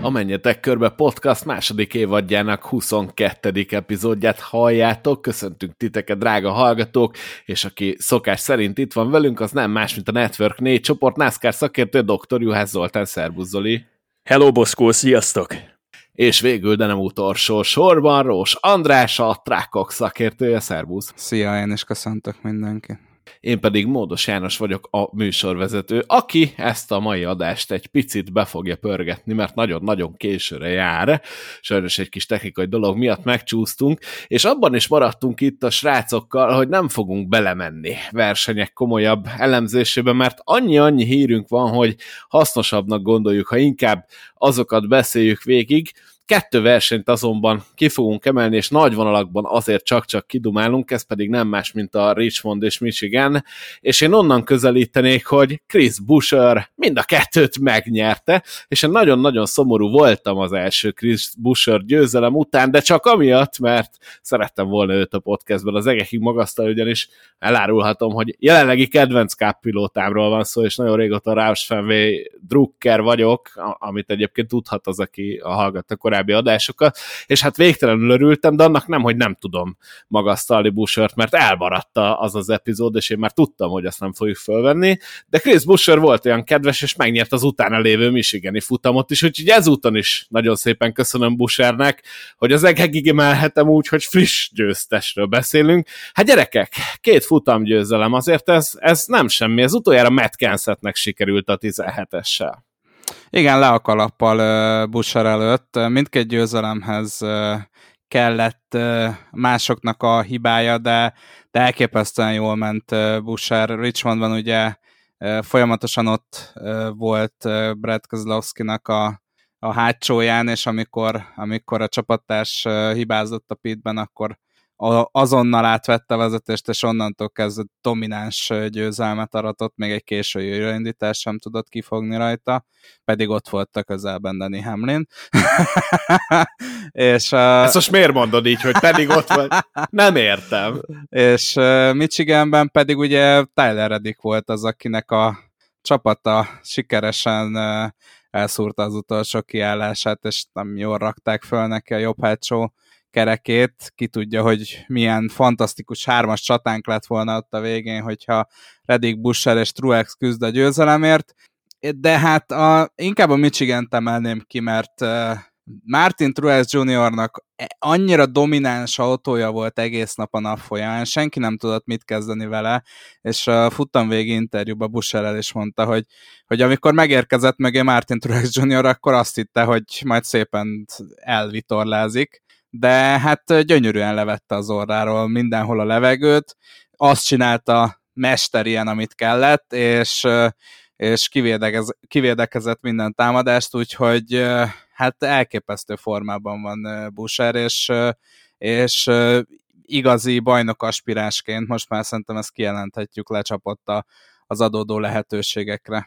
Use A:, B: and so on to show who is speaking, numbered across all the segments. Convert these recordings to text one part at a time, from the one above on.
A: A Menjetek Körbe podcast második évadjának 22. epizódját halljátok. Köszöntünk titeket, drága hallgatók, és aki szokás szerint itt van velünk, az nem más, mint a Network 4 csoport NASCAR szakértő, Dr. Juhász Zoltán. Szerbusz, Zoli!
B: Hello, Boszkó, sziasztok!
A: És végül, de nem utolsó sorban, Rós András, a Trákok szakértője. Szerbusz!
C: Szia, én is köszöntök mindenkit!
A: Én pedig Módos János vagyok, a műsorvezető, aki ezt a mai adást egy picit be fogja pörgetni, mert nagyon-nagyon későre jár. Sajnos egy kis technikai dolog miatt megcsúsztunk, és abban is maradtunk itt a srácokkal, hogy nem fogunk belemenni versenyek komolyabb elemzésébe, mert annyi hírünk van, hogy hasznosabbnak gondoljuk, ha inkább azokat beszéljük végig. 2 versenyt azonban ki fogunk emelni, és nagy vonalakban azért csak-csak kidumálunk, ez pedig nem más, mint a Richmond és Michigan, és én onnan közelítenék, hogy Chris Buescher mind a 2-t megnyerte, és én nagyon-nagyon szomorú voltam az első Chris Buescher győzelem után, de csak amiatt, mert szerettem volna őt a podcastben az egekig magasztalni, ugyanis elárulhatom, hogy jelenlegi kedvenc Cup pilótámról van szó, és nagyon régóta Roush Fenway drukker vagyok, amit egyébként tudhat az, aki hallgatta korábbi adásokat, és hát végtelenül örültem, de annak nem, hogy nem tudom magasztalni Bueschert, mert elmaradt az az epizód, és én már tudtam, hogy ezt nem fogjuk fölvenni, de Chris Buescher volt olyan kedves, és megnyert az utána lévő michigani futamot is, úgyhogy ezúton is nagyon szépen köszönöm Bueschernek, hogy az egekig emelhetem úgy, hogy friss győztesről beszélünk. Hát gyerekek, 2 futamgyőzelem, azért ez nem semmi, ez utoljára Matt Kensethnek sikerült a 17-essel.
C: Igen, le a kalappal Buescher előtt. Mindkét győzelemhez kellett másoknak a hibája, de elképesztően jól ment Buescher. Richmondban ugye folyamatosan ott volt Brad Keselowskinak a hátsóján, és amikor a csapattárs hibázott a pitben, akkor azonnal átvette a vezetést, és onnantól kezdve domináns győzelmet aratott, még egy késői újraindítás sem tudott kifogni rajta, pedig ott volt a közelben Denny Hamlin. És,
A: ezt most miért mondod így, hogy pedig ott volt? Nem értem.
C: És Michiganben pedig ugye Tyler Reddick volt az, akinek a csapata sikeresen elszúrta az utolsó kiállását, és nem jól rakták föl neki a jobb hátsó kerekét, ki tudja, hogy milyen fantasztikus 3-as csatánk lett volna ott a végén, hogyha Reddick, Buescher és Truex küzd a győzelemért, de hát inkább a Michigant emelném ki, mert Martin Truex Jr.-nak annyira domináns autója volt egész nap a nap folyamán, senki nem tudott mit kezdeni vele, és a futamvégi interjúban Buescher is mondta, hogy amikor megérkezett mögé Martin Truex Jr., akkor azt hitte, hogy majd szépen elvitorlázik, de hát gyönyörűen levette az orráról mindenhol a levegőt, azt csinálta mesterien, amit kellett, és kivédekezett minden támadást, úgyhogy hát elképesztő formában van Buescher, és igazi bajnok aspiránsként most már szerintem ezt kijelenthetjük, lecsapott az adódó lehetőségekre.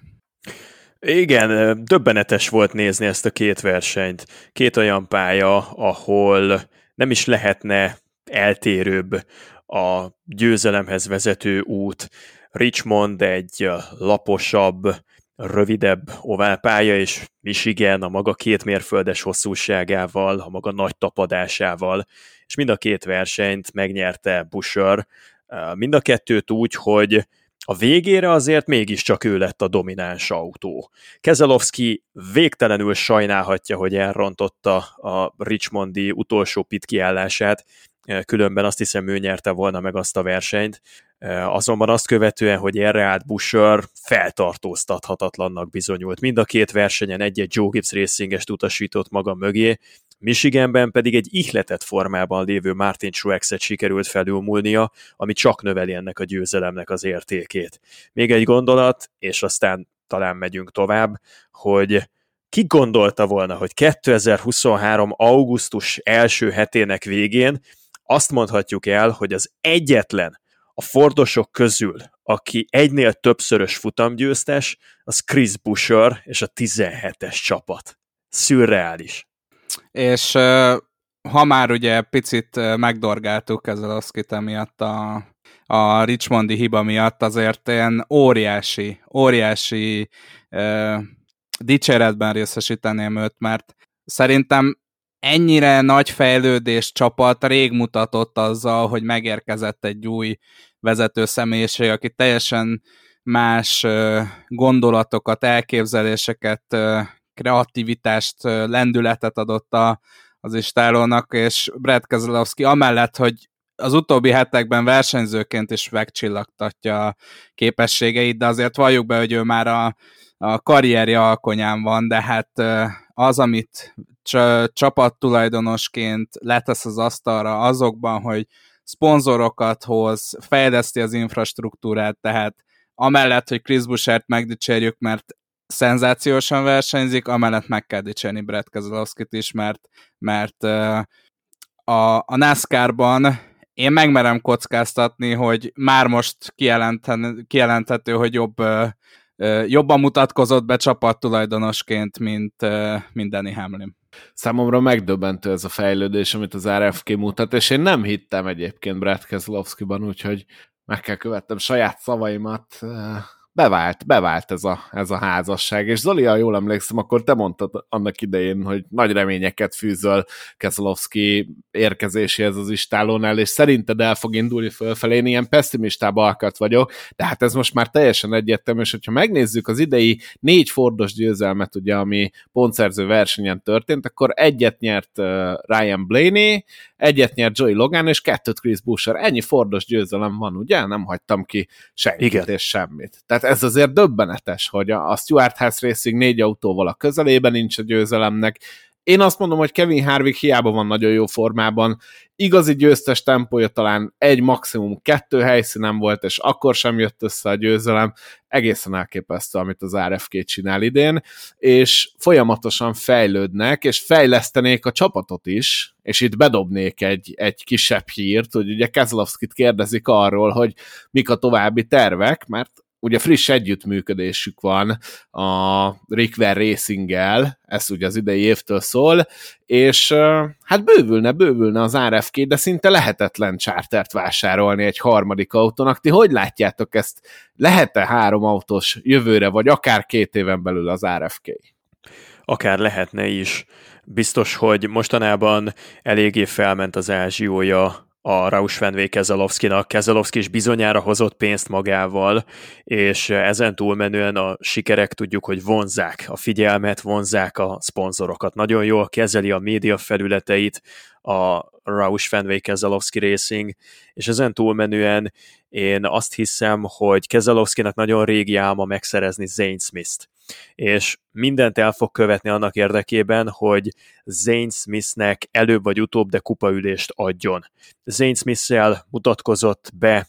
B: Igen, döbbenetes volt nézni ezt a 2 versenyt. 2 olyan pálya, ahol nem is lehetne eltérőbb a győzelemhez vezető út. Richmond egy laposabb, rövidebb oválpálya, és Michigan a maga 2 mérföldes hosszúságával, a maga nagy tapadásával, és mind a 2 versenyt megnyerte Buescher. Mind a 2-t úgy, hogy a végére azért mégiscsak ő lett a domináns autó. Keselowski végtelenül sajnálhatja, hogy elrontotta a Richmondi utolsó pit kiállását, különben azt hiszem ő nyerte volna meg azt a versenyt. Azonban azt követően, hogy erre állt Buescher, feltartóztathatatlannak bizonyult. Mind a 2 versenyen egy-egy Joe Gibbs Racingest utasított maga mögé, Michiganben pedig egy ihletett formában lévő Martin Truexet sikerült felülmúlnia, ami csak növeli ennek a győzelemnek az értékét. Még egy gondolat, és aztán talán megyünk tovább, hogy ki gondolta volna, hogy 2023. augusztus első hetének végén azt mondhatjuk el, hogy az egyetlen a Fordosok közül, aki egynél többszörös futamgyőztes, az Chris Buescher és a 17-es csapat. Szürreális.
C: És ha már ugye picit megdorgáltuk Keselowskit emiatt a Richmondi hiba miatt, azért ilyen óriási dicséretben részesíteném őt, mert szerintem ennyire nagy fejlődés csapat rég mutatott azzal, hogy megérkezett egy új vezető személyiség, aki teljesen más gondolatokat, elképzeléseket, kreativitást, lendületet adott az istálónak, és Brad Keselowski amellett, hogy az utóbbi hetekben versenyzőként is megcsillagtatja a képességeit, de azért valljuk be, hogy ő már a karrierje alkonyán van, de hát az, amit csapattulajdonosként letesz az asztalra azokban, hogy szponzorokat hoz, fejleszti az infrastruktúrát, tehát amellett, hogy Chris Bouchert megdicsérjük, mert szenzációsan versenyzik, amellett meg kell dicsérni Brad Keselowskit is, mert a NASCAR-ban én megmerem kockáztatni, hogy már most kijelenthető, hogy jobban mutatkozott be csapattulajdonosként, mint Denny Hamlin.
A: Számomra megdöbbentő ez a fejlődés, amit az RFK mutat, és én nem hittem egyébként Brad Keselowskiban, úgyhogy meg kell követtem saját szavaimat. Bevált ez a házasság, és Zoli, ha jól emlékszem, akkor te mondtad annak idején, hogy nagy reményeket fűzöl Keselowski érkezéséhez az istálónál, és szerinted el fog indulni fölfelé, én ilyen pessimistább alkat vagyok, de hát ez most már teljesen egyértelmű, és hogyha megnézzük az idei 4 Fordos győzelmet, ugye, ami pontszerző versenyen történt, akkor egyet nyert Ryan Blaney, egyet nyert Joey Logan, és 2 Chris Buescher. Ennyi Fordos győzelem van, ugye? Nem hagytam ki senkit. Igen. És semmit. Tehát ez azért döbbenetes, hogy a Stewart Haas Racing 4 autóval a közelében nincs a győzelemnek. Én azt mondom, hogy Kevin Harvick hiába van nagyon jó formában, igazi győztes tempója talán 1, maximum 2 helyszínen volt, és akkor sem jött össze a győzelem. Egészen elképesztő, amit az RFK csinál idén, és folyamatosan fejlődnek, és fejlesztenék a csapatot is, és itt bedobnék egy kisebb hírt, hogy ugye Keselowskit kérdezik arról, hogy mik a további tervek, mert ugye friss együttműködésük van a Rick Ware Racing-gel, ez ugye az idei évtől szól, és hát bővülne az RFK, de szinte lehetetlen chartert vásárolni egy harmadik autónak. Ti hogy látjátok ezt? Lehet-e 3 autós jövőre, vagy akár 2 éven belül az RFK?
B: Akár lehetne is. Biztos, hogy mostanában eléggé felment az ázsiója a Roush Fenway Keselowskinak. Keselowski is bizonyára hozott pénzt magával, és ezen túlmenően a sikerek tudjuk, hogy vonzzák a figyelmet, vonzzák a szponzorokat. Nagyon jól kezeli a média felületeit a Roush Fenway Keselowski Racing, és ezen túlmenően én azt hiszem, hogy Keselowskinak nagyon régi álma megszerezni Zane Smith-t, és mindent el fog követni annak érdekében, hogy Zane Smithnek előbb vagy utóbb, de kupaülést adjon. Zane Smith-szel mutatkozott be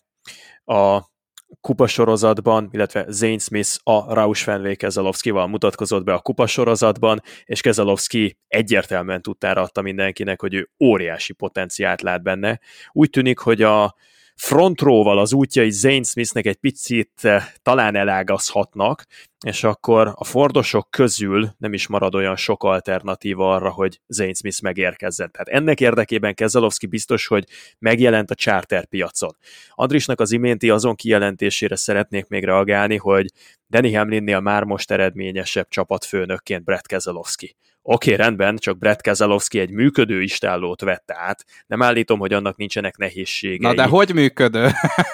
B: a kupasorozatban, illetve Zane Smith a Roush Fenway Keselowskival mutatkozott be a kupasorozatban, és Keselowski egyértelműen tudtára adta mindenkinek, hogy ő óriási potenciált lát benne. Úgy tűnik, hogy a front row-val az útjai Zane Smithnek egy picit talán elágazhatnak, és akkor a Fordosok közül nem is marad olyan sok alternatíva arra, hogy Zane Smith megérkezzen. Tehát ennek érdekében Keselowski biztos, hogy megjelent a charter piacon. Andrisnak az iménti azon kijelentésére szeretnék még reagálni, hogy Denny Hamlinnél már most eredményesebb csapatfőnökként Brad Keselowski. Oké, rendben, csak Brad Keselowski egy működő istállót vett át. Nem állítom, hogy annak nincsenek nehézségei.
C: Na de hogy működő?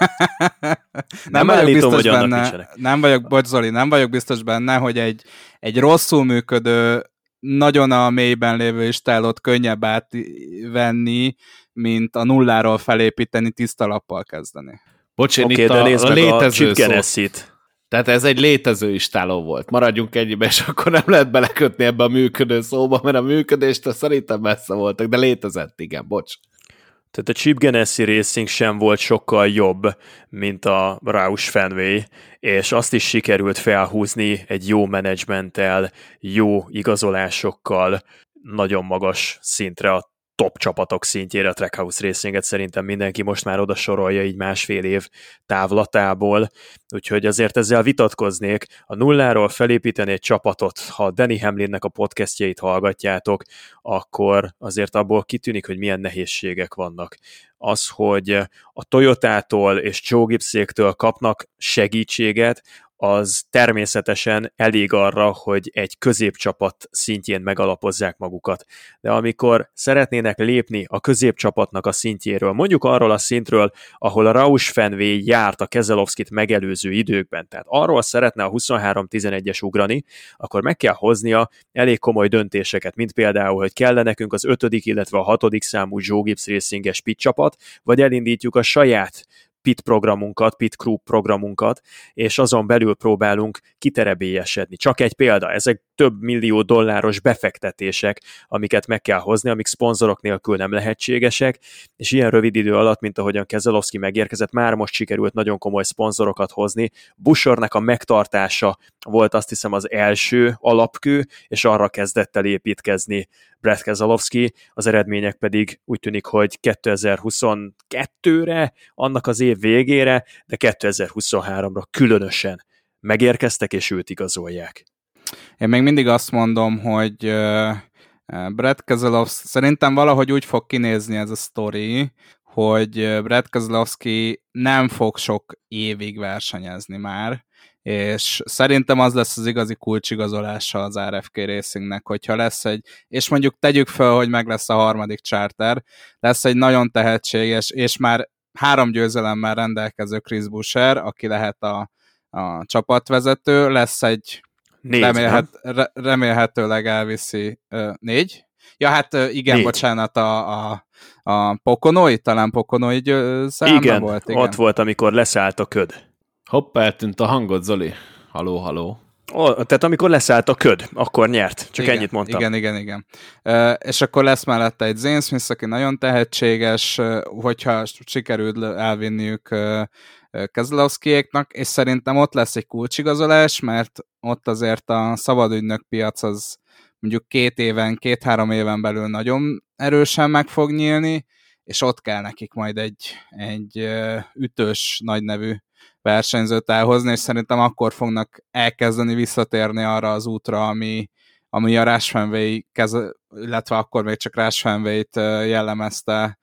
B: nem állítom, hogy annak nincsenek.
C: Nem vagyok biztos benne, hogy egy rosszul működő, nagyon a mélyben lévő istállót könnyebb átvenni, mint a nulláról felépíteni, tiszta lappal kezdeni.
A: Bocsánat,
B: itt de nézd meg a Chip Ganassit.
A: Tehát ez egy létező istáló volt. Maradjunk egybe, és akkor nem lehet belekötni ebbe a működő szóba, mert a működéstől szerintem messze voltak, de létezett, igen, bocs.
B: Tehát a Chip Ganassi Racing sem volt sokkal jobb, mint a Roush Fenway, és azt is sikerült felhúzni egy jó menedzsmenttel, jó igazolásokkal, nagyon magas szintre, a top csapatok szintjére a Trackhouse Racinget szerintem mindenki most már oda sorolja így 1,5 év távlatából, úgyhogy azért ezzel vitatkoznék. A nulláról felépíteni egy csapatot, ha Denny Hamlinnek a podcastjait hallgatjátok, akkor azért abból kitűnik, hogy milyen nehézségek vannak. Az, hogy a Toyotától és Joe Gibbséktől kapnak segítséget, az természetesen elég arra, hogy egy középcsapat szintjén megalapozzák magukat. De amikor szeretnének lépni a középcsapatnak a szintjéről, mondjuk arról a szintről, ahol a Roush Fenway járt a Keselowskit megelőző időkben, tehát arról szeretne a 23-11-es ugrani, akkor meg kell hoznia elég komoly döntéseket, mint például, hogy kell nekünk az 5., illetve a 6. számú Joe Gibbs Racing-es pit csapat, vagy elindítjuk a saját pit programunkat, pit crew programunkat, és azon belül próbálunk kiterebélyesedni. Csak egy példa, ezek több millió dolláros befektetések, amiket meg kell hozni, amik szponzorok nélkül nem lehetségesek, és ilyen rövid idő alatt, mint ahogyan Keselowski megérkezett, már most sikerült nagyon komoly szponzorokat hozni. Buschornak a megtartása volt azt hiszem az első alapkő, és arra kezdett el építkezni Brad Keselowski, az eredmények pedig úgy tűnik, hogy 2022-re, annak az év végére, de 2023-ra különösen megérkeztek, és őt igazolják.
C: Én még mindig azt mondom, hogy Brad Keselowski, szerintem valahogy úgy fog kinézni ez a sztori, hogy Brad Keselowski nem fog sok évig versenyezni már, és szerintem az lesz az igazi kulcsigazolása az RFK Racingnek, hogyha lesz egy, és mondjuk tegyük fel, hogy meg lesz a 3. charter, lesz egy nagyon tehetséges, és már 3 győzelemmel rendelkező Chris Buescher, aki lehet a csapatvezető, lesz egy
B: 4,
C: remélhetőleg elviszi 4. Ja, hát igen,
B: 4.
C: Bocsánat, a Poconoi, talán Poconoi számla volt. Igen,
B: ott volt, amikor leszállt a köd.
A: Hopp, eltűnt a hangod, Zoli. Haló.
B: Tehát amikor leszállt a köd, akkor nyert. Csak
C: igen,
B: ennyit mondtam.
C: Igen. És akkor lesz mellette egy Zane Smith, aki nagyon tehetséges, hogyha sikerül elvinniük Keselowskiéknak, és szerintem ott lesz egy kulcsigazolás, mert ott azért a szabadügynök piac az mondjuk 2-3 éven belül nagyon erősen meg fog nyílni, és ott kell nekik majd egy ütős, nagynevű versenyzőt elhozni, és szerintem akkor fognak elkezdeni visszatérni arra az útra, ami a Roush Fenway, illetve akkor még csak Roush Fenway-t jellemezte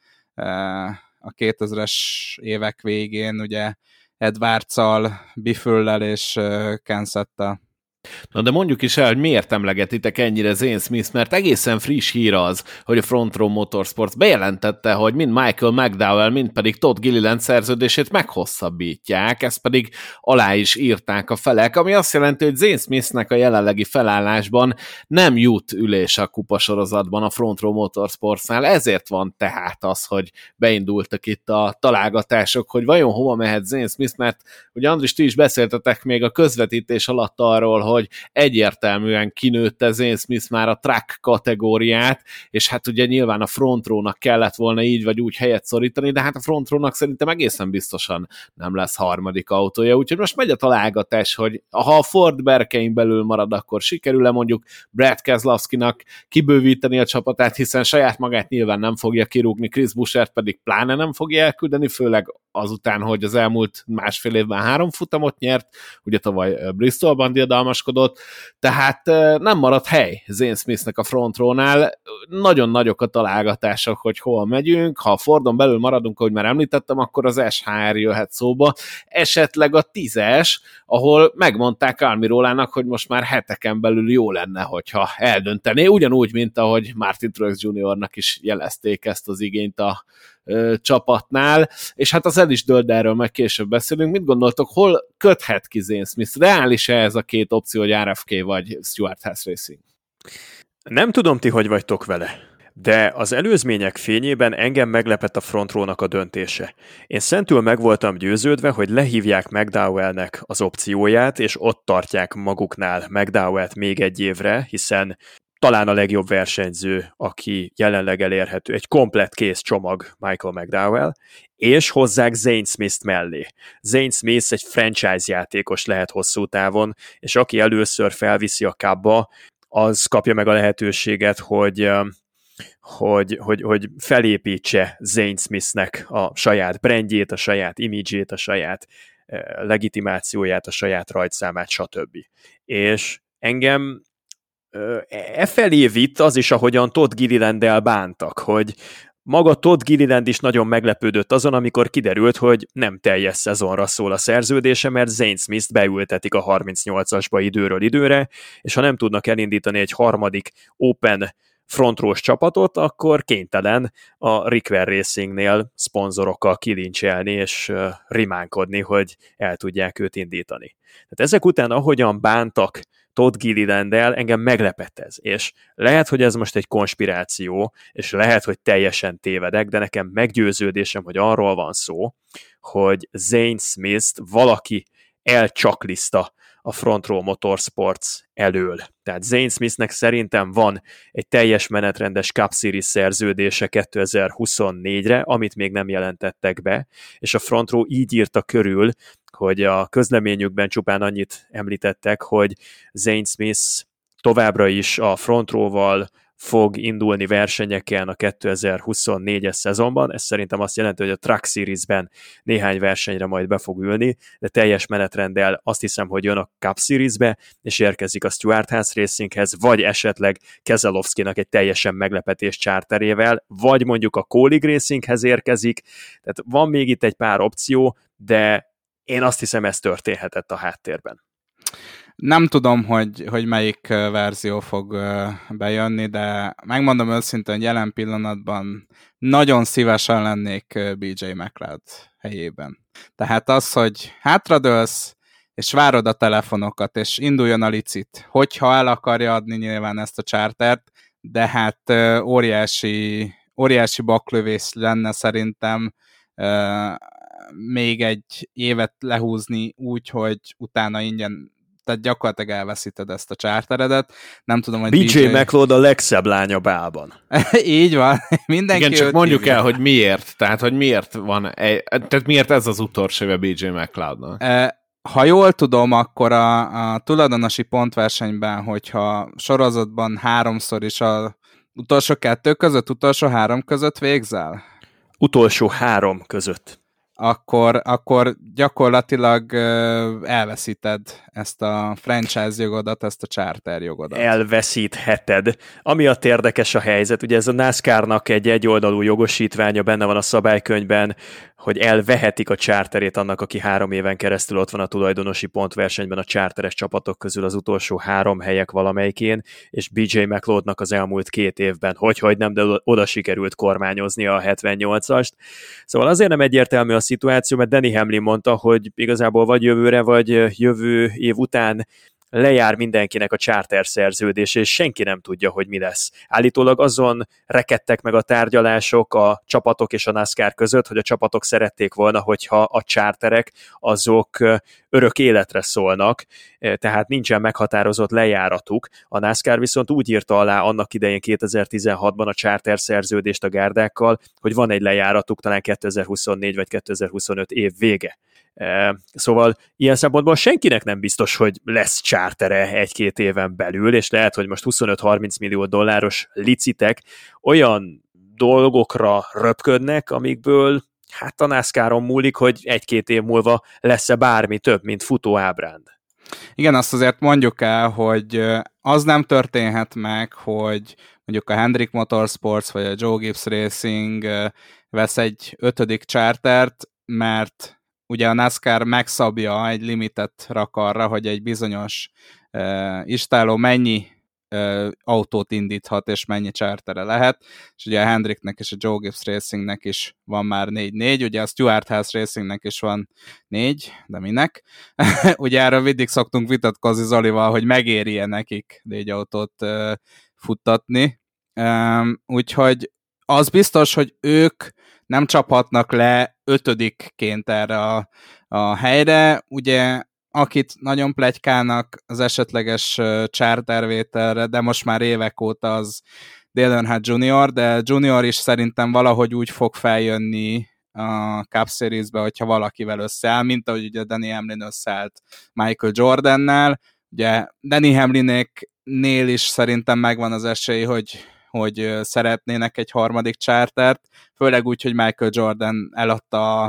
C: a 2000-es évek végén, ugye Edwardsszal, Biffle-lel és Kenseth-tel.
A: Na de mondjuk is el, hogy miért emlegetitek ennyire Zane Smith, mert egészen friss hír az, hogy a Front Row Motorsports bejelentette, hogy mind Michael McDowell, mind pedig Todd Gilliland szerződését meghosszabbítják, ezt pedig alá is írták a felek, ami azt jelenti, hogy Zane Smithnek a jelenlegi felállásban nem jut ülés a kupasorozatban a Front Row Motorsportsnál, ezért van tehát az, hogy beindultak itt a találgatások, hogy vajon hova mehet Zane Smith, mert ugye Andris, ti is beszéltetek még a közvetítés alatt arról, hogy egyértelműen kinőtte Zane Smith már a truck kategóriát, és hát ugye nyilván a Front Row-nak kellett volna így vagy úgy helyet szorítani, de hát a Front Row-nak szerintem egészen biztosan nem lesz 3. autója, úgyhogy most megy a találgatás, hogy ha a Ford berkein belül marad, akkor sikerül-e mondjuk Brad Keselowskinak kibővíteni a csapatát, hiszen saját magát nyilván nem fogja kirúgni, Chris Bueschert pedig pláne nem fogja elküldeni, főleg azután, hogy az elmúlt 1,5 évben 3 futamot nyert, ugye tavaly Bristolban diadalmaskodott, tehát nem maradt hely Zane Smithnek a Front Row-nál, nagyon nagyok a találgatások, hogy hol megyünk, ha a Fordon belül maradunk, ahogy már említettem, akkor az SHR jöhet szóba, esetleg a 10-es, ahol megmondták Almirólának, hogy most már heteken belül jó lenne, hogyha eldöntené, ugyanúgy, mint ahogy Martin Truex Jr.-nak is jelezték ezt az igényt a csapatnál, és hát az el is dölt, erről meg később beszélünk. Mit gondoltok, hol köthet ki Zane Smith? Reális-e ez a 2 opció, hogy RFK vagy Stewart Haas Racing?
B: Nem tudom, ti hogy vagytok vele, de az előzmények fényében engem meglepett a Front Row-nak a döntése. Én szentül meg voltam győződve, hogy lehívják McDowellnek az opcióját, és ott tartják maguknál McDowellt még egy évre, hiszen talán a legjobb versenyző, aki jelenleg elérhető, egy komplett kész csomag Michael McDowell, és hozzák Zane Smith mellé. Zane Smith egy franchise játékos lehet hosszú távon, és aki először felviszi a Cubba, az kapja meg a lehetőséget, hogy felépítse Zane Smithnek a saját brandjét, a saját imidzsét, a saját legitimációját, a saját rajtszámát, stb. És engem felé vitt az is, ahogyan Todd Gillilanddel bántak, hogy Maga Todd Gilliland is nagyon meglepődött azon, amikor kiderült, hogy nem teljes szezonra szól a szerződése, mert Zane Smith-t beültetik a 38-asba időről időre, és ha nem tudnak elindítani egy harmadik Open frontrós csapatot, akkor kénytelen a Rickwell Racingnél szponzorokkal kilincselni és rimánkodni, hogy el tudják őt indítani. Tehát ezek után, ahogyan bántak Todd Gillilanddel, engem meglepett ez, és lehet, hogy ez most egy konspiráció, és lehet, hogy teljesen tévedek, de nekem meggyőződésem, hogy arról van szó, hogy Zane Smith-t valaki elcsakliszta a Front Row Motorsports elől. Tehát Zane Smithnek szerintem van egy teljes menetrendes Cup Series szerződése 2024-re, amit még nem jelentettek be, és a Front Row így írta körül, hogy a közleményükben csupán annyit említettek, hogy Zane Smith továbbra is a Front Row-val fog indulni versenyeken a 2024-es szezonban. Ez szerintem azt jelenti, hogy a Truck Series-ben néhány versenyre majd be fog ülni, de teljes menetrenddel azt hiszem, hogy jön a Cup Series-be, és érkezik a Stewart Haas Racinghez, vagy esetleg Keselowskinak egy teljesen meglepetés charterével, vagy mondjuk a Kaulig Racinghez érkezik. Tehát van még itt egy pár opció, de én azt hiszem, ez történhetett a háttérben.
C: Nem tudom, hogy melyik verzió fog bejönni, de megmondom őszintén, hogy jelen pillanatban nagyon szívesen lennék BJ McLeod helyében. Tehát az, hogy hátradőlsz, és várod a telefonokat, és induljon a licit, hogyha el akarja adni nyilván ezt a chartert, de hát óriási baklövés lenne szerintem még egy évet lehúzni úgy, hogy utána ingyen, tehát gyakorlatilag elveszíted ezt a charteredet. Nem tudom, hogy
B: BJ McLeod a legszebb lánya bálban.
C: Így van. Mindenki.
A: Igen, csak mondjuk el, hogy miért. Tehát, hogy miért van tehát miért ez az utolsó éve BJ McLeodnak?
C: Ha jól tudom, akkor a tulajdonosi pontversenyben, hogyha sorozatban háromszor is a utolsó 2 között, utolsó 3 között végzel?
B: Utolsó 3 között.
C: Akkor gyakorlatilag elveszíted ezt a franchise jogodat, ezt a charter jogodat.
B: Elveszítheted. Amiatt érdekes a helyzet, ugye ez a NASCAR-nak egy egyoldalú jogosítványa benne van a szabálykönyvben, hogy elvehetik a charterét annak, aki 3 éven keresztül ott van a tulajdonosi pontversenyben a charteres csapatok közül az utolsó 3 helyek valamelyikén, és BJ McLeodnak az elmúlt 2 évben, hogy nem, de oda sikerült kormányozni a 78-ast. Szóval azért nem egyértelmű a szituáció, mert Denny Hamlin mondta, hogy igazából vagy jövőre, vagy jövő év után lejár mindenkinek a charter szerződése, és senki nem tudja, hogy mi lesz. Állítólag azon rekedtek meg a tárgyalások a csapatok és a NASCAR között, hogy a csapatok szerették volna, hogyha a charterek azok örök életre szólnak, tehát nincsen meghatározott lejáratuk. A NASCAR viszont úgy írta alá annak idején 2016-ban a charter szerződést a gárdákkal, hogy van egy lejáratuk, talán 2024 vagy 2025 év vége. Szóval ilyen szempontból senkinek nem biztos, hogy lesz chartere 1-2 éven belül, és lehet, hogy most 25-30 millió dolláros licitek olyan dolgokra röpködnek, amikből hát a NASCAR-on múlik, hogy 1-2 év múlva lesz-e bármi több, mint futóábránd.
C: Igen, azt azért mondjuk el, hogy az nem történhet meg, hogy mondjuk a Hendrick Motorsports vagy a Joe Gibbs Racing vesz egy 5. chartert, mert ugye a NASCAR megszabja, egy limitet rak arra, hogy egy bizonyos istáló mennyi autót indíthat, és mennyi chartere lehet, és ugye a Hendricknek és a Joe Gibbs Racingnek is van már 4, ugye a Stewart Haas Racingnek is van 4, de minek? Ugye erről mindig szoktunk vitatkozni Zolival, hogy megéri-e nekik 4 autót futtatni, úgyhogy az biztos, hogy ők nem csaphatnak le 5-ként erre a helyre. Ugye, akit nagyon pletykálnak az esetleges chartervételre, de most már évek óta az Dale Earnhardt Jr., de Junior is szerintem valahogy úgy fog feljönni a Cup Series-be, hogyha valakivel összeáll, mint ahogy ugye Denny Hamlin összeállt Michael Jordannel. Ugye Denny Hamlinél is szerintem megvan az esély, hogy szeretnének egy harmadik chartert, főleg úgy, hogy Michael Jordan eladta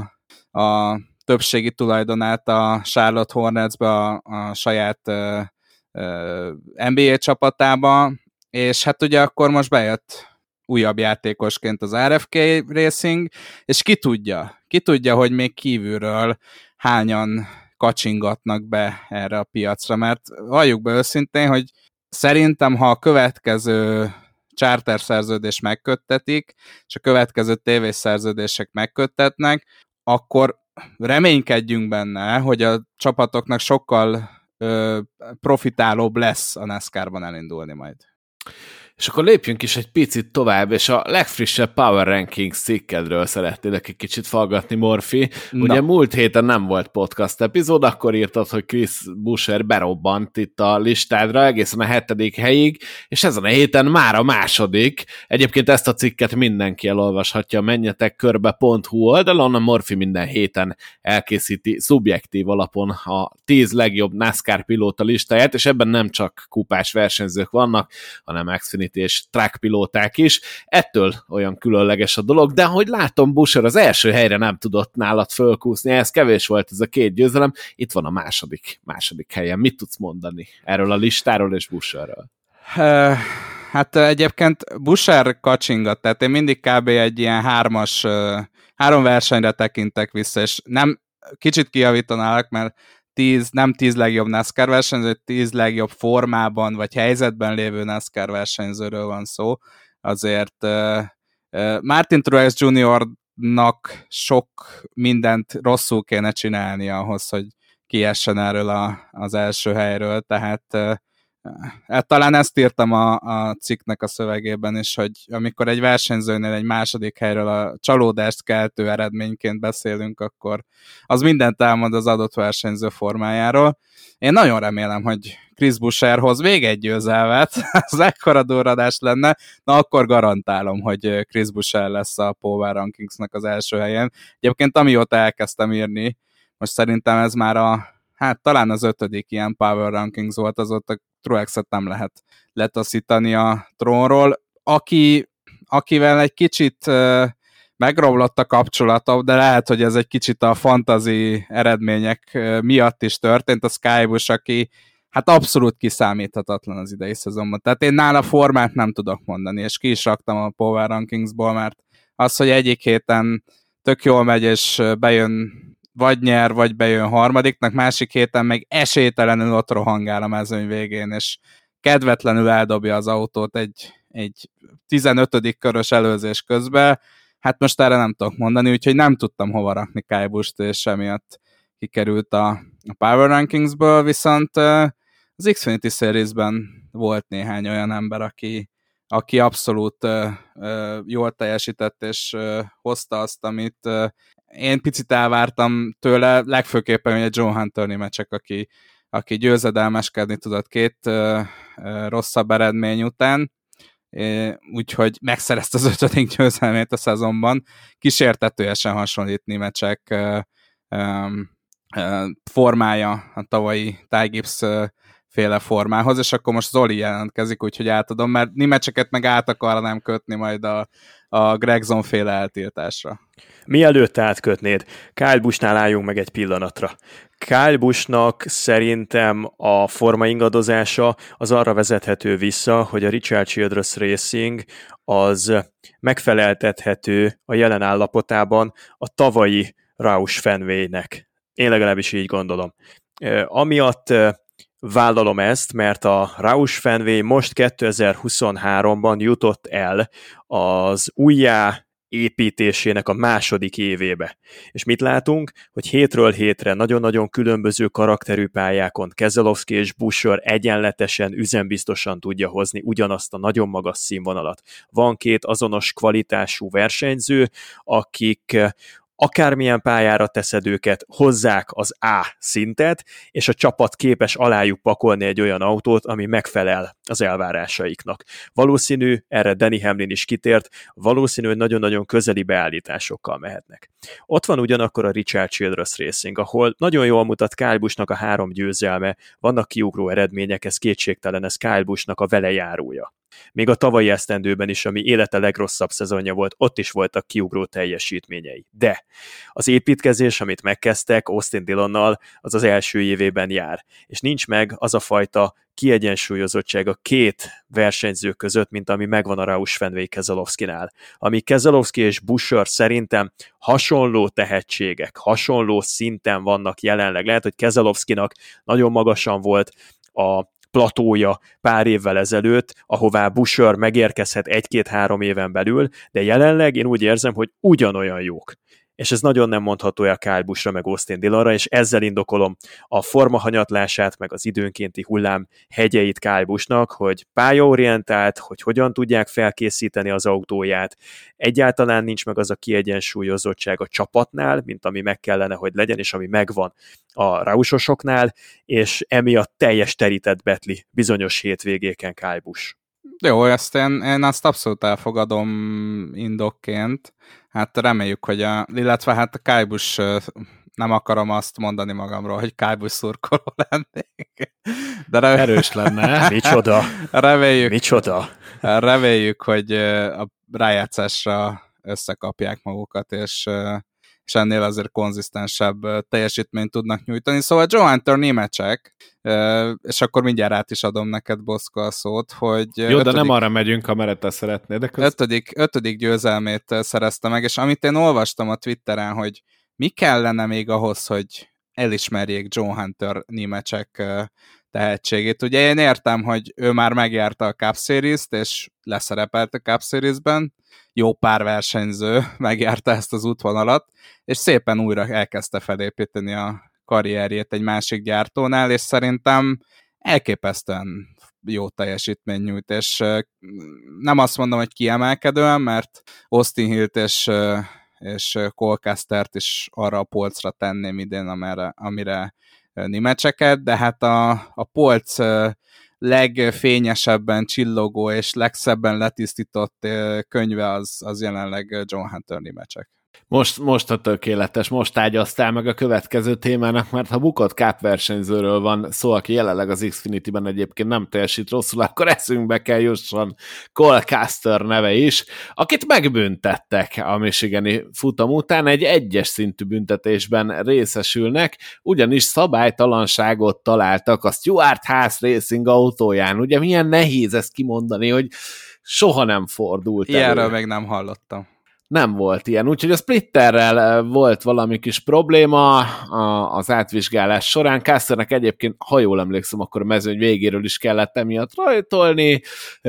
C: a többségi tulajdonát a Charlotte Hornetsbe, a saját NBA csapatába, és hát ugye akkor most bejött újabb játékosként az RFK Racing, és ki tudja, hogy még kívülről hányan kacsingatnak be erre a piacra, mert valljuk be őszintén, hogy szerintem, ha a következő charter szerződés megköttetik, és a következő tévés szerződések megköttetnek, akkor reménykedjünk benne, hogy a csapatoknak sokkal profitálóbb lesz a NASCAR-ban elindulni majd.
A: És akkor lépjünk is egy picit tovább, és a legfrissebb Power Rankings cikkedről szeretnélek egy kicsit fallgatni, Morfi. Ugye múlt héten nem volt podcast epizód, akkor írtad, hogy Chris Buescher berobbant itt a listádra egészen a 7. helyig, és ezen a héten már a második. Egyébként ezt a cikket mindenki elolvashatja a menjetekkörbe.hu oldalon, a Morfi minden héten elkészíti szubjektív alapon a 10 legjobb NASCAR pilóta listáját, és ebben nem csak kupás versenyzők vannak, hanem Xfinity és track pilóták is. Ettől olyan különleges a dolog, de ahogy látom, Buescher az első helyre nem tudott nálad fölkúszni, ez kevés volt ez a 2 győzelem, itt van a második helyen. Mit tudsz mondani erről a listáról és Buescherről?
C: Hát egyébként Buescher kacsingat, tehát én mindig kb. Egy ilyen 3 versenyre tekintek vissza, és nem kicsit kijavítanálak, mert nem 10 legjobb NASCAR versenyző, 10 legjobb formában vagy helyzetben lévő NASCAR versenyzőről van szó. Azért Martin Truex Jr.-nak sok mindent rosszul kéne csinálni ahhoz, hogy kiessen erről az első helyről, tehát talán ezt írtam a cikknek a szövegében is, hogy amikor egy versenyzőnél egy második helyről a csalódást keltő eredményként beszélünk, akkor az mindent elmond az adott versenyző formájáról. Én nagyon remélem, hogy Chris Buescher hoz még egy győzelmet, az ekkora durradás lenne, na akkor garantálom, hogy Chris Buescher lesz a Power Rankingsnak az első helyen. Egyébként amióta elkezdtem írni, most szerintem ez már talán az 5. ilyen Power Rankings volt, azóta Truexet nem lehet letaszítani a trónról. Akivel egy kicsit megromlott a kapcsolata, de lehet, hogy ez egy kicsit a fantasy eredmények miatt is történt, a Kyle Busch, aki hát abszolút kiszámíthatatlan az idei szezonban. Tehát én nála formát nem tudok mondani, és ki is raktam a Power Rankingsból, mert az, hogy egyik héten tök jól megy, és bejön vagy nyer, vagy bejön harmadiknak, másik héten meg esélytelenül ott rohangál a mezőny végén, és kedvetlenül eldobja az autót egy 15. körös előzés közben. Hát most erre nem tudok mondani, úgyhogy nem tudtam hova rakni Kyle Busch-t, és emiatt kikerült a Power Rankingsből, viszont az Xfinity Series-ben volt néhány olyan ember, aki abszolút jól teljesített, és hozta azt, amit én picit elvártam tőle, legfőképpen ugye Joe Hunter Nemechek, aki győzedelmeskedni tudott 2 rosszabb eredmény után, úgyhogy megszerezte az 5. győzelmét a szezonban. Kísértetőesen hasonlít Nemechek formája a tavalyi Ty Gibbs féle formához, és akkor most Zoli jelentkezik, úgyhogy átadom, mert Nemecheket meg át akarnám kötni majd a Gregson féle eltiltásra.
B: Mielőtt átkötnéd, Kyle Busch-nál álljunk meg egy pillanatra. Kyle Busch-nak szerintem a forma ingadozása az arra vezethető vissza, hogy a Richard Childress Racing az megfeleltethető a jelen állapotában a tavalyi Roush Fenway-nek. Én legalábbis így gondolom. Amiatt vállalom ezt, mert a Roush Fenway most 2023-ban jutott el az újjá építésének a második évébe. És mit látunk? Hogy hétről hétre nagyon-nagyon különböző karakterű pályákon Keselowski és Buescher egyenletesen, üzembiztosan tudja hozni ugyanazt a nagyon magas színvonalat. Van 2 azonos kvalitású versenyző, akik akármilyen pályára teszed őket, hozzák az A szintet, és a csapat képes alájuk pakolni egy olyan autót, ami megfelel az elvárásaiknak. Valószínű, erre Denny Hamlin is kitért, valószínű, hogy nagyon-nagyon közeli beállításokkal mehetnek. Ott van ugyanakkor a Richard Childress Racing, ahol nagyon jól mutat Kyle Busch-nak a 3 győzelme, vannak kiugró eredmények, ez kétségtelen, ez Kyle Busch-nak a velejárója. Még a tavalyi esztendőben is, ami élete legrosszabb szezonja volt, ott is voltak kiugró teljesítményei. De az építkezés, amit megkezdtek Austin Dillonnal, az első évében jár. És nincs meg az a fajta kiegyensúlyozottság a két versenyző között, mint ami megvan a Roush-Fenway Keselowski-nál. Ami Keselowski és Buescher szerintem hasonló tehetségek, hasonló szinten vannak jelenleg. Lehet, hogy Keselowskinak nagyon magasan volt a platója pár évvel ezelőtt, ahová Buescher megérkezhet 1-2-3 éven belül, de jelenleg én úgy érzem, hogy ugyanolyan jók. És ez nagyon nem mondható el Kyle Buschra meg Austin Dillonra, és ezzel indokolom a formahanyatlását, meg az időnkénti hullám hegyeit Kyle Buschnak, hogy pályaorientált, hogy hogyan tudják felkészíteni az autóját. Egyáltalán nincs meg az a kiegyensúlyozottság a csapatnál, mint ami meg kellene, hogy legyen, és ami megvan a Roush-osoknál, és emiatt teljes terített betli bizonyos hétvégéken Kyle Busch.
C: Jó, ezt én azt abszolút elfogadom indokként. Hát reméljük, hogy illetve hát a Kyle Busch, nem akarom azt mondani magamról, hogy Kyle Busch szurkoló lennék. De
A: erős lenne.
B: Micsoda?
C: Reméljük, hogy a rájátszásra összekapják magukat, és ennél azért konzisztensebb teljesítményt tudnak nyújtani. Szóval Joe Hunter némecsek, és akkor mindjárt át is adom neked, Boszko, a szót, hogy...
A: Jó, de nem arra megyünk, amerre te szeretnéd. De
C: ötödik győzelmét szerezte meg, és amit én olvastam a Twitteren, hogy mi kellene még ahhoz, hogy elismerjék Joe Hunter némecsek tehetségét. Ugye én értem, hogy ő már megjárta a Cup Series-t, és leszerepelt a Cup Series-ben, jó pár versenyző megjárta ezt az útvonalat, és szépen újra elkezdte felépíteni a karrierjét egy másik gyártónál, és szerintem elképesztően jó teljesítmény nyújt, és nem azt mondom, hogy kiemelkedően, mert Austin Hillt és Cole Castert is arra a polcra tenném idén, amire némecseket, de hát a polc legfényesebben csillogó és legszebben letisztított könyve az jelenleg John Hunter némecsek.
A: Most a tökéletes, most ágyaztál meg a következő témának, mert ha bukott Cup versenyzőről van szó, aki jelenleg az Xfinity-ben egyébként nem teljesít rosszul, akkor eszünkbe kell jusson Cole Custer neve is, akit megbüntettek a michigani futam után, egy 1-es szintű büntetésben részesülnek, ugyanis szabálytalanságot találtak a Stewart Haas Racing autóján. Ugye milyen nehéz ezt kimondani, hogy soha nem fordult elő.
C: Ilyenről még nem hallottam.
A: Nem volt ilyen, úgyhogy a splitterrel volt valami kis probléma az átvizsgálás során. Custernek egyébként, ha jól emlékszem, akkor a mezőny végéről is kellett emiatt rajtolni,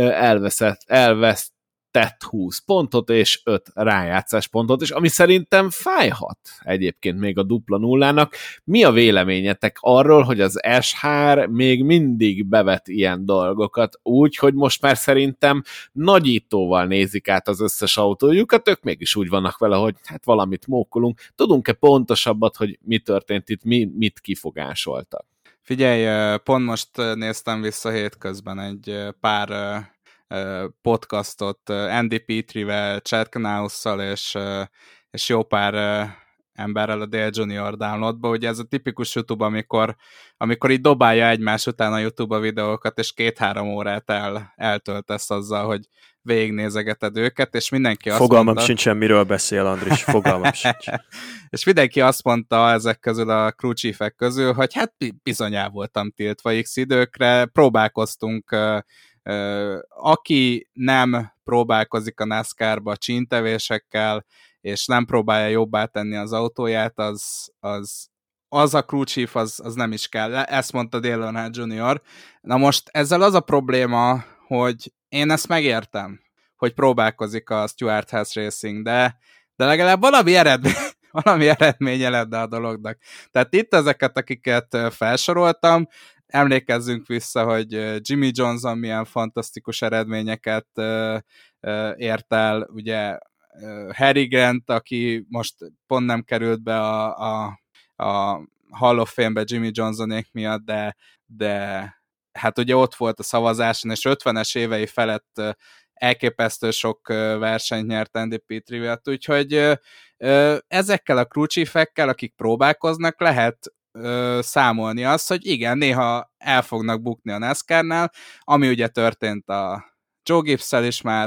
A: elvesztett 20 pontot és 5 rájátszás pontot, és ami szerintem fájhat egyébként még a dupla nullának. Mi a véleményetek arról, hogy az S3 még mindig bevet ilyen dolgokat úgy, hogy most már szerintem nagyítóval nézik át az összes autójukat, ők mégis úgy vannak vele, hogy hát valamit mókolunk. Tudunk-e pontosabbat, hogy mi történt itt, mit kifogásoltak?
C: Figyelj, pont most néztem vissza hétközben egy pár podcastot Andy Petrievel, Chad Knaus-szal és jó pár emberrel a Dale Junior downloadba. Ugye ez a tipikus YouTube, amikor így dobálja egymás után a YouTube a videókat, és 2-3 órát eltöltesz azzal, hogy végignézegeted őket, és mindenki azt
B: fogalmam
C: mondta...
B: sincsen, miről beszél, Andris, fogalmam sincs.
C: És mindenki azt mondta ezek közül a crew chiefek közül, hogy hát bizony el voltam tiltva X időkre, próbálkoztunk, aki nem próbálkozik a NASCAR-ba csíntevésekkel, és nem próbálja jobbá tenni az autóját, az a crew chief, az nem is kell. Ezt mondta Dale Earnhardt Jr. Na most ezzel az a probléma, hogy én ezt megértem, hogy próbálkozik a Stewart Haas Racing, de legalább valami eredménye lenne a dolognak. Tehát itt ezeket, akiket felsoroltam, emlékezzünk vissza, hogy Jimmy Johnson milyen fantasztikus eredményeket ért el, ugye Harry Grant, aki most pont nem került be a Hall of Fame-be Jimmy Johnsonék miatt, de hát ugye ott volt a szavazáson, és 50-es évei felett elképesztő sok versenyt nyert Andy Petrievel, úgyhogy ezekkel a crew chiefekkel, akik próbálkoznak, lehet számolni azt, hogy igen, néha el fognak bukni a NASCAR-nál, ami ugye történt a Joe Gibbs-szel is már,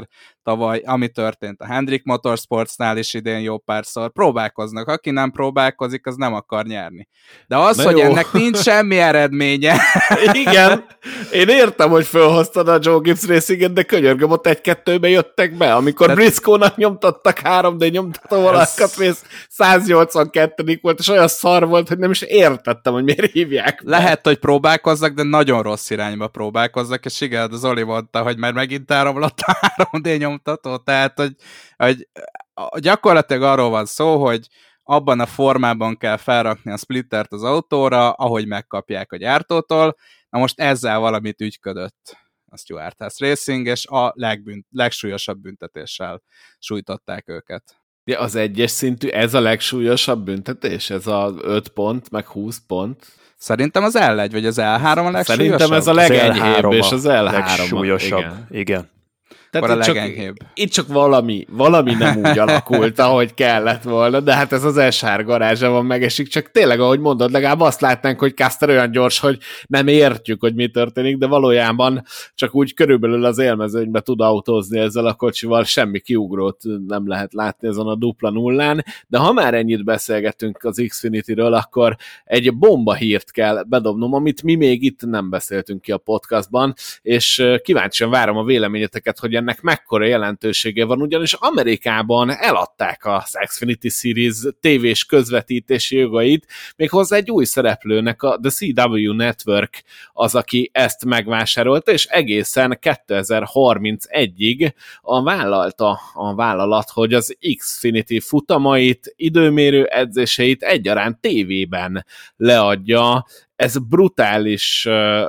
C: tavaly, ami történt a Hendrick Motorsportsnál is idén jó párszor, próbálkoznak. Aki nem próbálkozik, az nem akar nyerni. De az, hogy ennek nincs semmi eredménye.
A: Igen, én értem, hogy felhoztad a Joe Gibbs Racinget, de könyörgöm, ott 1-2-be jöttek be, amikor Briscoe-nak nyomtattak 3D nyomtatóval, Alcatraz 182. volt, és olyan szar volt, hogy nem is értettem, hogy miért hívják.
C: Lehet, hogy próbálkozzak, de nagyon rossz irányba próbálkozzak, és igen, az Oli mondta, hogy már megint elromlott a 3D nyomtató, tehát, hogy gyakorlatilag arról van szó, hogy abban a formában kell felrakni a splittert az autóra, ahogy megkapják a gyártótól. Na most ezzel valamit ügyködött a Stewart Haas Racing, és a legsúlyosabb büntetéssel sújtották őket.
A: Ja, az 1-es szintű, ez a legsúlyosabb büntetés? Ez a 5 pont, meg 20 pont?
C: Szerintem az L1 vagy az L3 a legsúlyosabb?
A: Szerintem ez a legenyhébb, és az L3
B: legsúlyosabb. Igen.
A: Tehát
C: a legenyhébb.
A: Itt csak valami nem úgy alakult, ahogy kellett volna, de hát ez az SR garázsa van megesik, csak tényleg, ahogy mondod, legalább azt látnánk, hogy Custer olyan gyors, hogy nem értjük, hogy mi történik, de valójában csak úgy körülbelül az élmezőnybe tud autózni ezzel a kocsival, semmi kiugrót nem lehet látni ezen a dupla nullán, de ha már ennyit beszélgetünk az Xfinity-ről, akkor egy bomba hírt kell bedobnom, amit mi még itt nem beszéltünk ki a podcastban, és kíváncsian várom a véleményeteket, hogy ennek mekkora jelentősége van, ugyanis Amerikában eladták az Xfinity Series tévés közvetítési jogait, méghozzá egy új szereplőnek, a The CW Network az, aki ezt megvásárolta, és egészen 2031-ig vállalta a vállalat, hogy az Xfinity futamait, időmérő edzéseit egyaránt tévében leadja. Ez brutális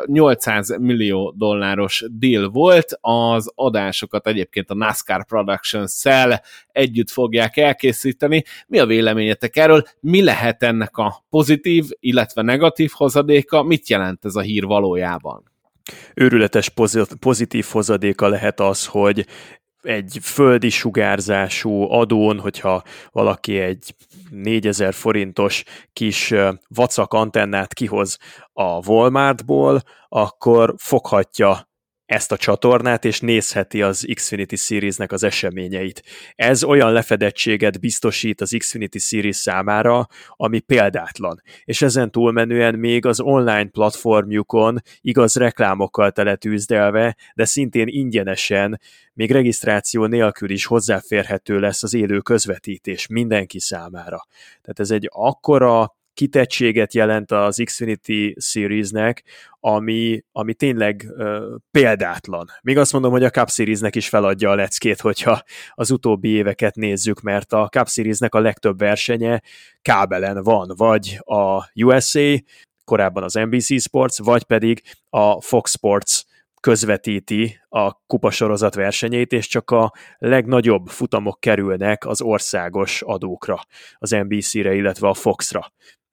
A: $800 millió deal volt, az adásokat egyébként a NASCAR Productions-szel együtt fogják elkészíteni. Mi a véleményetek erről? Mi lehet ennek a pozitív, illetve negatív hozadéka? Mit jelent ez a hír valójában?
B: Őrületes pozitív hozadéka lehet az, hogy egy földi sugárzású adón, hogyha valaki egy 4000 forintos kis vacak antennát kihoz a Walmartból, akkor foghatja ezt a csatornát, és nézheti az Xfinity Series-nek az eseményeit. Ez olyan lefedettséget biztosít az Xfinity Series számára, ami példátlan. És ezen túlmenően még az online platformjukon igaz reklámokkal teletűzdelve, de szintén ingyenesen, még regisztráció nélkül is hozzáférhető lesz az élő közvetítés mindenki számára. Tehát ez egy akkora kitettséget jelent az Xfinity Series-nek, ami tényleg példátlan. Még azt mondom, hogy a Cup Series-nek is feladja a leckét, hogyha az utóbbi éveket nézzük, mert a Cup Series-nek a legtöbb versenye kábelen van, vagy a USA, korábban az NBC Sports, vagy pedig a Fox Sports közvetíti a kupasorozat versenyét, és csak a legnagyobb futamok kerülnek az országos adókra, az NBC-re, illetve a Foxra.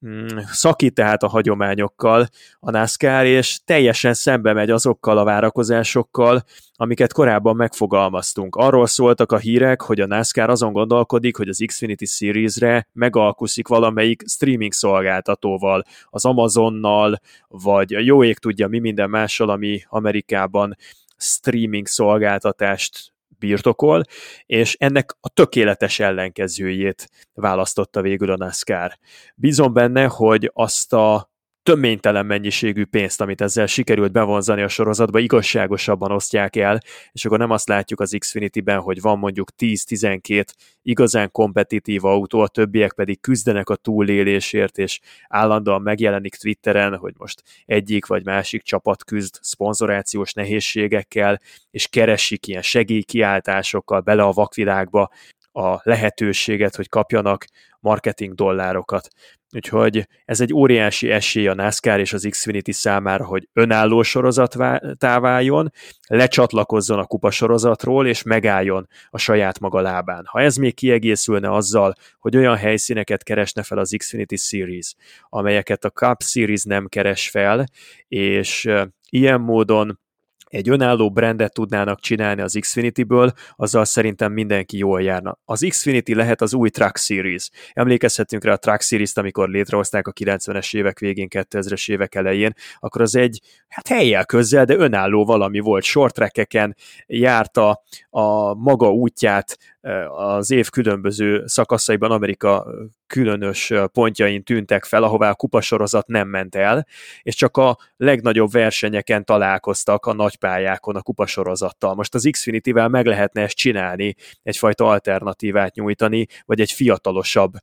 B: Szakít tehát a hagyományokkal a NASCAR, és teljesen szembe megy azokkal a várakozásokkal, amiket korábban megfogalmaztunk. Arról szóltak a hírek, hogy a NASCAR azon gondolkodik, hogy az Xfinity Series-re megalkuszik valamelyik streaming szolgáltatóval, az Amazonnal, vagy jó ég tudja mi minden mással, ami Amerikában streaming szolgáltatást birtokol, és ennek a tökéletes ellenkezőjét választotta végül a NASCAR. Bízom benne, hogy azt a töménytelen mennyiségű pénzt, amit ezzel sikerült bevonzani a sorozatba, igazságosabban osztják el, és akkor nem azt látjuk az Xfinity-ben, hogy van mondjuk 10-12 igazán kompetitív autó, a többiek pedig küzdenek a túlélésért, és állandóan megjelenik Twitteren, hogy most egyik vagy másik csapat küzd szponzorációs nehézségekkel, és keresik ilyen segélykiáltásokkal bele a vakvilágba a lehetőséget, hogy kapjanak marketing dollárokat. Úgyhogy ez egy óriási esély a NASCAR és az Xfinity számára, hogy önálló sorozattá váljon, lecsatlakozzon a kupasorozatról, és megálljon a saját maga lábán. Ha ez még kiegészülne azzal, hogy olyan helyszíneket keresne fel az Xfinity Series, amelyeket a Cup Series nem keres fel, és ilyen módon egy önálló brandet tudnának csinálni az Xfinity-ből, azzal szerintem mindenki jól járna. Az Xfinity lehet az új Truck Series. Emlékezhetünk rá a Truck Series-t, amikor létrehozták a 90-es évek végén, 2000-es évek elején, akkor az egy helyjel közel, de önálló valami volt. Short trackeken járta a maga útját, az év különböző szakaszaiban Amerika különös pontjain tűntek fel, ahová a kupasorozat nem ment el, és csak a legnagyobb versenyeken találkoztak a nagypályákon a kupasorozattal. Most az Xfinity-vel meg lehetne ezt csinálni, egyfajta alternatívát nyújtani, vagy egy fiatalosabb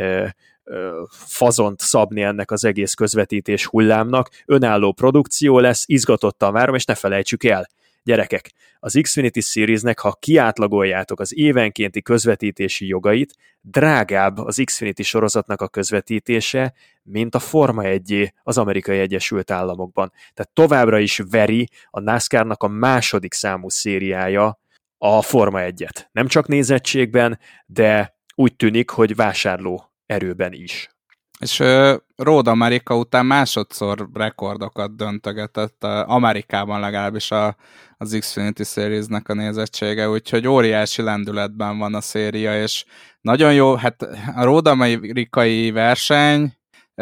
B: fazont szabni ennek az egész közvetítés hullámnak. Önálló produkció lesz, izgatottan várom, és ne felejtsük el, gyerekek, az Xfinity Seriesnek, ha kiátlagoljátok az évenkénti közvetítési jogait, drágább az Xfinity sorozatnak a közvetítése, mint a Forma 1 az Amerikai Egyesült Államokban. Tehát továbbra is veri a NASCAR-nak a második számú szériája a Forma 1-et. Nem csak nézettségben, de úgy tűnik, hogy vásárló erőben is.
C: És Road America után másodszor rekordokat döntögetett Amerikában legalábbis az Xfinity Series-nek a nézettsége, úgyhogy óriási lendületben van a széria, és nagyon jó, hát a Road Amerikai verseny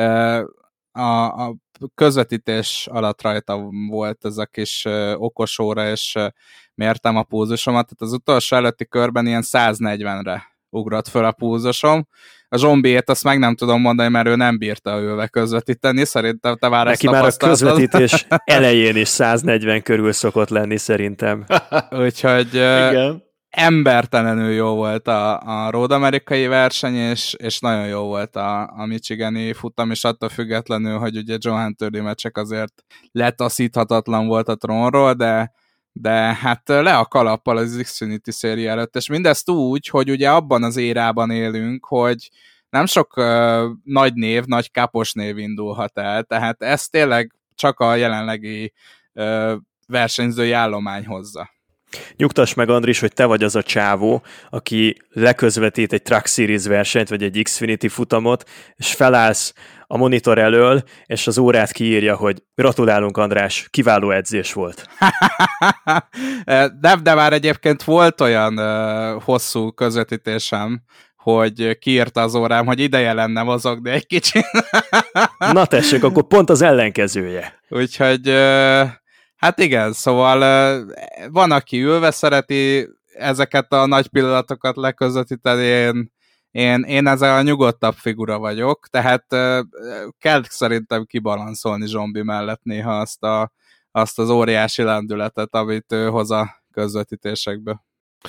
C: a közvetítés alatt rajta volt ez a kis okos óra, és mértem a pulzusomat, tehát az utolsó előtti körben ilyen 140-re ugrott föl a pulzusom. A zombiét azt meg nem tudom mondani, mert ő nem bírta ülve közvetíteni, szerintem te már
B: neki már a közvetítés elején is 140 körül szokott lenni, szerintem.
C: Úgyhogy igen. Embertelenül jó volt a Road Amerikai verseny, és nagyon jó volt a michigani futam, és attól függetlenül, hogy ugye John Hunter meccsek azért letaszíthatatlan volt a trónról, de hát le a kalappal az Xfinity széria előtt, és mindezt úgy, hogy ugye abban az érában élünk, hogy nem sok nagy név, nagy kápos név indulhat el, tehát ez tényleg csak a jelenlegi versenyzői állomány hozza.
B: Nyugtass meg, Andris, hogy te vagy az a csávó, aki leközvetít egy Truck Series versenyt, vagy egy Xfinity futamot, és felállsz a monitor elől, és az órát kiírja, hogy gratulálunk, András, kiváló edzés volt.
C: De már egyébként volt olyan hosszú közvetítésem, hogy kiírta az órám, hogy ideje lenne mozogni egy kicsit.
B: Na tessék, akkor pont az ellenkezője.
C: Úgyhogy hát igen, szóval van, aki ülve szereti ezeket a nagy pillanatokat leközvetíteni, én ezzel a nyugodtabb figura vagyok, tehát kell szerintem kibalanszolni zombi mellett néha azt az óriási lendületet, amit ő hoz a közvetítésekbe.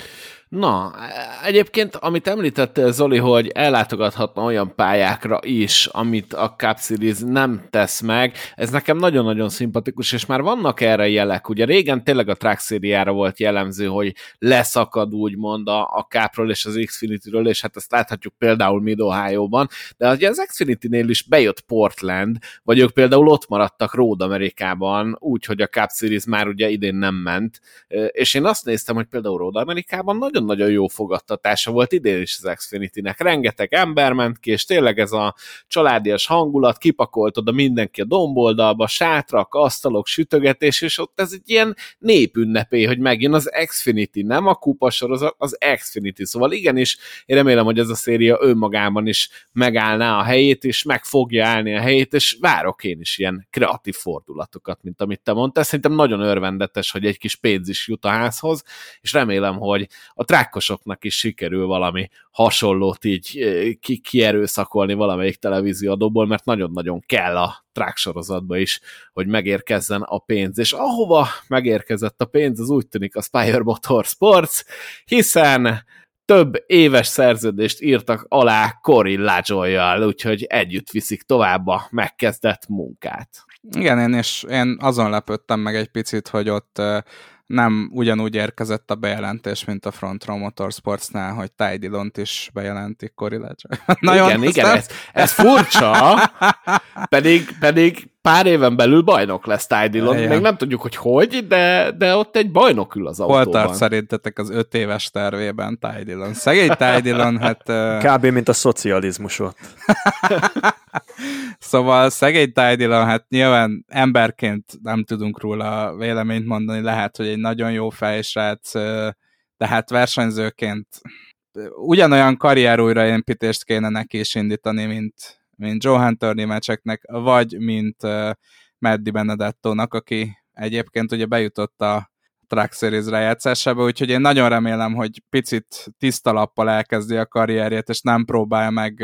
A: Na, egyébként, amit említettél, Zoli, hogy ellátogathatna olyan pályákra is, amit a Cup Series nem tesz meg, ez nekem nagyon-nagyon szimpatikus, és már vannak erre jelek. Ugye régen tényleg a Truck szériára volt jellemző, hogy leszakad úgymond a Cupról és az Xfinity-ről, és hát ezt láthatjuk például Mid-Ohio-ban, de ugye az Xfinity-nél is bejött Portland, vagy ők például ott maradtak Road Amerikában, úgy, hogy a Cup Series már ugye idén nem ment, és én azt néztem, hogy például Road Amerikában nagyon-nagyon jó fogadtatása volt idén is az Xfinity-nek. Rengeteg ember ment ki, és tényleg ez a családias hangulat, kipakolt oda mindenki a domboldalba, sátrak, asztalok, sütögetés, és ott ez egy ilyen népünnepé, hogy megjön az Xfinity, nem a kupasorozat, az Xfinity. Szóval igenis, én remélem, hogy ez a széria önmagában is megállná a helyét, és meg fogja állni a helyét, és várok én is ilyen kreatív fordulatokat, mint amit te mondtál. Szerintem nagyon örvendetes, hogy egy kis pénz is jut a házhoz, és remélem, hogy a trákkosoknak is sikerül valami hasonlót így kierőszakolni valamelyik televízióadóból, mert nagyon-nagyon kell a trák sorozatba is, hogy megérkezzen a pénz. És ahova megérkezett a pénz, az úgy tűnik a Spire Motorsports, hiszen több éves szerződést írtak alá Corey LaJoie-jal, úgyhogy együtt viszik tovább a megkezdett munkát.
C: Igen, én azon lepődtem meg egy picit, hogy ott nem ugyanúgy érkezett a bejelentés, mint a Front Row Motorsportsnál, hogy Ty Dillont is bejelentik Corey LaJoie.
A: Igen, ez furcsa, pedig pár éven belül bajnok lesz Ty Dillon. Még nem tudjuk, hogy, de ott egy bajnok ül az autóban.
C: Hol tart szerintetek az 5 éves tervében Ty Dillon? Szegény Ty Dillon, hát...
B: Kb. Mint a szocializmus ott.
C: Szóval szegény Ty Dillon, hát nyilván emberként nem tudunk róla véleményt mondani, lehet, hogy egy nagyon jó fejsrác, de hát versenyzőként ugyanolyan karrier újraépítést kéne neki is indítani, mint Joe Hunter meccseknek, vagy mint Matt DiBenedetto-nak, aki egyébként ugye bejutott a Truck Series rájátszásába, úgyhogy én nagyon remélem, hogy picit tiszta lappal elkezdi a karrierjét, és nem próbálja meg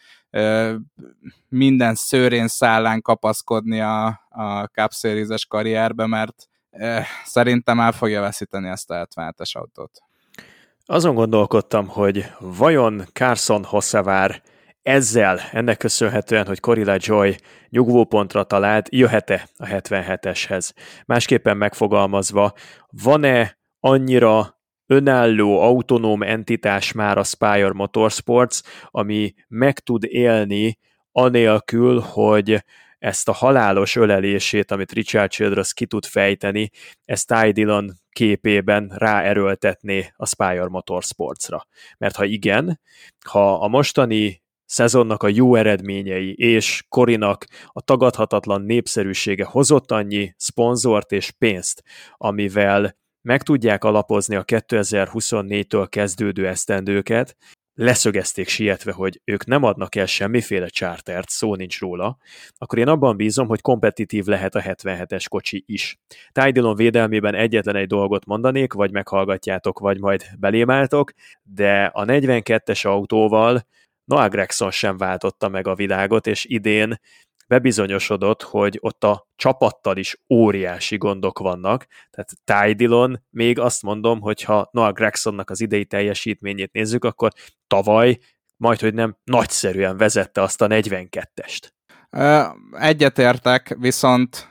C: minden szőrén szállán kapaszkodni a Cup Series-es karrierbe, mert szerintem el fogja veszíteni ezt a 77-es autót.
B: Azon gondolkodtam, hogy vajon Carson Hocevar ennek köszönhetően, hogy Corey LaJoie nyugvópontra talált, jöhet-e a 77-eshez? Másképpen megfogalmazva, van-e annyira önálló, autonóm entitás már a Spire Motorsports, ami meg tud élni anélkül, hogy ezt a halálos ölelését, amit Richard Childress ki tud fejteni, ezt Ty Dillon képében ráerőltetné a Spire Motorsportsra. Mert ha igen, ha a mostani szezonnak a jó eredményei és Coreynak a tagadhatatlan népszerűsége hozott annyi szponzort és pénzt, amivel meg tudják alapozni a 2024-től kezdődő esztendőket, leszögezték sietve, hogy ők nem adnak el semmiféle chartert, szó nincs róla, akkor én abban bízom, hogy kompetitív lehet a 77-es kocsi is. Ty Dillon védelmében egyetlen egy dolgot mondanék, vagy meghallgatjátok, vagy majd belémáltok, de a 42-es autóval Noah Gragson sem váltotta meg a világot, és idén bebizonyosodott, hogy ott a csapattal is óriási gondok vannak, tehát Ty Dillon, még azt mondom, hogy ha Noah Gragsonnak az idei teljesítményét nézzük, akkor tavaly majdhogy nem nagyszerűen vezette azt a 42-est.
C: Egyetértek, viszont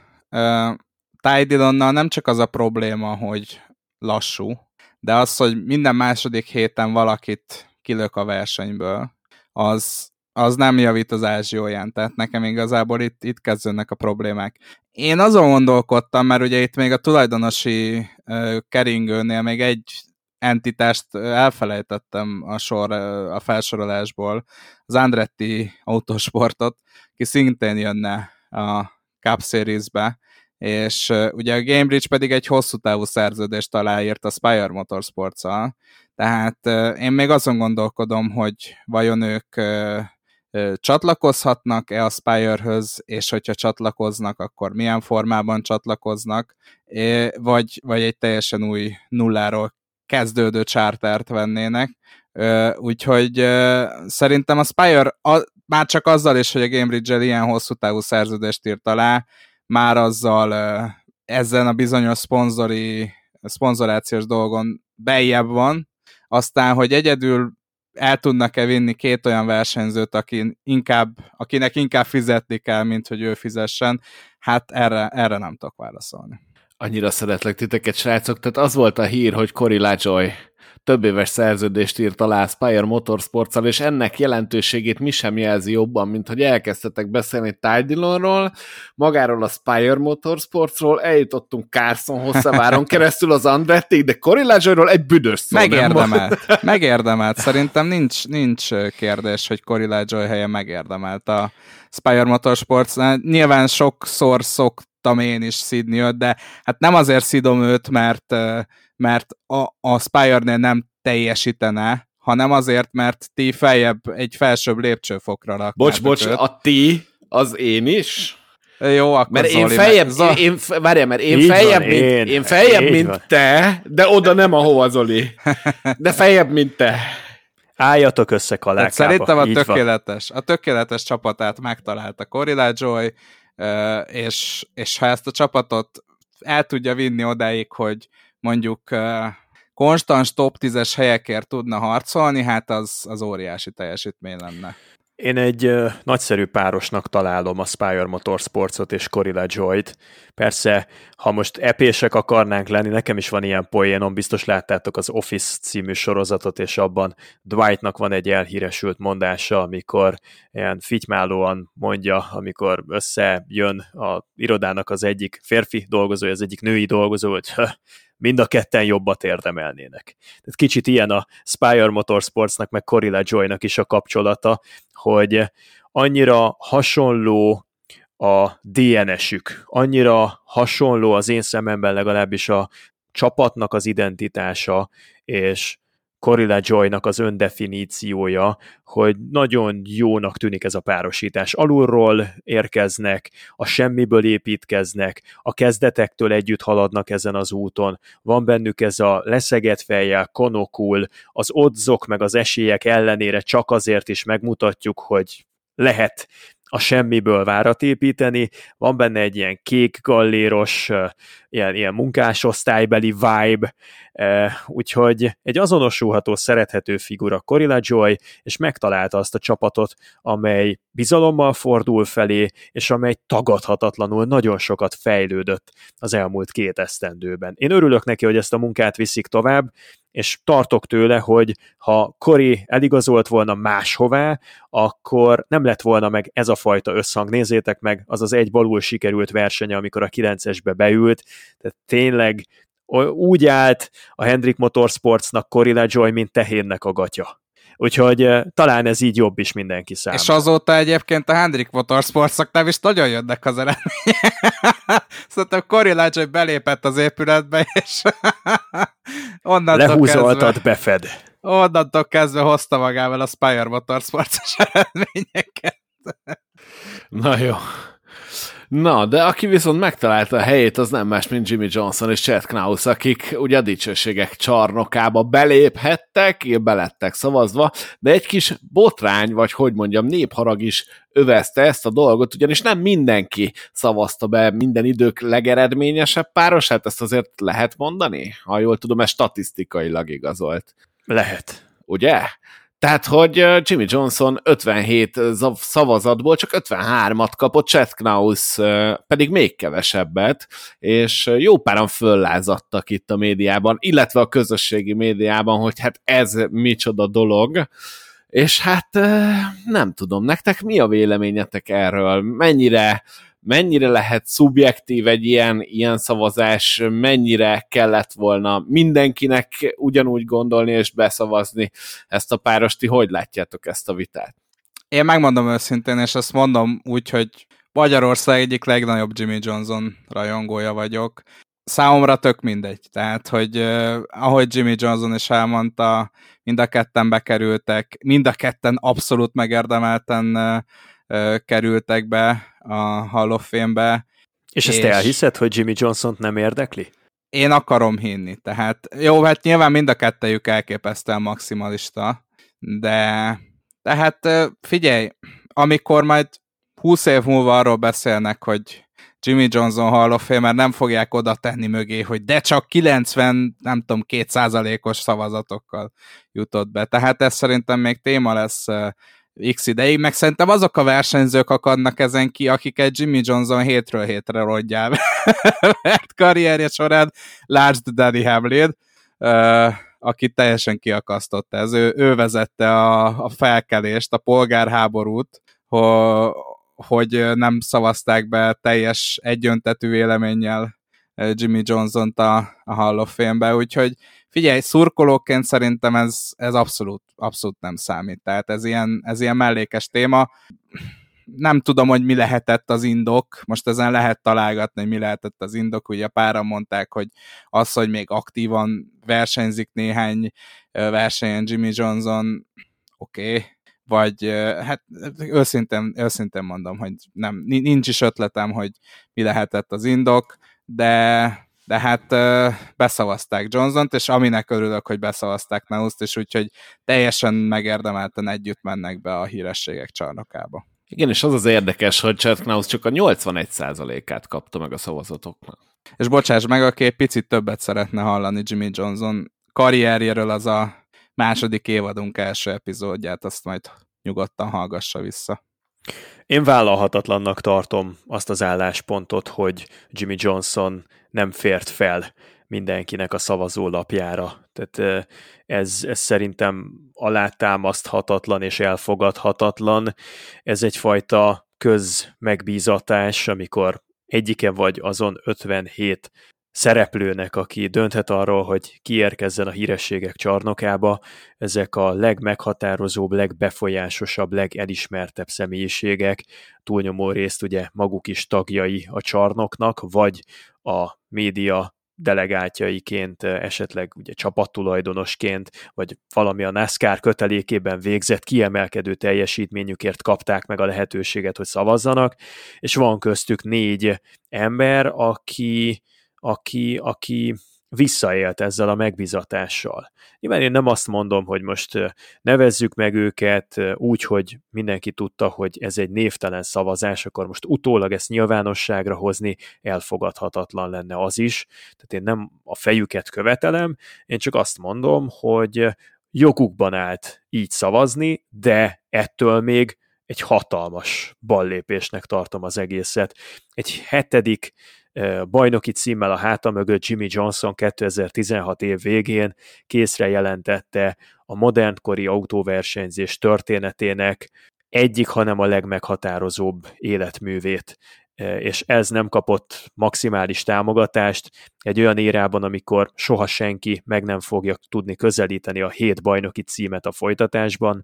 C: Ty Dillonnal nem csak az a probléma, hogy lassú, de az, hogy minden második héten valakit kilök a versenyből, az nem javít az ázsióján, tehát nekem igazából itt kezdődnek a problémák. Én azon gondolkodtam, mert ugye itt még a tulajdonosi keringőnél még egy entitást elfelejtettem a felsorolásból, az Andretti Autosportot, ki szintén jönne a Cup Series-be, és ugye a Gamebridge pedig egy hosszú távú szerződést aláírt a Spire Motorsports-al, tehát én még azon gondolkodom, hogy vajon ők csatlakozhatnak-e a Spire-höz, és hogyha csatlakoznak, akkor milyen formában csatlakoznak, vagy egy teljesen új nulláról kezdődő chartert vennének. Úgyhogy szerintem a Spire már csak azzal is, hogy a Gamebridge-el ilyen hosszú távú szerződést írt alá, már azzal ezen a bizonyos szponzorációs dolgon beljebb van, aztán, hogy egyedül el tudnak-e vinni két olyan versenyzőt, akinek inkább fizetni kell, mint hogy ő fizessen, hát erre nem tudok válaszolni.
A: Annyira szeretlek titeket, srácok, tehát az volt a hír, hogy Corey LaJoie több éves szerződést írt alá a Spire Motorsports-al, és ennek jelentőségét mi sem jelzi jobban, mint hogy elkezdtetek beszélni Ty Dillonról, magáról a Spire Motorsportsról, eljutottunk Carson Hocevaron keresztül az Andrettig, de Corey LaJoie-ról egy büdös szó
C: Megérdemelt. Szerintem nincs kérdés, hogy Corey LaJoie helye megérdemelt a Spire Motorsports. Nyilván sokszor szoktam én is szidni őt, de hát nem azért szidom őt, mert a Spire-nél nem teljesítene, hanem azért, mert ti egy felsőbb lépcsőfokra raknátok.
A: Bocs, a ti, az én is?
C: Jó, akkor
A: mert
C: Zoli,
A: én feljebb, mint te, de oda nem, ahova Zoli. De feljebb, mint te.
B: Álljatok össze kalákába.
C: Szerintem a tökéletes csapatát megtalálta Corey LaJoie, és ha ezt a csapatot el tudja vinni odáig, hogy mondjuk konstans top 10-es helyekért tudna harcolni, hát az óriási teljesítmény lenne.
B: Én egy nagyszerű párosnak találom a Spire Motorsportsot és Corey LaJoie-t. Persze, ha most epések akarnánk lenni, nekem is van ilyen poénom, biztos láttátok az Office című sorozatot, és abban Dwightnak van egy elhíresült mondása, amikor ilyen fitymálóan mondja, amikor összejön a irodának az egyik férfi dolgozója, az egyik női dolgozó, hogy mind a ketten jobbat érdemelnének. Tehát kicsit ilyen a Spire Motorsportsnak, meg Corilla Joy-nak is a kapcsolata, hogy annyira hasonló a DNS-ük, annyira hasonló az én szememben legalábbis a csapatnak az identitása, és Corilla Joy-nak az öndefiníciója, hogy nagyon jónak tűnik ez a párosítás. Alulról érkeznek, a semmiből építkeznek, a kezdetektől együtt haladnak ezen az úton, van bennük ez a leszegett fejjel, konokul, az oddzok meg az esélyek ellenére csak azért is megmutatjuk, hogy lehet a semmiből várat építeni, van benne egy ilyen kék galléros, ilyen munkásosztálybeli vibe, úgyhogy egy azonosulható, szerethető figura Corilla Joy, és megtalálta azt a csapatot, amely bizalommal fordul felé, és amely tagadhatatlanul nagyon sokat fejlődött az elmúlt 2 esztendőben. Én örülök neki, hogy ezt a munkát viszik tovább, és tartok tőle, hogy ha Cory eligazolt volna máshová, akkor nem lett volna meg ez a fajta összhang. Nézzétek meg, az az egy balul sikerült versenye, amikor a 9-esbe beült, tehát tényleg úgy állt a Hendrick Motorsportsnak Corilla Joy, mint tehénnek a gatya. Úgyhogy talán ez így jobb is mindenki számára.
C: És azóta egyébként a Hendrick Motorsportsnak nem is nagyon jönnek az eredmények. Szerintem Corilla Joy belépett az épületbe, és
B: lehúzoltat, befed.
C: Onnantól kezdve hozta magával a Spire Motorsports-os eredményeket.
A: Na jó. Na, de aki viszont megtalálta a helyét, az nem más, mint Jimmy Johnson és Chad Knaus, akik ugye a dicsőségek csarnokába beléphettek, belettek szavazva, de egy kis botrány, vagy hogy mondjam, népharag is övezte ezt a dolgot, ugyanis nem mindenki szavazta be minden idők legeredményesebb párosát, ezt azért lehet mondani? Ha jól tudom, ez statisztikailag igazolt.
B: Lehet.
A: Ugye? Tehát, hogy Jimmy Johnson 57 szavazatból csak 53-at kapott, Chad Knaus pedig még kevesebbet, és jó páran föllázadtak itt a médiában, illetve a közösségi médiában, hogy hát ez micsoda dolog, és hát nem tudom, nektek mi a véleményetek erről? Mennyire lehet szubjektív egy ilyen szavazás, mennyire kellett volna mindenkinek ugyanúgy gondolni és beszavazni ezt a párost, ti hogy látjátok ezt a vitát?
C: Én megmondom őszintén, és azt mondom úgy, hogy Magyarország egyik legnagyobb Jimmy Johnson rajongója vagyok. Számomra tök mindegy. Tehát, hogy ahogy Jimmy Johnson is elmondta, mind a ketten bekerültek, mind a ketten abszolút megérdemelten kerültek be a Hall of Fame-be.
B: És ezt elhiszed, hogy Jimmy Johnson-t nem érdekli?
C: Én akarom hinni. Tehát jó, hát nyilván mind a kettejük elképesztően maximalista, de hát figyelj, amikor majd 20 év múlva arról beszélnek, hogy Jimmy Johnson Hall of Fame, mert nem fogják oda tenni mögé, hogy de csak 92%-os szavazatokkal jutott be. Tehát ez szerintem még téma lesz x ideig, meg szerintem azok a versenyzők akadnak ezen ki, akiket Jimmy Johnson hétről hétre rodjál. Mert karrierje során lásd Danny Hamlin, aki teljesen kiakasztotta. Ez ő vezette a felkelést, a polgárháborút, hogy nem szavazták be teljes egyöntetű véleménnyel Jimmy Johnson-t a Hall of Fame-be, úgyhogy figyelj, szurkolóként szerintem ez abszolút nem számít, tehát ez ilyen mellékes téma. Nem tudom, hogy mi lehetett az indok, most ezen lehet találgatni, hogy mi lehetett az indok, ugye páran mondták, hogy az, hogy még aktívan versenyzik néhány versenyen Jimmy Johnson, oké. Vagy hát őszintén mondom, hogy nincs is ötletem, hogy mi lehetett az indok, de hát beszavazták Johnson-t, és aminek örülök, hogy beszavazták Knaust, és úgyhogy teljesen megérdemelten együtt mennek be a hírességek csarnokába.
A: Igen, és az érdekes, hogy Chad Knaus csak a 81%-át kapta meg a szavazatoknak.
C: És bocsáss meg, aki egy picit többet szeretne hallani Jimmy Johnson karrierjéről, az a második évadunk első epizódját, azt majd nyugodtan hallgassa vissza.
B: Én vállalhatatlannak tartom azt az álláspontot, hogy Jimmy Johnson nem fért fel mindenkinek a szavazólapjára. Tehát ez szerintem alátámaszthatatlan és elfogadhatatlan. Ez egyfajta közmegbízatás, amikor egyike vagy azon 57 szereplőnek, aki dönthet arról, hogy kiérkezzen a hírességek csarnokába, ezek a legmeghatározóbb, legbefolyásosabb, legelismertebb személyiségek, túlnyomó részt ugye maguk is tagjai a csarnoknak, vagy a média delegáltjaiként, esetleg ugye csapattulajdonosként, vagy valami a NASCAR kötelékében végzett kiemelkedő teljesítményükért kapták meg a lehetőséget, hogy szavazzanak, és van köztük 4 ember, aki visszaélt ezzel a megbizatással. Nyilván én nem azt mondom, hogy most nevezzük meg őket úgy, hogy mindenki tudta, hogy ez egy névtelen szavazás, akkor most utólag ezt nyilvánosságra hozni elfogadhatatlan lenne az is. Tehát én nem a fejüket követelem, én csak azt mondom, hogy jogukban állt így szavazni, de ettől még egy hatalmas ballépésnek tartom az egészet. Egy 7. bajnoki címmel a háta mögött Jimmy Johnson 2016 év végén készre jelentette a modernkori autóversenyzés történetének egyik, hanem a legmeghatározóbb életművét. És ez nem kapott maximális támogatást egy olyan érában, amikor soha senki meg nem fogja tudni közelíteni a 7 bajnoki címet a folytatásban.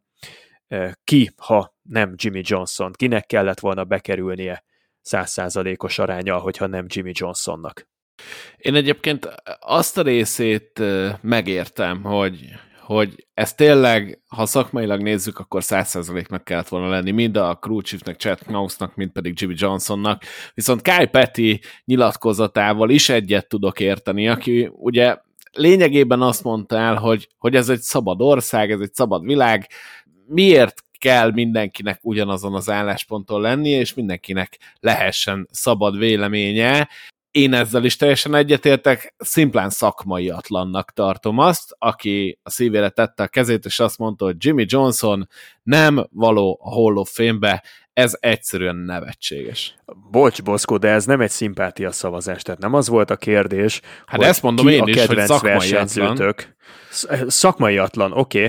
B: Ki, ha nem Jimmy Johnson? Kinek kellett volna bekerülnie 100%-os aránnyal, hogyha nem Jimmy Johnsonnak?
A: Én egyébként azt a részét megértem, hogy ez tényleg, ha szakmailag nézzük, akkor 100%-nak kellett volna lenni, mind a crew chiefnek, Chad Knausnak, mind pedig Jimmy Johnsonnak. Viszont Kyle Petty nyilatkozatával is egyet tudok érteni, aki ugye lényegében azt mondta el, hogy ez egy szabad ország, ez egy szabad világ, miért kell mindenkinek ugyanazon az állásponton lenni, és mindenkinek lehessen szabad véleménye. Én ezzel is teljesen egyetértek, szimplán szakmaiatlannak tartom azt, aki a szívére tette a kezét, és azt mondta, hogy Jimmy Johnson nem való a Hall of Fame-be, ez egyszerűen nevetséges.
B: Bocs, Boszkó, de ez nem egy szimpátia szavazás, tehát nem az volt a kérdés,
A: hát ezt mondom én is, hogy
B: szakmaiatlan. Szakmaiatlan, oké.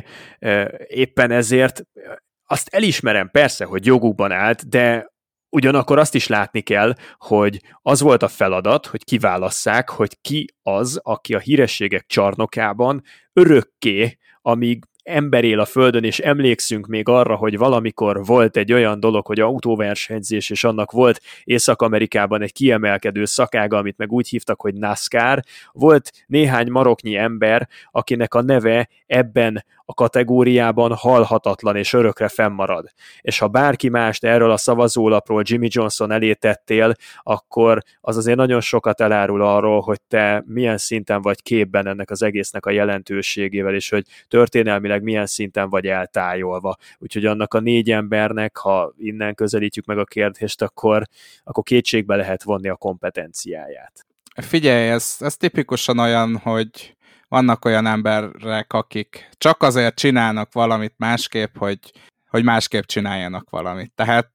B: Éppen ezért azt elismerem persze, hogy jogukban állt, de ugyanakkor azt is látni kell, hogy az volt a feladat, hogy kiválasszák, hogy ki az, aki a hírességek csarnokában örökké, amíg ember él a Földön, és emlékszünk még arra, hogy valamikor volt egy olyan dolog, hogy autóversenyzés, és annak volt Észak-Amerikában egy kiemelkedő szakága, amit meg úgy hívtak, hogy NASCAR. Volt néhány maroknyi ember, akinek a neve ebben a kategóriában halhatatlan és örökre fennmarad. És ha bárki mást erről a szavazólapról Jimmy Johnson elé tettél, akkor az azért nagyon sokat elárul arról, hogy te milyen szinten vagy képben ennek az egésznek a jelentőségével, és hogy történelmileg milyen szinten vagy eltájolva. Úgyhogy annak a 4 embernek, ha innen közelítjük meg a kérdést, akkor kétségbe lehet vonni a kompetenciáját.
C: Figyelj, ez tipikusan olyan, hogy vannak olyan emberek, akik csak azért csinálnak valamit másképp, hogy másképp csináljanak valamit. Tehát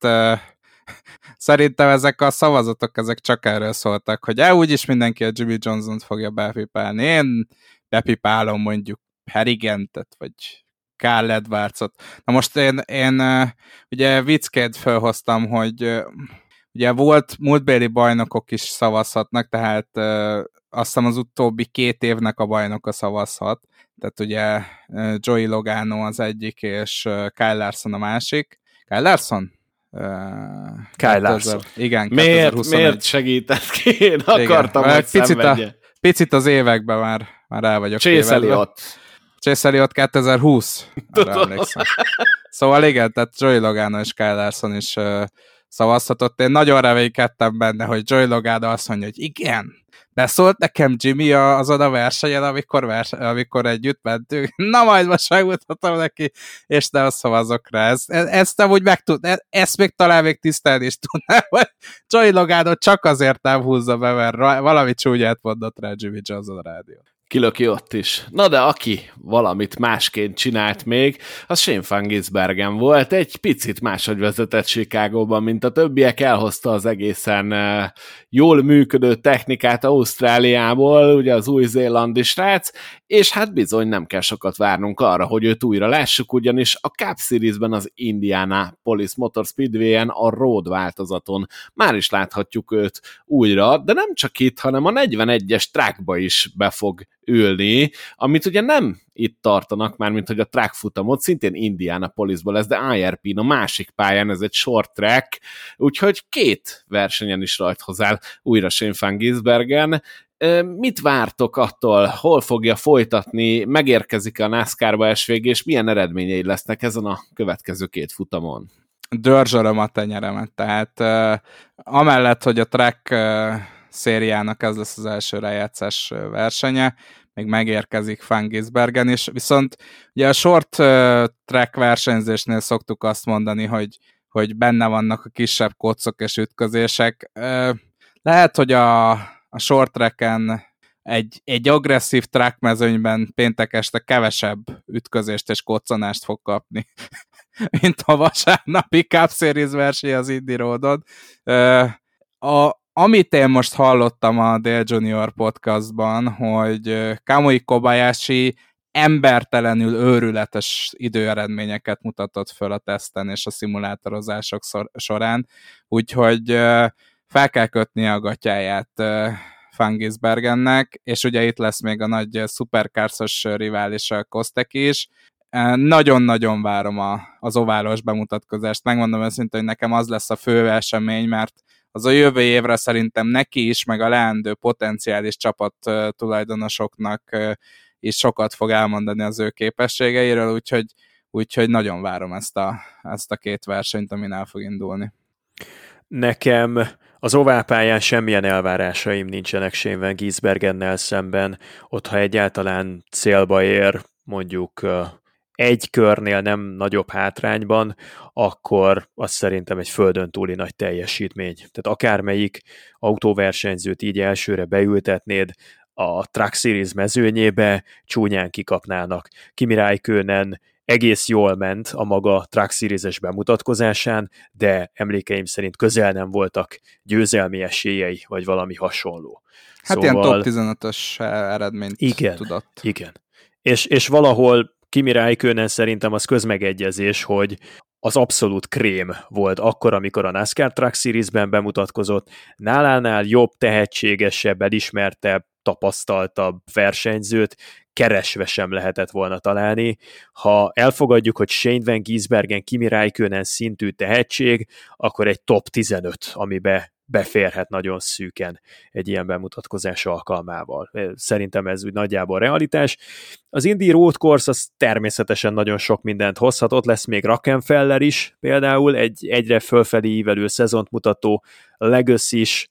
C: szerintem ezek a szavazatok, ezek csak erről szóltak, hogy úgyis mindenki a Jimmy Johnson-t fogja bepipálni. Én bepipálom mondjuk Harrigantet, vagy Carl Edwardsot. Na most én ugye viccként felhoztam, hogy ugye volt múltbéli bajnokok is szavazhatnak, tehát azt hiszem az utóbbi 2 évnek a bajnoka szavazhat. Tehát ugye Joey Logano az egyik, és Kyle Larson a másik. Kyle Larson?
B: Kyle Larson.
C: Igen,
A: miért segített ki? Én akartam, hogy szenvedje.
C: Picit az években már el vagyok.
A: Chase
C: Elliott 2020. Szóval igen, tehát Joey Logano és Kyle Larson is szavazhatott. Én nagyon reménykedtem benne, hogy Joey Logano azt mondja, hogy igen, beszólt nekem Jimmy azon a versenyen, amikor együtt mentünk. Na majd most megmutatom neki, és nem szavazok rá. Ezt nem úgy ezt még talán még tisztelni is tudnám, hogy Joey Logano csak azért nem húzza be, mert valami csúnyát mondott rá Jimmy Johnson a rádió.
A: Kilöki ott is. Na de aki valamit másként csinált még, az Shane Van Gisbergen volt. Egy picit máshogy vezetett Chicagóban, mint a többiek, elhozta az egészen jól működő technikát Ausztráliából, ugye az új-zélandi srác, és hát bizony nem kell sokat várnunk arra, hogy őt újra lássuk, ugyanis a Cup Series-ben az Indianapolis Motor Speedway-en a road változaton már is láthatjuk őt újra, de nem csak itt, hanem a 41-es trackba is be fog ülni, amit ugye nem itt tartanak már, mint hogy a track futamot, szintén Indianapolisban lesz, de IRP-n a másik pályán, ez egy short track, úgyhogy 2 versenyen is rajthoz áll újra Shane van Gisbergen. Mit vártok attól? Hol fogja folytatni? Megérkezik a NASCAR-ba SVG, és milyen eredményei lesznek ezen a következő 2 futamon?
C: Dörzsölöm a tenyeremet, tehát amellett, hogy a track szériának ez lesz az első rájátszás versenye, még megérkezik Van Gisbergen is, viszont ugye a short track versenyzésnél szoktuk azt mondani, hogy benne vannak a kisebb kocok és ütközések. Lehet, hogy a short tracken egy agresszív track mezőnyben péntek este kevesebb ütközést és koccanást fog kapni, mint a vasárnapi Cup Series verseny az Indy Roadon. Amit én most hallottam a Dale Junior podcastban, hogy Kamui Kobayashi embertelenül őrületes időeredményeket mutatott föl a teszten és a szimulátorozások során, úgyhogy fel kell kötni a gatyáját Van Gisbergennek, és ugye itt lesz még a nagy szuperkárszos rivális a Kostek is. Nagyon-nagyon várom az oválos bemutatkozást. Megmondom őszintén, hogy nekem az lesz a fő esemény, mert az a jövő évre szerintem neki is, meg a leendő potenciális csapat tulajdonosoknak is sokat fog elmondani az ő képességeiről, úgyhogy nagyon várom ezt a 2 versenyt, amin el fog indulni.
B: Nekem az oválpályán semmilyen elvárásaim nincsenek Shane van Gisbergennel szemben, ott ha egyáltalán célba ér, mondjuk egy körnél nem nagyobb hátrányban, akkor az szerintem egy földön túli nagy teljesítmény. Tehát akármelyik autóversenyzőt így elsőre beültetnéd a Truck Series mezőnyébe, csúnyán kikapnának. Kimi Räikkönen egész jól ment a maga Truck Series-es bemutatkozásán, de emlékeim szerint közel nem voltak győzelmi esélyei, vagy valami hasonló.
C: Hát szóval, ilyen top 15-ös eredményt tudott.
B: Igen. És valahol Kimi Räikkönen szerintem az közmegegyezés, hogy az abszolút krém volt akkor, amikor a NASCAR Truck Series-ben bemutatkozott, nálánál jobb, tehetségesebb, elismertebb, tapasztaltabb versenyzőt keresve sem lehetett volna találni. Ha elfogadjuk, hogy Shane van Gisbergen, Kimi Räikkönen szintű tehetség, akkor egy top 15, amibe beférhet nagyon szűken egy ilyen bemutatkozás alkalmával. Szerintem ez úgy nagyjából realitás. Az Indy Road Course az természetesen nagyon sok mindent hozhat, ott lesz még Rockenfeller is, például egy egyre fölfelé ívelő szezont mutató Legacy-s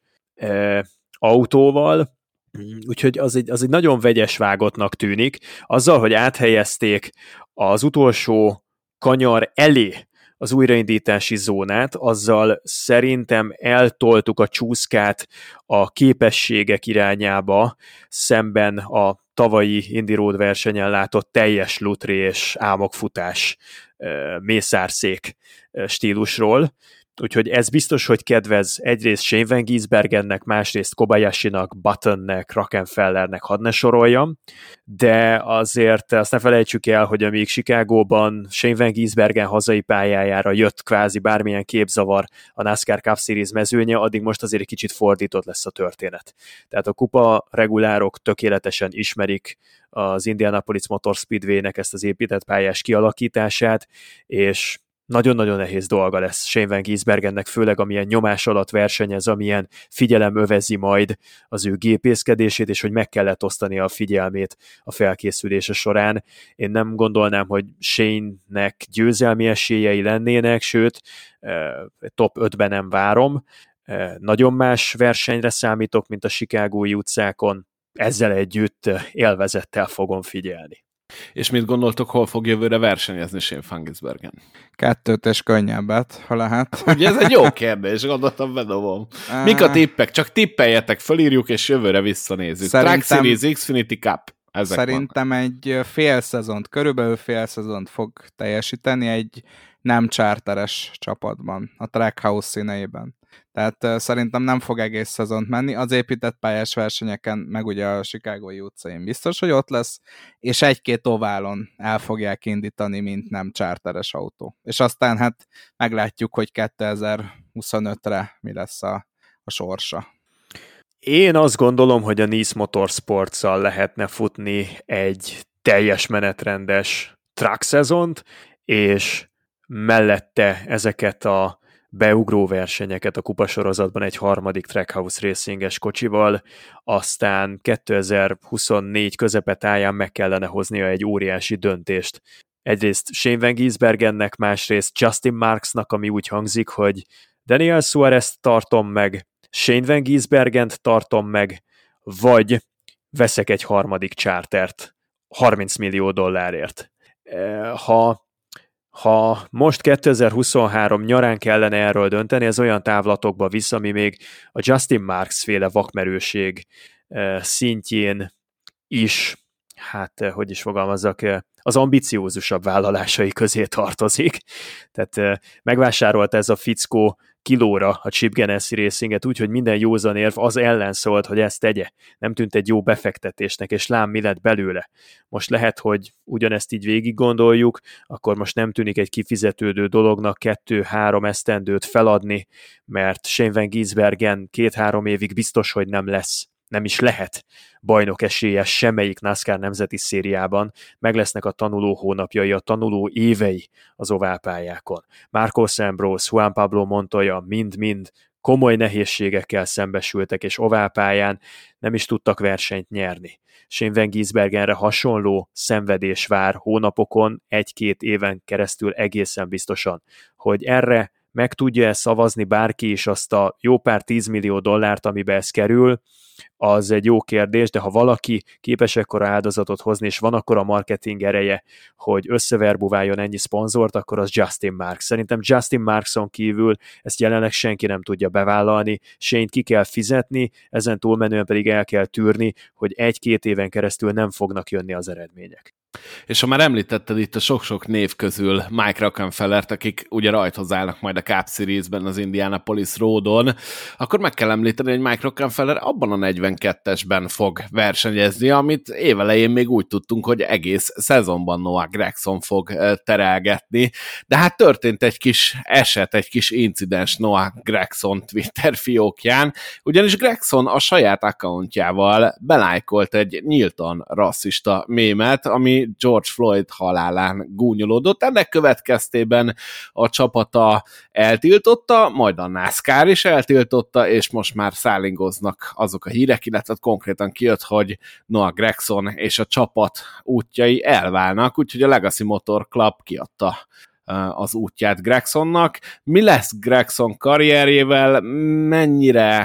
B: autóval, úgyhogy az egy nagyon vegyes vágottnak tűnik. Azzal, hogy áthelyezték az utolsó kanyar elé az újraindítási zónát, azzal szerintem eltoltuk a csúszkát a képességek irányába, szemben a tavalyi Indy Road versenyen látott teljes lutri és álmokfutás mészárszék stílusról. Úgyhogy ez biztos, hogy kedvez egyrészt Shane van Gisbergennek, másrészt Kobayashinak, Buttonnek, Rockenfellernek, hadd ne soroljam, de azért azt ne felejtsük el, hogy amíg Chicagóban Shane van Gisbergen hazai pályájára jött kvázi bármilyen képzavar a NASCAR Cup Series mezőnye, addig most azért egy kicsit fordított lesz a történet. Tehát a kupa regulárok tökéletesen ismerik az Indianapolis Motor Speedway-nek ezt az épített pályás kialakítását, és nagyon-nagyon nehéz dolga lesz Shane van Gisbergennek, főleg amilyen nyomás alatt versenyez, amilyen figyelem övezi majd az ő gépészkedését, és hogy meg kellett osztani a figyelmét a felkészülése során. Én nem gondolnám, hogy Shane-nek győzelmi esélyei lennének, sőt, top 5-ben nem várom. Nagyon más versenyre számítok, mint a chicagói utcákon. Ezzel együtt élvezettel fogom figyelni.
A: És mit gondoltok, hol fog jövőre versenyezni Shane van Gisbergen?
C: 2 és könnyebbet, ha lehet.
A: Ugye ez egy jó kérdés, gondoltam, bedobom. Mik a tippek? Csak tippeljetek, fölírjuk, és jövőre visszanézzük. Truck Series, Xfinity Cup. Ezek
C: szerintem vannak. Egy fél szezont, körülbelül fél szezont fog teljesíteni egy nem charteres csapatban, a Trackhouse színeiben. Tehát szerintem nem fog egész szezont menni. Az épített pályás versenyeken, meg ugye a Chicagói utcain biztos, hogy ott lesz, és egy-két oválon el fogják indítani, mint nem charteres autó. És aztán hát meglátjuk, hogy 2025-re mi lesz a sorsa.
B: Én azt gondolom, hogy a Nice Motorsports-szal lehetne futni egy teljes menetrendes truck szezont, és mellette ezeket a beugró versenyeket a kupasorozatban egy harmadik Trackhouse Racinges kocsival, aztán 2024 közepetáján meg kellene hoznia egy óriási döntést. Egyrészt Shane Van Gisbergennek, másrészt Justin Marksnak, ami úgy hangzik, hogy Daniel Suarez tartom meg, Shane Van Gisbergent tartom meg, vagy veszek egy harmadik chartert $30 millió. Ha most 2023 nyarán kellene erről dönteni, ez olyan távlatokba visz, ami még a Justin Marks féle vakmerőség szintjén is, hát hogy is fogalmazzak, az ambiciózusabb vállalásai közé tartozik. Tehát megvásárolt ez a fickó kilóra a Chip Ganassi Racinget, úgyhogy minden józan érv az ellen szólt, hogy ezt tegye. Nem tűnt egy jó befektetésnek, és lám mi lett belőle. Most lehet, hogy ugyanezt így végig gondoljuk, akkor most nem tűnik egy kifizetődő dolognak 2-3 esztendőt feladni, mert Shane Van Gisbergen 2-3 évig biztos, hogy nem lesz, nem is lehet bajnok esélyes semmelyik NASCAR nemzeti szériában, meg lesznek a tanuló hónapjai, a tanuló évei az oválpályákon. Marcos Ambrose, Juan Pablo Montoya mind-mind komoly nehézségekkel szembesültek, és oválpályán nem is tudtak versenyt nyerni. Shane Van Gisbergenre hasonló szenvedés vár hónapokon, 1-2 éven keresztül egészen biztosan, hogy erre meg tudja szavazni bárki is azt a jó pár $10 millió, amibe ez kerül, az egy jó kérdés, de ha valaki képes ekkora áldozatot hozni, és van akkora marketing ereje, hogy összeverbuváljon ennyi szponzort, akkor az Justin Marks. Szerintem Justin Markson kívül ezt jelenleg senki nem tudja bevállalni, Shane-t ki kell fizetni, ezen túlmenően pedig el kell tűrni, hogy 1-2 éven keresztül nem fognak jönni az eredmények.
A: És ha már említetted itt a sok-sok név közül Mike Rockenfellert, akik ugye rajthoz állnak majd a Cup Series-ben az Indianapolis Roadon, akkor meg kell említeni, hogy Mike Rockenfeller abban a 42-esben fog versenyezni, amit évelején még úgy tudtunk, hogy egész szezonban Noah Gragson fog terelgetni, de hát történt egy kis eset, egy kis incidens Noah Gragson Twitter fiókján, ugyanis Gragson a saját accountjával belájkolt egy nyíltan rasszista mémet, ami George Floyd halálán gúnyolódott. Ennek következtében a csapata eltiltotta, majd a NASCAR is eltiltotta, és most már szállingoznak azok a hírek, illetve konkrétan kijött, hogy Noah Gragson és a csapat útjai elválnak, úgyhogy a Legacy Motor Club kiadta az útját Gragsonnak. Mi lesz Gragson karrierjével, mennyire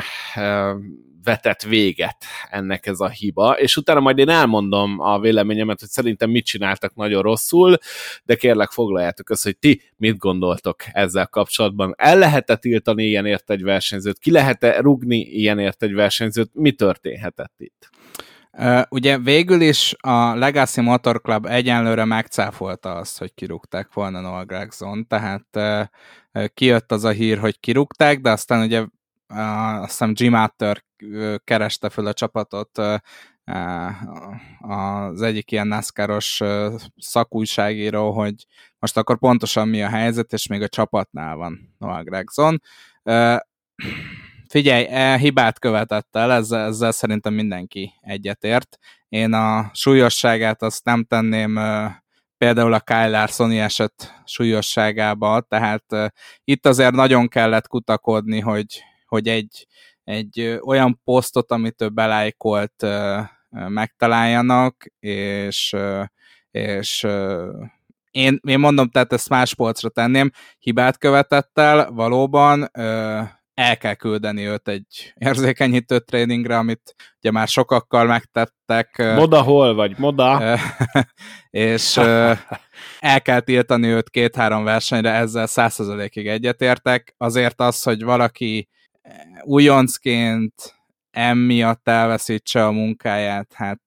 A: vetett véget ennek ez a hiba, és utána majd én elmondom a véleményemet, hogy szerintem mit csináltak nagyon rosszul, de kérlek foglaljátok össze, hogy ti mit gondoltok ezzel kapcsolatban. El lehet-e tiltani ilyenért egy versenyzőt? Ki lehet-e rúgni ilyenért egy versenyzőt? Mi történhetett itt?
C: Ugye végül is a Legacy Motor Club egyenlőre megcáfolta azt, hogy kirúgták volna Noah Gragson, tehát kijött az a hír, hogy kirúgták, de aztán ugye azt hiszem Jim Utter kereste föl a csapatot az egyik ilyen NASCAR-os szakújságíró, hogy most akkor pontosan mi a helyzet, és még a csapatnál van Noah Gragson. Figyelj, hibát követett el, ezzel szerintem mindenki egyetért. Én a súlyosságát azt nem tenném például a Kyle Larson-i eset súlyosságába, tehát itt azért nagyon kellett kutakodni, hogy egy olyan posztot, amit ő belájkolt, megtaláljanak, és én mondom, tehát ezt más polcra tenném, hibát követett el, valóban el kell küldeni őt egy érzékenyítő tréningre, amit ugye már sokakkal megtettek.
A: Moda hol vagy? Moda?
C: És el kell tiltani őt 2-3 versenyre, ezzel 100%-ig egyetértek. Azért az, hogy valaki újoncként emiatt elveszítse a munkáját, hát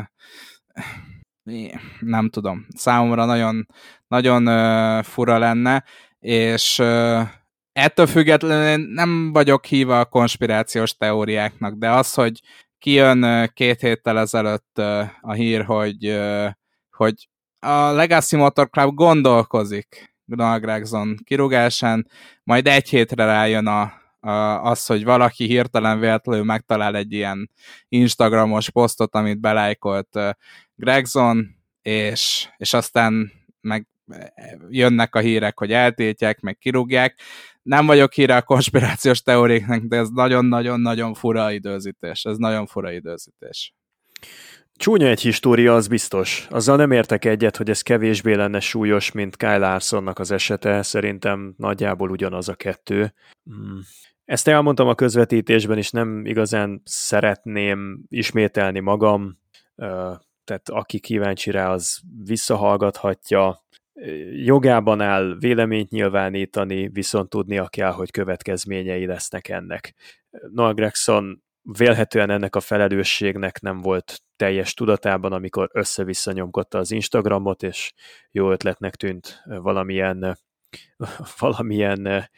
C: nem tudom. Számomra nagyon, nagyon fura lenne, és ettől függetlenül nem vagyok híve a konspirációs teóriáknak, de az, hogy kijön 2 héttel ezelőtt a hír, hogy a Legacy Motor Club gondolkozik Noah Gragson kirúgásán, majd 1 hétre rájön az, hogy valaki hirtelen véletlenül megtalál egy ilyen Instagramos posztot, amit belájkolt Gragson, és aztán meg jönnek a hírek, hogy eltiltják, meg kirúgják. Nem vagyok híre a konspirációs teóriáknak, de ez nagyon-nagyon-nagyon fura időzítés. Ez nagyon fura időzítés.
B: Csúnya egy história, az biztos. Azzal nem értek egyet, hogy ez kevésbé lenne súlyos, mint Kyle Larsonnak az esete. Szerintem nagyjából ugyanaz a kettő. Ezt elmondtam a közvetítésben, és nem igazán szeretném ismételni magam. Tehát aki kíváncsi rá, az visszahallgathatja. Jogában áll véleményt nyilvánítani, viszont tudnia kell, hogy következményei lesznek ennek. Noah Gragson vélhetően ennek a felelősségnek nem volt teljes tudatában, amikor össze-vissza nyomkodta az Instagramot, és jó ötletnek tűnt valamilyen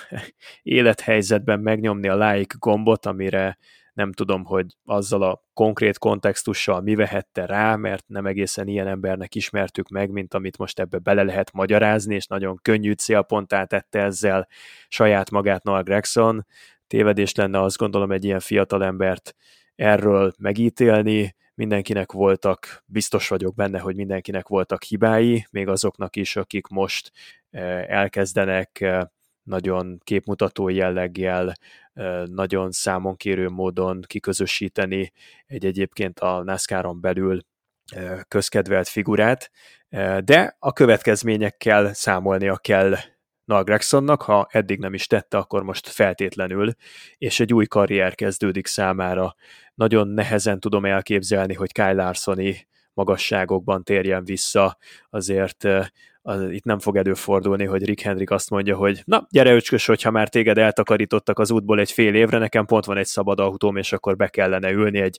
B: élethelyzetben megnyomni a like gombot, amire nem tudom, hogy azzal a konkrét kontextussal mi vehette rá, mert nem egészen ilyen embernek ismertük meg, mint amit most ebbe bele lehet magyarázni, és nagyon könnyű célponttá tette ezzel saját magát Noah Gragson. Tévedés lenne, azt gondolom, egy ilyen fiatal embert erről megítélni. Mindenkinek voltak, biztos vagyok benne, hogy mindenkinek voltak hibái, még azoknak is, akik most elkezdenek nagyon képmutató jelleggel, nagyon számonkérő módon kiközösíteni egy egyébként a NASCAR-on belül közkedvelt figurát, de a következményekkel számolnia kell Noah Gragsonnak, ha eddig nem is tette, akkor most feltétlenül, és egy új karrier kezdődik számára. Nagyon nehezen tudom elképzelni, hogy Kyle Larson-i magasságokban térjen vissza, azért itt nem fog előfordulni, hogy Rick Hendrick azt mondja, hogy na, gyere öcskös, hogyha már téged eltakarítottak az útból egy fél évre, nekem pont van egy szabad autóm, és akkor be kellene ülni egy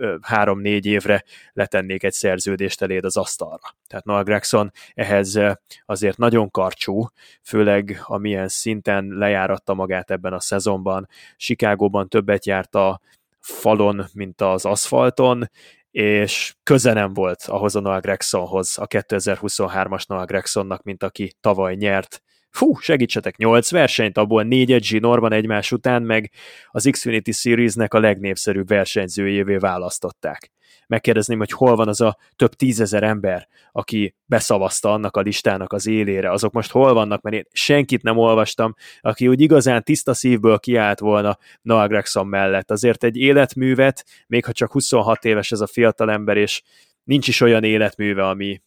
B: 3-4 évre, letennék egy szerződést eléd az asztalra. Tehát Noah Gragson ehhez azért nagyon karcsú, főleg amilyen szinten lejáratta magát ebben a szezonban. Chicagóban többet járt a falon, mint az aszfalton, és köze nem volt ahhoz a Noah Gragsonhoz, a 2023-as Noah Gragsonnak, mint aki tavaly nyert. Segítsetek, 8 versenyt, abból 4 zsinórban egymás után, meg az Xfinity Series-nek a legnépszerűbb versenyzőjévé választották. Megkérdezném, hogy hol van az a több 10 000 ember, aki beszavazta annak a listának az élére, azok most hol vannak, mert én senkit nem olvastam, aki úgy igazán tiszta szívből kiállt volna Noah Gragson mellett. Azért egy életművet, még ha csak 26 éves ez a fiatal ember, és nincs is olyan életműve,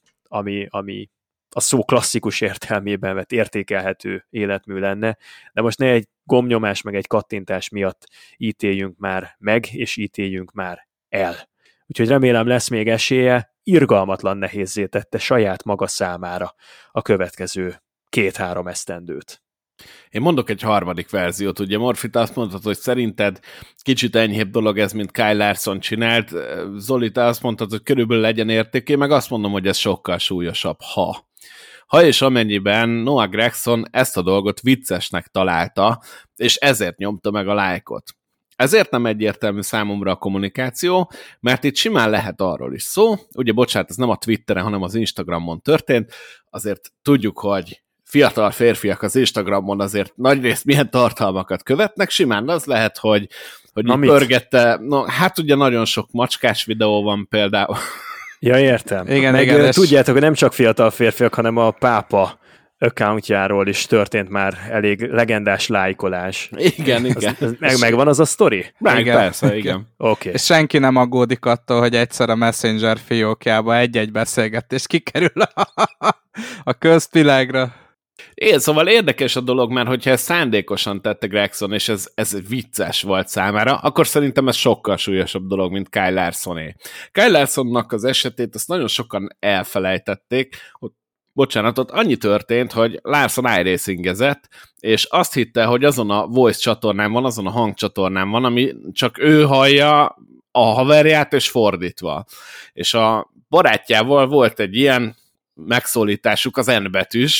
B: ami a szó klasszikus értelmében vett értékelhető életmű lenne, de most ne egy gombnyomás meg egy kattintás miatt ítéljünk már meg, és ítéljünk már el. Úgyhogy remélem lesz még esélye, irgalmatlan nehézzé tette saját maga számára a következő 2-3 esztendőt.
A: Én mondok egy harmadik verziót, ugye Morfi, te azt mondtad, hogy szerinted kicsit enyhébb dolog ez, mint Kyle Larson csinált, Zoli, te azt mondtad, hogy körülbelül legyen értéké, meg azt mondom, hogy ez sokkal súlyosabb, ha és amennyiben Noah Gragson ezt a dolgot viccesnek találta, és ezért nyomta meg a lájkot. Ezért nem egyértelmű számomra a kommunikáció, mert itt simán lehet arról is szó, ugye bocsánat, ez nem a Twitteren, hanem az Instagramon történt, azért tudjuk, hogy fiatal férfiak az Instagramon azért nagyrészt milyen tartalmakat követnek, simán az lehet, hogy pörgette, hát ugye nagyon sok macskás videó van például.
B: Ja, értem.
C: Igen,
B: tudjátok, hogy nem csak fiatal férfiak, hanem a pápa accountjáról is történt már elég legendás lájkolás.
A: Igen.
B: Megvan az a sztori?
A: Persze, igen.
B: Okay.
C: És senki nem aggódik attól, hogy egyszer a Messenger fiókjába egy-egy beszélgetés kikerül a közvilágra.
A: Szóval érdekes a dolog, mert hogyha ez szándékosan tette Gragson, és ez vicces volt számára, akkor szerintem ez sokkal súlyosabb dolog, mint Kyle Larsoné. Kyle Larsonnak az esetét azt nagyon sokan elfelejtették, hogy ott annyi történt, hogy Larson iRacingezett, és azt hitte, hogy azon a voice csatornán van, azon a hangcsatornán van, ami csak ő hallja a haverját, és fordítva. És a barátjával volt egy ilyen megszólításuk, az N betűs,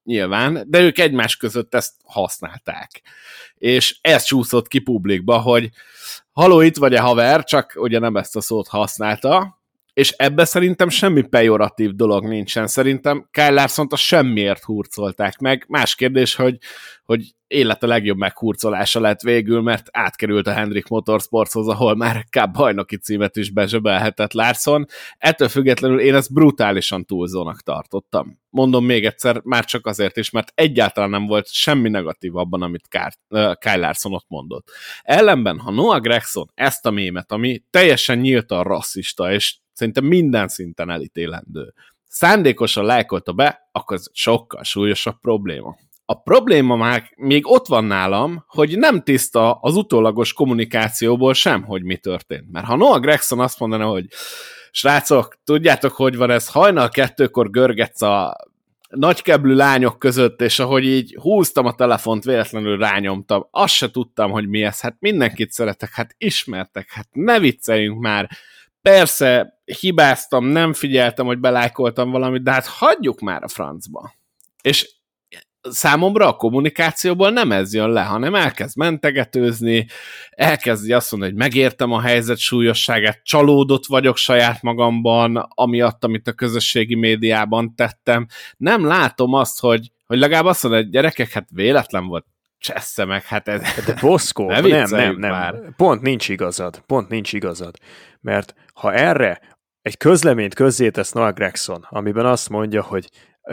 A: nyilván, de ők egymás között ezt használták. És ez csúszott ki publikba, hogy haló, itt vagy-e haver, csak ugye nem ezt a szót használta, és ebben szerintem semmi pejoratív dolog nincsen. Szerintem Kyle Larsont a semmiért hurcolták meg. Más kérdés, hogy élete legjobb meghurcolása lett végül, mert átkerült a Hendrick Motorsportshoz, ahol már kb. Bajnoki címet is bezsebelhetett Larson. Ettől függetlenül én ezt brutálisan túlzónak tartottam. Mondom még egyszer, már csak azért is, mert egyáltalán nem volt semmi negatív abban, amit Kyle Larson ott mondott. Ellenben, ha Noah Gragson ezt a mémet, ami teljesen nyíltan rasszista, és szerintem minden szinten elítélendő, szándékosan lájkolta be, akkor ez sokkal súlyosabb probléma. A probléma már még ott van nálam, hogy nem tiszta az utólagos kommunikációból sem, hogy mi történt. Mert ha Noah Gragson azt mondaná, hogy srácok, tudjátok, hogy van ez, hajnal 2-kor görgetsz a nagykeblű lányok között, és ahogy így húztam a telefont, véletlenül rányomtam, azt se tudtam, hogy mi ez, hát mindenkit szeretek, hát ismertek, hát ne vicceljünk már, persze hibáztam, nem figyeltem, hogy belájkoltam valamit, de hát hagyjuk már a francba. És számomra a kommunikációból nem ez jön le, hanem elkezd mentegetőzni, elkezdi azt mondani, hogy megértem a helyzet súlyosságát, csalódott vagyok saját magamban, amiatt, amit a közösségi médiában tettem. Nem látom azt, hogy legalább azt mondja, hogy gyerekek, hát véletlen volt, csessze meg, hát ez...
B: De Boszkó, nem. Pont nincs igazad. Mert ha erre egy közleményt közzétesz Noah Gragson, amiben azt mondja, hogy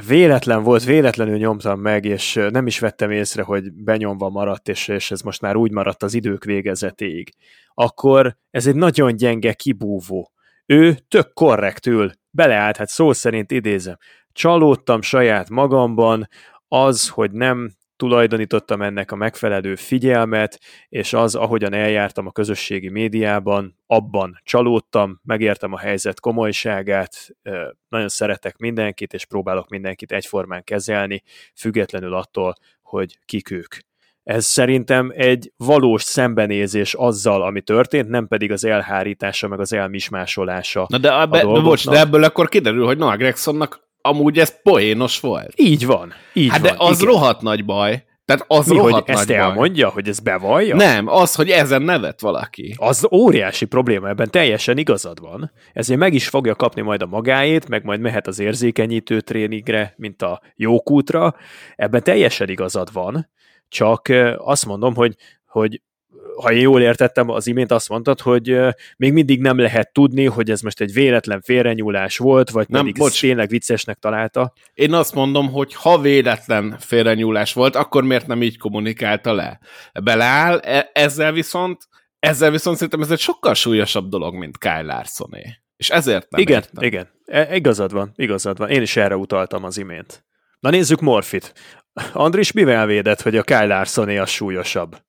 B: véletlenül nyomtam meg, és nem is vettem észre, hogy benyomva maradt, és ez most már úgy maradt az idők végezetéig, akkor ez egy nagyon gyenge kibúvó. Ő tök korrektül beleállt, hát szó szerint idézem. Csalódtam saját magamban, az, hogy nem tulajdonítottam ennek a megfelelő figyelmet, és az, ahogyan eljártam a közösségi médiában, abban csalódtam, megértem a helyzet komolyságát, nagyon szeretek mindenkit, és próbálok mindenkit egyformán kezelni, függetlenül attól, hogy kik ők. Ez szerintem egy valós szembenézés azzal, ami történt, nem pedig az elhárítása, meg az elmismásolása.
A: Na de ebből akkor kiderül, hogy Noah Gragsonnak amúgy ez poénos volt.
B: Így van.
A: Hát de az igen. Rohadt nagy baj. Tehát az rohadt
B: hogy
A: nagy
B: ezt
A: baj.
B: elmondja, hogy ez bevallja?
A: Nem, az, hogy ezen nevet valaki.
B: Az óriási probléma, ebben teljesen igazad van. Ezért meg is fogja kapni majd a magáét, meg majd mehet az érzékenyítő tréningre, mint a jókútra. Ebben teljesen igazad van. Csak azt mondom, hogy ha én jól értettem, az imént azt mondtad, hogy még mindig nem lehet tudni, hogy ez most egy véletlen félrenyúlás volt, vagy nem, pedig tényleg viccesnek találta.
A: Én azt mondom, hogy ha véletlen félrenyúlás volt, akkor miért nem így kommunikálta le? Beleáll, ezzel viszont szerintem ez egy sokkal súlyosabb dolog, mint Kyle Larsoné. És ezért nem értem.
B: Igen. Igazad van. Én is erre utaltam az imént. Na nézzük Morfit. Andris mivel védett, hogy a Kyle Larsoné az súlyosabb?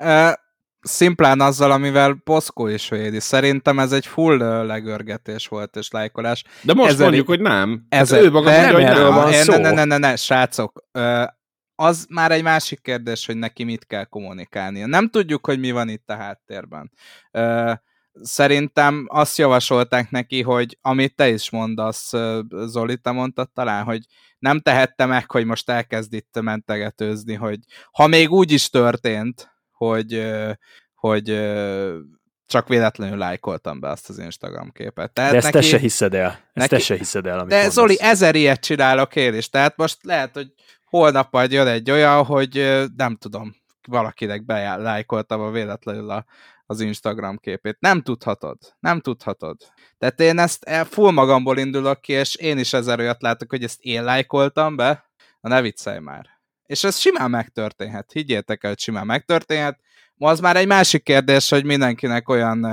C: Szimplán azzal, amivel Boszkó is védi. Szerintem ez egy full legörgetés volt és lájkolás.
A: De most mondjuk, hogy nem. Ő maga mondja, hogy
B: erről van szó.
C: Ne, srácok. Az már egy másik kérdés, hogy neki mit kell kommunikálnia. Nem tudjuk, hogy mi van itt a háttérben. Szerintem azt javasolták neki, hogy amit te is mondasz, Zoli, te mondtad talán, hogy nem tehette meg, hogy most elkezd itt mentegetőzni, hogy ha még úgy is történt, hogy csak véletlenül lájkoltam be azt az Instagram képet. Tehát
B: de ezt te se hiszed el. Amit
C: de
B: mondasz.
C: Zoli, 1000 ilyet csinálok én is. Tehát most lehet, hogy holnap majd jön egy olyan, hogy nem tudom, valakinek belájkoltam a véletlenül az Instagram képét. Nem tudhatod. Tehát én ezt full magamból indulok ki, és én is 1000 olyat látok, hogy ezt én lájkoltam be. Na ne viccelj már. És ez simán megtörténhet. Higgyétek el, hogy simán megtörténhet. Ma az már egy másik kérdés, hogy mindenkinek olyan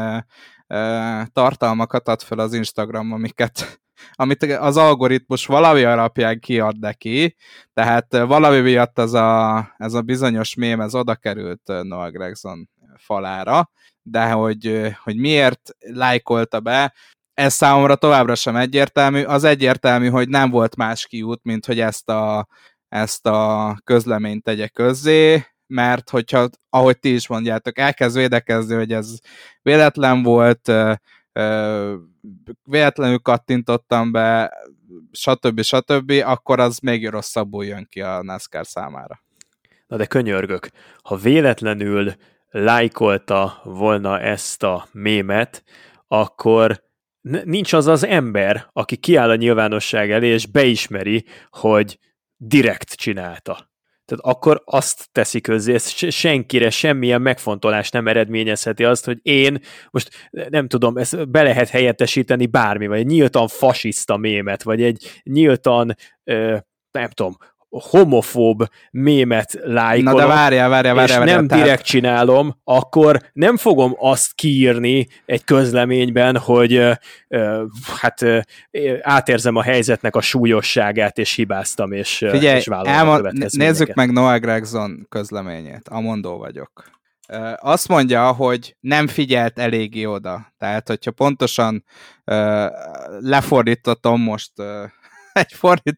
C: tartalmakat ad fel az Instagram, amit az algoritmus valami alapján kiad neki, tehát valami miatt ez a bizonyos mém, ez oda került Noah Gragson falára, de hogy miért lájkolta be, ez számomra továbbra sem egyértelmű. Az egyértelmű, hogy nem volt más kiút, mint hogy ezt a közleményt tegye közzé, mert hogyha, ahogy ti is mondjátok, elkezd védekezni, hogy ez véletlen volt, véletlenül kattintottam be, stb., akkor az még rosszabbul jön ki a NASCAR számára.
B: Na de könyörgök, ha véletlenül lájkolta volna ezt a mémet, akkor nincs az az ember, aki kiáll a nyilvánosság elé, és beismeri, hogy direkt csinálta. Tehát akkor azt teszi közzé, senkire semmilyen megfontolás nem eredményezheti azt, hogy én most nem tudom, ezt be lehet helyettesíteni bármi, vagy egy nyíltan fasiszta mémet, vagy egy nyíltan, nem tudom, homofób mémet lájkolom,
C: na de várjál,
B: és nem direkt csinálom, akkor nem fogom azt kiírni egy közleményben, hogy átérzem a helyzetnek a súlyosságát, és hibáztam, és vállalom a következményeket.
C: Nézzük meg Noah Gragson közleményét, amondó vagyok. Azt mondja, hogy nem figyelt eléggé oda. Tehát, hogyha pontosan lefordítatom most egy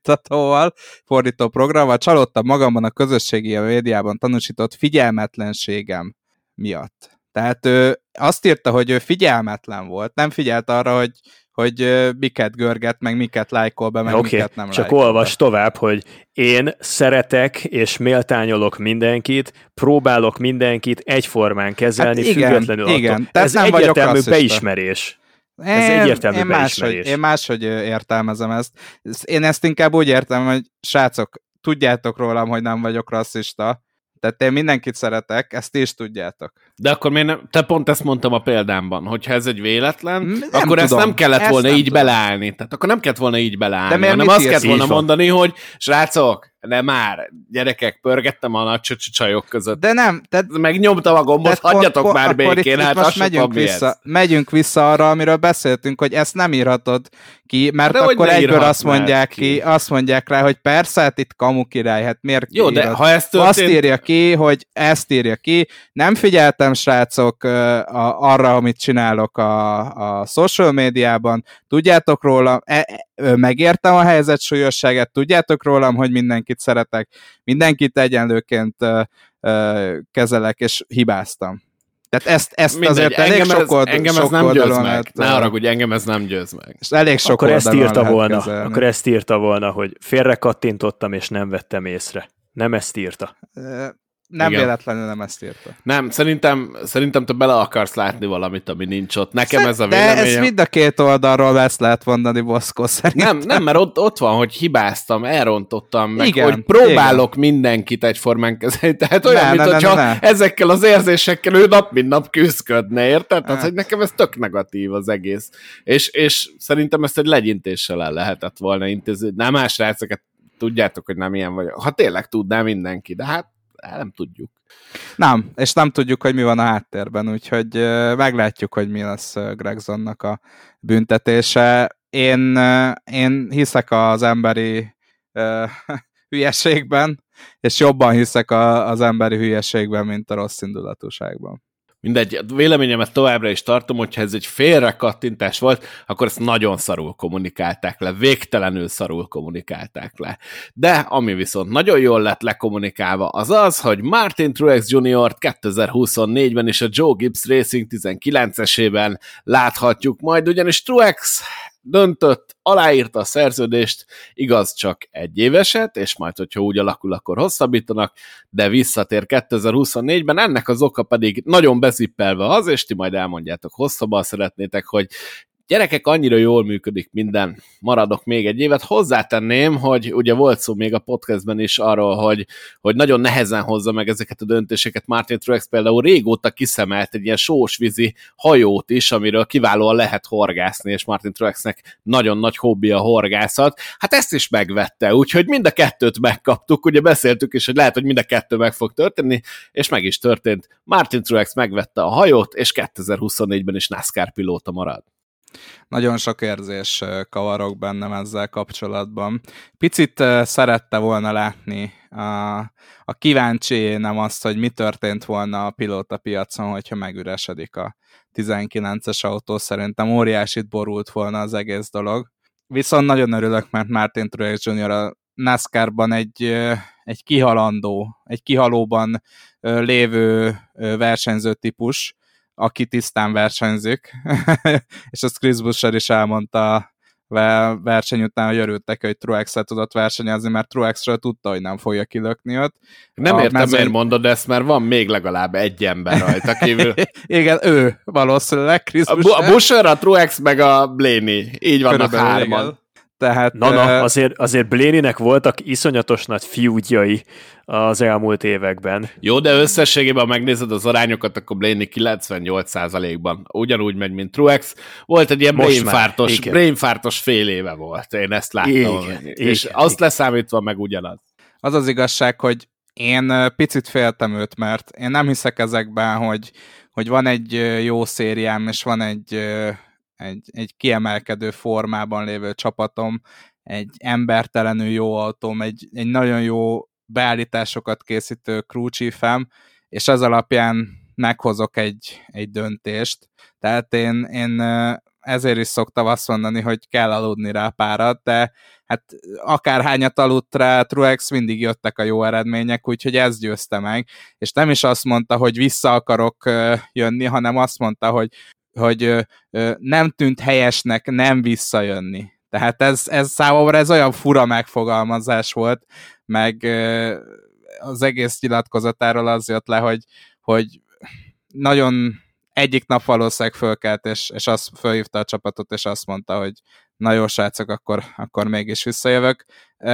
C: fordító programmal, csalódtam magamban a közösségi médiában tanúsított figyelmetlenségem miatt. Tehát ő azt írta, hogy ő figyelmetlen volt, nem figyelt arra, hogy miket görget, meg miket lájkol be, meg miket nem
B: csak
C: lájkol
B: olvas tovább, hogy én szeretek és méltányolok mindenkit, próbálok mindenkit egyformán kezelni,
C: hát
B: függetlenül
C: igen.
B: attól. Ez egyértelmű beismerés. Ez egyértelmű beismerés.
C: Én máshogy értelmezem ezt. Én ezt inkább úgy értem, hogy srácok, tudjátok rólam, hogy nem vagyok rasszista, tehát én mindenkit szeretek, ezt is tudjátok.
A: De akkor miért nem, te pont ezt mondtam a példámban, hogyha ez egy véletlen,
C: nem
A: akkor
C: tudom.
A: ezt nem kellett volna így
C: tudom.
A: beleállni. Tehát akkor nem kellett volna így beleállni,
C: De
A: hanem azt kellett
B: Így
A: volna
B: van.
A: mondani, hogy srácok, nem már, gyerekek, pörgettem a nagy csajok között.
C: De nem, tehát
A: Megnyomtam a gombot, hagyjatok már békén, hát
C: most megyünk vissza arra, amiről beszéltünk, hogy ezt nem írhatod ki, mert
A: de
C: akkor egyből azt
A: ki?
C: mondják rá, hogy persze, hát itt kamu király, hát miért
A: Jó, de ha ez történt...
C: Azt írja ki, hogy ezt írja ki, nem figyeltem, srácok, arra, amit csinálok a social médiában, tudjátok rólam, megértem a helyzet súlyosságát, tudjátok rólam, hogy mindenkit szeretek, mindenkit egyenlőként kezelek, és hibáztam. Tehát ezt
A: Mindegy,
C: azért elég
A: engem ez nem győz meg. Ne haragudj, engem ez nem győz meg.
C: És elég sok
B: akkor ezt írta volna,
C: kezelni.
B: akkor ezt írta volna, hogy félre kattintottam, és nem vettem észre. Nem ezt írta.
C: Nem
A: igen.
C: Véletlenül nem ezt írta.
A: Nem, szerintem te bele akarsz látni valamit, ami nincs ott. Nekem ez a véleményem.
C: De ezt mind a két oldalról ezt lehet mondani, Boszkó, szerintem.
A: Nem, mert ott van, hogy hibáztam, elrontottam, meg
C: igen,
A: hogy próbálok mindenkit egyformán kezelni. Tehát olyan, hogyha ezekkel az érzésekkel ő nap mint nap küzdködne, érted? Tehát, hogy nekem ez tök negatív az egész. És szerintem ezt egy legyintéssel el lehetett volna intézni. Nem más rácokat tudjátok, hogy nem ilyen vagyok. Ha tényleg tudná mindenki, de hát nem tudjuk.
C: Nem, és nem tudjuk, hogy mi van a háttérben, úgyhogy meglátjuk, hogy mi lesz Gragsonnak a büntetése. Én hiszek az emberi hülyeségben, és jobban hiszek az emberi hülyeségben, mint a rossz indulatúságban.
A: Mindegy, véleményemet továbbra is tartom, hogyha ez egy félrekattintás volt, akkor ezt nagyon szarul kommunikálták le, végtelenül szarul kommunikálták le. De ami viszont nagyon jól lett lekommunikálva, az az, hogy Martin Truex Jr.-t 2024-ben és a Joe Gibbs Racing 19-esében láthatjuk majd, ugyanis Truex döntött, aláírta a szerződést, igaz csak egy éveset, és majd, hogyha úgy alakul, akkor hosszabbítanak, de visszatér 2024-ben, ennek az oka pedig nagyon bezippelve az, és ti majd elmondjátok, hosszabban szeretnétek, hogy gyerekek, annyira jól működik minden, maradok még egy évet. Hozzátenném, hogy ugye volt szó még a podcastben is arról, hogy nagyon nehezen hozza meg ezeket a döntéseket. Martin Truex például régóta kiszemelt egy ilyen sósvízi hajót is, amiről kiválóan lehet horgászni, és Martin Truexnek nagyon nagy hobbi a horgászat. Hát ezt is megvette, úgyhogy mind a kettőt megkaptuk, ugye beszéltük is, hogy lehet, hogy mind a kettő meg fog történni, és meg is történt. Martin Truex megvette a hajót, és 2024-ben is NASCAR pilóta marad.
C: Nagyon sok érzés kavarok bennem ezzel kapcsolatban. Picit szerette volna látni a kíváncsi nem azt, hogy mi történt volna a pilótapiacon, hogyha megüresedik a 19-es autó. Szerintem óriásit borult volna az egész dolog. Viszont nagyon örülök, mert Martin Truex Jr. a NASCAR-ban egy kihalóban lévő versenyző típus, aki tisztán versenyzik, és azt Chris Buescher is elmondta verseny után, hogy örültek, hogy Truex-el tudott versenyezni, mert Truexről tudta, hogy nem fogja kilökni őt.
A: Nem értem, miért mondod ezt, mert van még legalább egy ember rajta kívül.
C: Igen, ő valószínűleg, Chris
A: A Buescher, a Truex meg a Blaney. Így vannak hárman.
C: Igen. Tehát,
B: azért Blaney-nek voltak iszonyatos nagy feudjai az elmúlt években.
A: Jó, de összességében, ha megnézed az arányokat, akkor Blaney 98%-ban ugyanúgy megy, mint Truex. Volt egy ilyen brainfártos fél éve volt, én ezt láttam. És azt leszámítva meg ugyanaz.
C: Az az igazság, hogy én picit féltem őt, mert én nem hiszek ezekben, hogy van egy jó szériám, és van egy kiemelkedő formában lévő csapatom, egy embertelenül jó autóm, egy nagyon jó beállításokat készítő crew chiefem, és ez alapján meghozok egy döntést. Tehát én ezért is szoktam azt mondani, hogy kell aludni rá párat, de hát akárhányat aludt rá Truex, mindig jöttek a jó eredmények, úgyhogy ez győzte meg. És nem is azt mondta, hogy vissza akarok jönni, hanem azt mondta, hogy nem tűnt helyesnek nem visszajönni. Tehát ez számomra ez olyan fura megfogalmazás volt, meg az egész nyilatkozatáról az jött le, hogy nagyon egyik nap valószínűleg fölkelt, és azt fölhívta a csapatot, és azt mondta, hogy na jó srácok, akkor mégis visszajövök.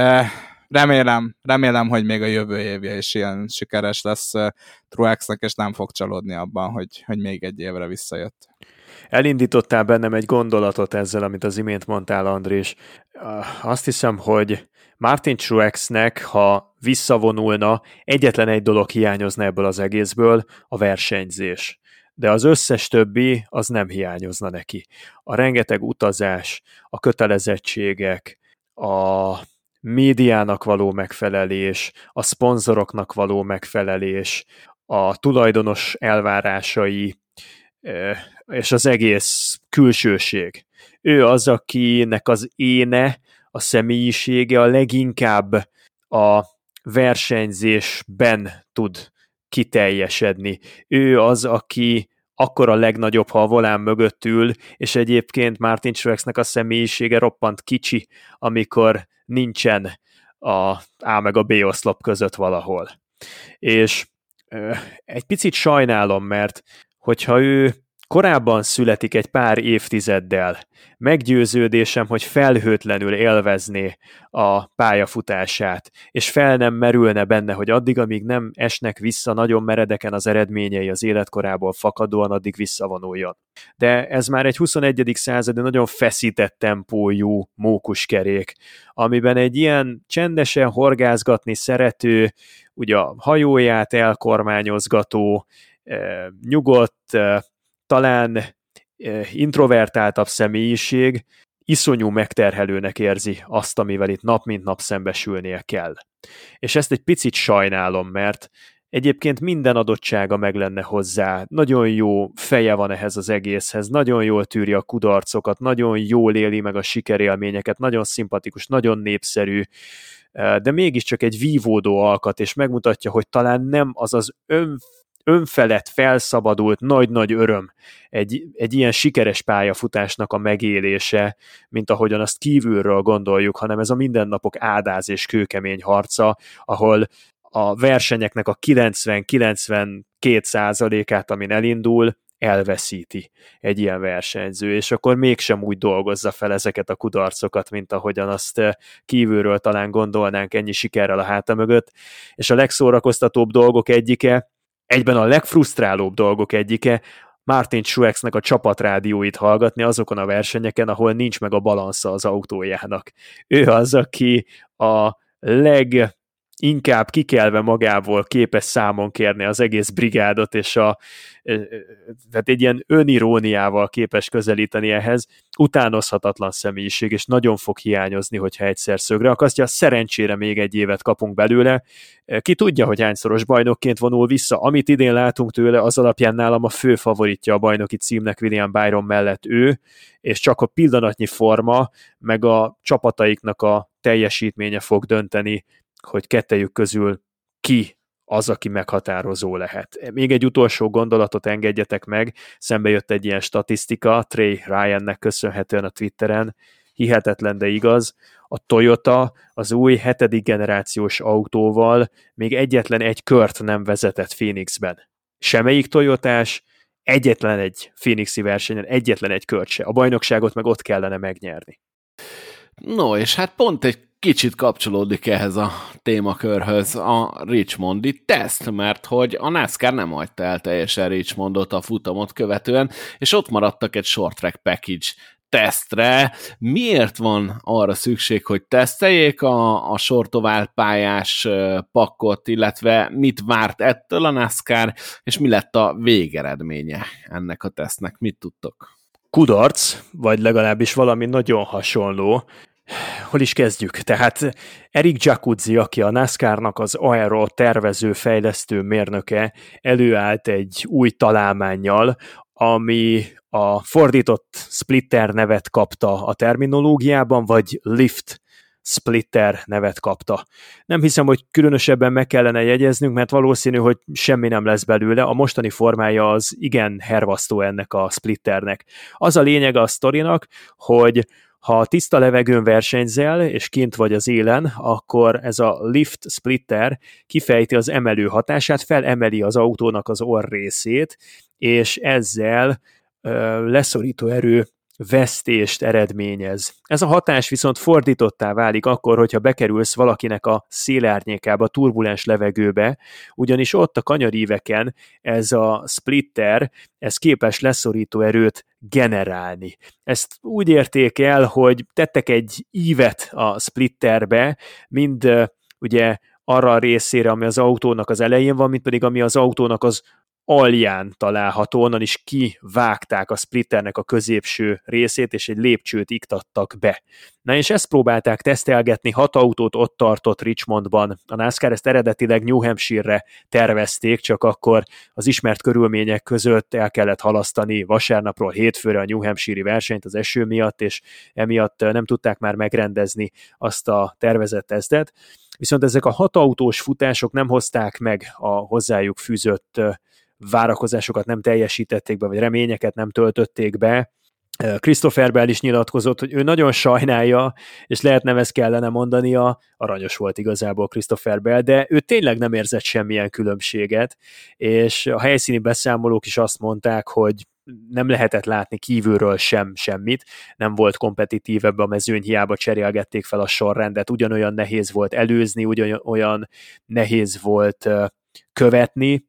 C: Remélem, hogy még a jövő évje is ilyen sikeres lesz Truexnek, és nem fog csalódni abban, hogy még egy évre visszajött.
B: Elindítottál bennem egy gondolatot ezzel, amit az imént mondtál, Andrés. Azt hiszem, hogy Martin Truexnek, ha visszavonulna, egyetlen egy dolog hiányozna ebből az egészből, a versenyzés. De az összes többi, az nem hiányozna neki. A rengeteg utazás, a kötelezettségek, a médiának való megfelelés, a szponzoroknak való megfelelés, a tulajdonos elvárásai, és az egész külsőség. Ő az, akinek az éne, a személyisége a leginkább a versenyzésben tud kiteljesedni. Ő az, aki akkor a legnagyobb, ha a volán mögött ül, és egyébként Martin Truexnek a személyisége roppant kicsi, amikor nincsen a A meg a B oszlop között valahol. És egy picit sajnálom, mert hogyha ő korábban születik egy pár évtizeddel, meggyőződésem, hogy felhőtlenül élvezné a pályafutását, és fel nem merülne benne, hogy addig, amíg nem esnek vissza nagyon meredeken az eredményei az életkorából fakadóan, addig visszavonuljon. De ez már egy 21. századi nagyon feszített tempójú mókuskerék, amiben egy ilyen csendesen horgászgatni szerető, ugye a hajóját elkormányozgató, nyugodt, talán introvertáltabb személyiség iszonyú megterhelőnek érzi azt, amivel itt nap mint nap szembesülnie kell. És ezt egy picit sajnálom, mert egyébként minden adottsága meg lenne hozzá, nagyon jó feje van ehhez az egészhez, nagyon jól tűri a kudarcokat, nagyon jól éli meg a sikerélményeket, nagyon szimpatikus, nagyon népszerű, de mégiscsak egy vívódó alkat, és megmutatja, hogy talán nem az az önfelett, felszabadult, nagy-nagy öröm egy ilyen sikeres pályafutásnak a megélése, mint ahogyan azt kívülről gondoljuk, hanem ez a mindennapok ádáz és kőkemény harca, ahol a versenyeknek a 90-92%-át, amin elindul, elveszíti egy ilyen versenyző, és akkor mégsem úgy dolgozza fel ezeket a kudarcokat, mint ahogyan azt kívülről talán gondolnánk ennyi sikerrel a háta mögött, és a legszórakoztatóbb dolgok egyike, egyben a legfrusztrálóbb dolgok egyike, Martin Truexnek a csapatrádióit hallgatni azokon a versenyeken, ahol nincs meg a balansza az autójának. Ő az, aki a leginkább kikelve magából képes számon kérni az egész brigádot, és tehát egy ilyen öniróniával képes közelíteni ehhez. Utánozhatatlan személyiség, és nagyon fog hiányozni, hogyha egyszer szögre akasztja. Szerencsére még egy évet kapunk belőle. Ki tudja, hogy hányszoros bajnokként vonul vissza. Amit idén látunk tőle, az alapján nálam a fő favoritja a bajnoki címnek William Byron mellett ő, és csak a pillanatnyi forma, meg a csapataiknak a teljesítménye fog dönteni, hogy kettejük közül ki az, aki meghatározó lehet. Még egy utolsó gondolatot engedjetek meg, szembe jött egy ilyen statisztika, Trey Ryannek köszönhetően a Twitteren, hihetetlen, de igaz, a Toyota az új 7. generációs autóval még egyetlen egy kört nem vezetett Phoenixben. Semmelyik Toyotás egyetlen egy Phoenixi versenyen, egyetlen egy kört se. A bajnokságot meg ott kellene megnyerni.
A: No, és hát pont egy kicsit kapcsolódik ehhez a témakörhöz a Richmondi teszt, mert hogy a NASCAR nem hagyta el teljesen Richmondot a futamot követően, és ott maradtak egy short track package tesztre. Miért van arra szükség, hogy teszteljék a sortoválpályás pakkot, illetve mit várt ettől a NASCAR, és mi lett a végeredménye ennek a tesztnek? Mit tudtok?
B: Kudarc, vagy legalábbis valami nagyon hasonló. Hol is kezdjük? Tehát Eric Jacuzzi, aki a NASCAR-nak az aero tervező, fejlesztő mérnöke, előállt egy új találmánnyal, ami a fordított splitter nevet kapta a terminológiában, vagy lift splitter nevet kapta. Nem hiszem, hogy különösebben meg kellene jegyeznünk, mert valószínű, hogy semmi nem lesz belőle. A mostani formája az igen hervasztó ennek a splitternek. Az a lényege a sztorinak, hogy ha tiszta levegőn versenyzel, és kint vagy az élen, akkor ez a lift splitter kifejti az emelő hatását, felemeli az autónak az orr részét, és ezzel leszorító erő vesztést eredményez. Ez a hatás viszont fordítottá válik akkor, hogyha bekerülsz valakinek a szélárnyékába, turbulens levegőbe, ugyanis ott a kanyaríveken ez a splitter, ez képes leszorító erőt generálni. Ezt úgy érték el, hogy tettek egy ívet a splitterbe, mind ugye arra a részére, ami az autónak az elején van, mint pedig ami az autónak az alján található, onnan is kivágták a splitternek a középső részét, és egy lépcsőt iktattak be. Na és ezt próbálták tesztelgetni, 6 autót ott tartott Richmondban. A NASCAR ezt eredetileg New Hampshire-re tervezték, csak akkor az ismert körülmények között el kellett halasztani vasárnapról hétfőre a New Hampshire-i versenyt az eső miatt, és emiatt nem tudták már megrendezni azt a tervezett tesztet. Viszont ezek a 6 autós futások nem hozták meg a hozzájuk fűzött várakozásokat, nem teljesítették be, vagy reményeket nem töltötték be. Christopher Bell is nyilatkozott, hogy ő nagyon sajnálja, és lehet nem ezt kellene mondania, aranyos volt igazából Christopher Bell, de ő tényleg nem érzett semmilyen különbséget, és a helyszíni beszámolók is azt mondták, hogy nem lehetett látni kívülről sem semmit, nem volt kompetitív ebbe a mezőny, hiába cserélgették fel a sorrendet, ugyanolyan nehéz volt előzni, ugyanolyan nehéz volt követni,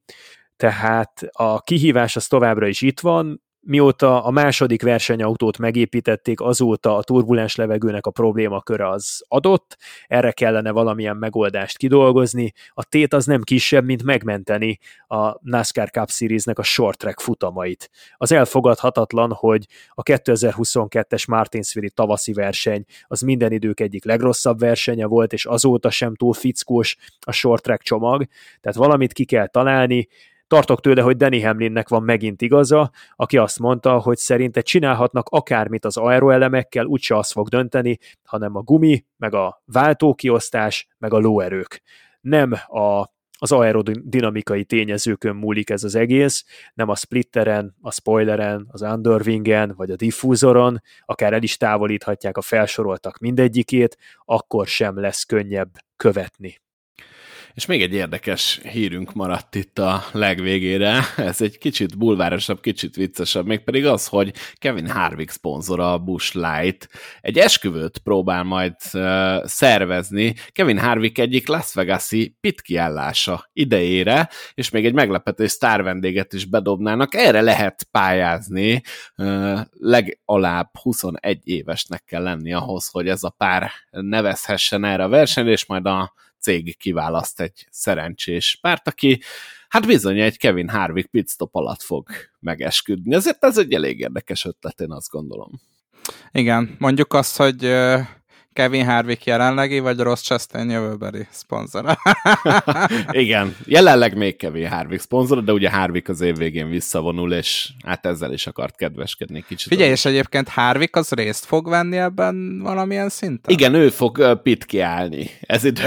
B: tehát a kihívás az továbbra is itt van. Mióta a második versenyautót megépítették, azóta a turbulens levegőnek a problémaköre az adott, erre kellene valamilyen megoldást kidolgozni. A tét az nem kisebb, mint megmenteni a NASCAR Cup Series-nek a short track futamait. Az elfogadhatatlan, hogy a 2022-es Martinsville-i tavaszi verseny az minden idők egyik legrosszabb versenye volt, és azóta sem túl fickós a short track csomag, tehát valamit ki kell találni. Tartok tőle, hogy Denny Hamlinnek van megint igaza, aki azt mondta, hogy szerinte csinálhatnak akármit az aeroelemekkel, úgyse az fog dönteni, hanem a gumi, meg a váltókiosztás, meg a lóerők. Nem az aerodinamikai tényezőkön múlik ez az egész, nem a splitteren, a spoileren, az underwingen, vagy a diffúzoron, akár el is távolíthatják a felsoroltak mindegyikét, akkor sem lesz könnyebb követni.
A: És még egy érdekes hírünk maradt itt a legvégére, ez egy kicsit bulvárosabb, kicsit viccesebb, mégpedig az, hogy Kevin Harvick szponzora a Busch Light egy esküvőt próbál majd szervezni Kevin Harvick egyik Las Vegas-i pit kiállása idejére, és még egy meglepetés sztárvendéget is bedobnának, erre lehet pályázni, legalább 21 évesnek kell lenni ahhoz, hogy ez a pár nevezhessen erre a versenyre, és majd a cég kiválaszt egy szerencsés párt, aki hát bizony egy Kevin Harvick pitstop alatt fog megesküdni. Ezért ez egy elég érdekes ötlet, én azt gondolom.
C: Igen, mondjuk azt, hogy Kevin Harvick jelenlegi, vagy Ross Chastain jövőbeli szponzora.
A: Igen, jelenleg még Kevin Harvick szponzora, de ugye Harvick az év végén visszavonul, és hát ezzel is akart kedveskedni kicsit.
C: Figyelj, és egyébként Harvick az részt fog venni ebben valamilyen szinten?
A: Igen, ő fog pit kiállni. Ez idő.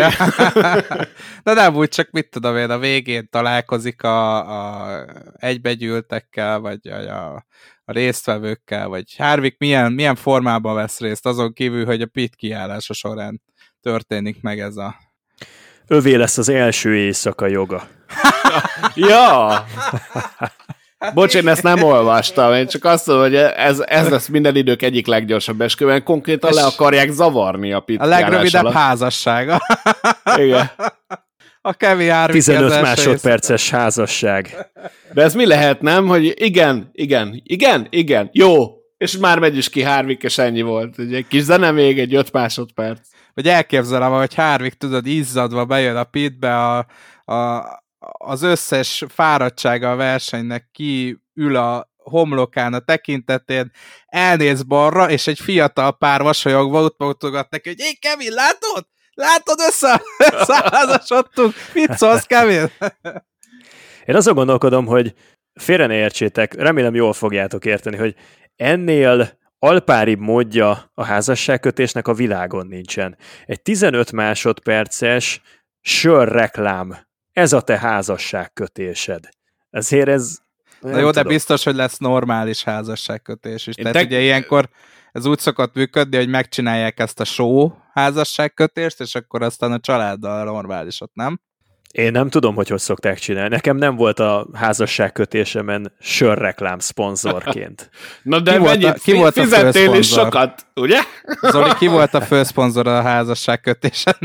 C: De nem úgy, csak mit tudom én, a végén találkozik a egybegyűltekkel, vagy a résztvevőkkel, vagy Harvick milyen formában vesz részt, azon kívül, hogy a pit kiállása során történik meg ez a...
B: Övé lesz az első éjszaka joga.
A: Ja! Bocs, én ezt nem olvastam, én csak azt mondom, hogy ez lesz minden idők egyik leggyorsabb esküvően, konkrétan le akarják zavarni a pit.
C: A legrövidebb házassága.
A: Igen.
C: A Kevin Harvick
B: 15 másodperces házasság.
A: De ez mi lehet, nem? Hogy igen, jó, és már megy is ki Harvick, és ennyi volt. Egy kis zene még, egy 5 másodperc.
C: Vagy elképzelem, hogy Harvick, tudod, izzadva bejön a pitbe, az összes fáradtsága a versenynek kiül a homlokán, a tekintetén, elnéz balra, és egy fiatal pár vasolyogva ott mutogat neki, hogy hey, Kevin, látod? Látod, összeházasodtunk? Mit szólsz, Kevin?
B: Én azon gondolkodom, hogy félre ne értsétek, remélem jól fogjátok érteni, hogy ennél alpáribb módja a házasságkötésnek a világon nincsen. Egy 15 másodperces sörreklám. Ez a te házasságkötésed. Ezért ez...
C: Na jó, de biztos, hogy lesz normális házasságkötés is. Tehát ugye ilyenkor ez úgy szokott működni, hogy megcsinálják ezt a show házasságkötést, és akkor aztán a családdal normálisot, nem?
B: Én nem tudom, hogy szokták csinálni. Nekem nem volt a házasságkötésemen sörreklám szponzorként.
A: Na de ki volt fizettél is sokat, ugye?
C: Zoli, ki volt a főszponzor a házasságkötésen?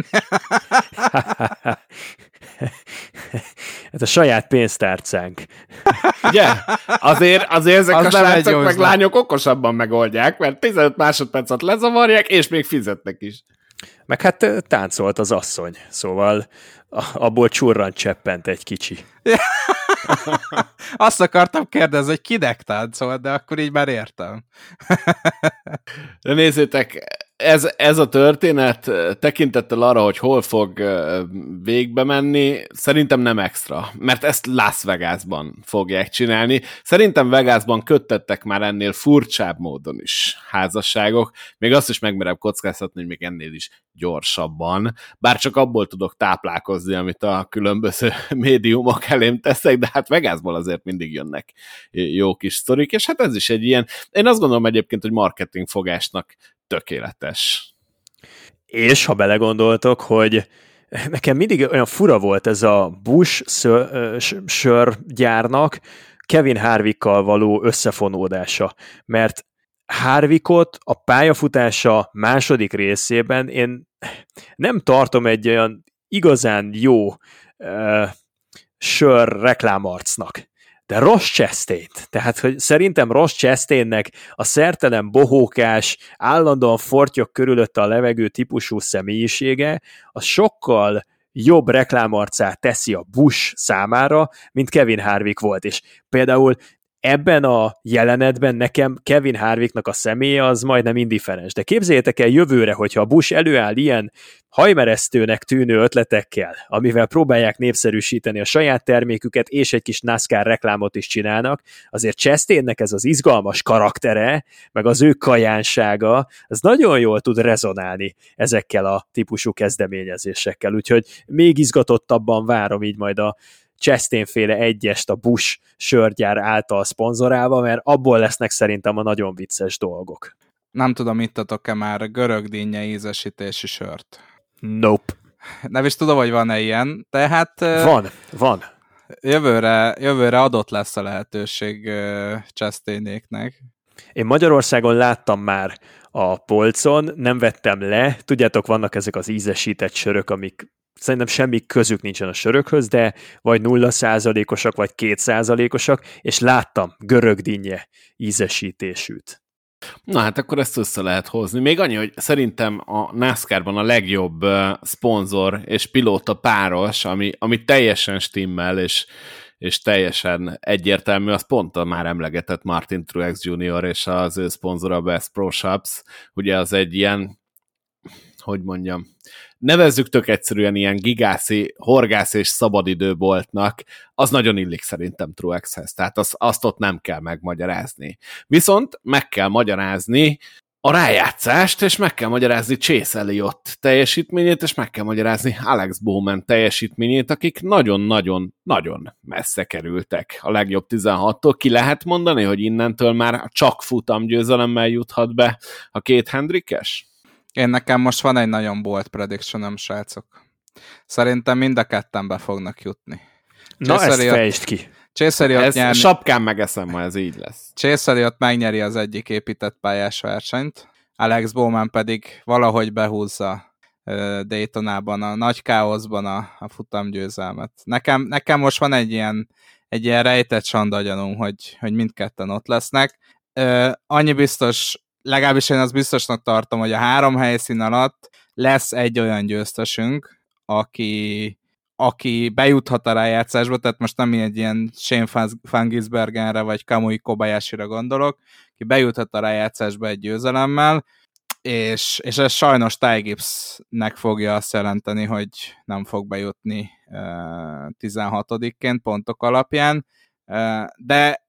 B: Ez a saját pénztárcánk.
A: Ugye? Azért ezek a srácok meg lányok okosabban megoldják, mert 15 másodpercet lezavarják, és még fizetnek is.
B: Meg hát táncolt az asszony, szóval abból csurrant cseppent egy kicsi.
C: Azt akartam kérdezni, hogy kinek táncolt, de akkor így már értem.
A: De nézzétek, ez a történet tekintettel arra, hogy hol fog végbe menni, szerintem nem extra, mert ezt Las Vegasban fogják csinálni. Szerintem Vegasban köttettek már ennél furcsább módon is házasságok, még azt is megmerem kockáztatni, hogy még ennél is gyorsabban, bár csak abból tudok táplálkozni, amit a különböző médiumok elém teszek, de hát Vegasból azért mindig jönnek jó kis sztorik, és hát ez is egy ilyen, én azt gondolom egyébként, hogy marketing fogásnak tökéletes.
B: És ha belegondoltok, hogy nekem mindig olyan fura volt ez a Busch sörgyárnak Kevin Harvickkal való összefonódása, mert Harvickot a pályafutása második részében én nem tartom egy olyan igazán jó sör reklámarcnak. De Ross Chastain-t. Tehát, hogy szerintem Ross Chastainnek a szertelen bohókás, állandóan fortyog körülötte a levegő típusú személyisége, az sokkal jobb reklámarcát teszi a Busch számára, mint Kevin Harvick volt. És például ebben a jelenetben nekem Kevin Harvicknak a személye az majdnem indifferens. De képzeljétek el jövőre, hogyha a Busch előáll ilyen hajmeresztőnek tűnő ötletekkel, amivel próbálják népszerűsíteni a saját terméküket, és egy kis NASCAR reklámot is csinálnak, azért Chastainnek ez az izgalmas karaktere, meg az ő kajánsága, az nagyon jól tud rezonálni ezekkel a típusú kezdeményezésekkel. Úgyhogy még izgatottabban várom így majd a Chastain-féle egyest a Busch sörgyár által szponzorálva, mert abból lesznek szerintem a nagyon vicces dolgok.
C: Nem tudom, ittatok-e már görög dinnye ízesítési sört?
B: Nope.
C: Nem is tudom, hogy van-e ilyen, tehát...
B: Van.
C: Jövőre adott lesz a lehetőség Chastainéknek.
B: Én Magyarországon láttam már a polcon, nem vettem le, tudjátok, vannak ezek az ízesített sörök, amik szerintem semmi közük nincsen a sörökhöz, de vagy 0%-osak, vagy 2%-osak, és láttam görög dinnye ízesítésűt.
A: Na hát akkor ezt össze lehet hozni. Még annyi, hogy szerintem a NASCAR-ban a legjobb szponzor és pilóta páros, ami teljesen stimmel, és teljesen egyértelmű, az pont a már emlegetett Martin Truex Jr. és az ő szponzora a Best Pro Shops. Ugye az egy ilyen, hogy mondjam, nevezzük tök egyszerűen ilyen gigászi, horgász és szabadidőboltnak, az nagyon illik szerintem Truexhez, tehát azt ott nem kell megmagyarázni. Viszont meg kell magyarázni a rájátszást, és meg kell magyarázni Chase Elliott teljesítményét, és meg kell magyarázni Alex Bowman teljesítményét, akik nagyon-nagyon-nagyon messze kerültek a legjobb 16-tól. Ki lehet mondani, hogy innentől már csak futamgyőzelemmel juthat be a két Hendrickes?
C: Nekem most van egy nagyon bold predictionom, srácok. Szerintem mind a ketten be fognak jutni.
B: Na, ezt fejtsd ki.
C: Chase Elliott nyerni.
A: Sapkán megeszem, ma ez így lesz.
C: Chase Elliott megnyeri az egyik épített pályás versenyt, Alex Bowman pedig valahogy behúzza Daytonában, a nagy káoszban a futamgyőzelmet. Nekem most van egy ilyen rejtett sandagyanunk, hogy mindketten ott lesznek. Annyi biztos, legalábbis én azt biztosnak tartom, hogy a 3 helyszín alatt lesz egy olyan győztesünk, aki bejuthat a rájátszásba, tehát most nem egy ilyen Shane Van Gisbergenre vagy Kamui Kobayashira gondolok, ki bejuthat a rájátszásba egy győzelemmel, és ez sajnos Ty Gibbsnek fogja azt jelenteni, hogy nem fog bejutni 16-ként pontok alapján, de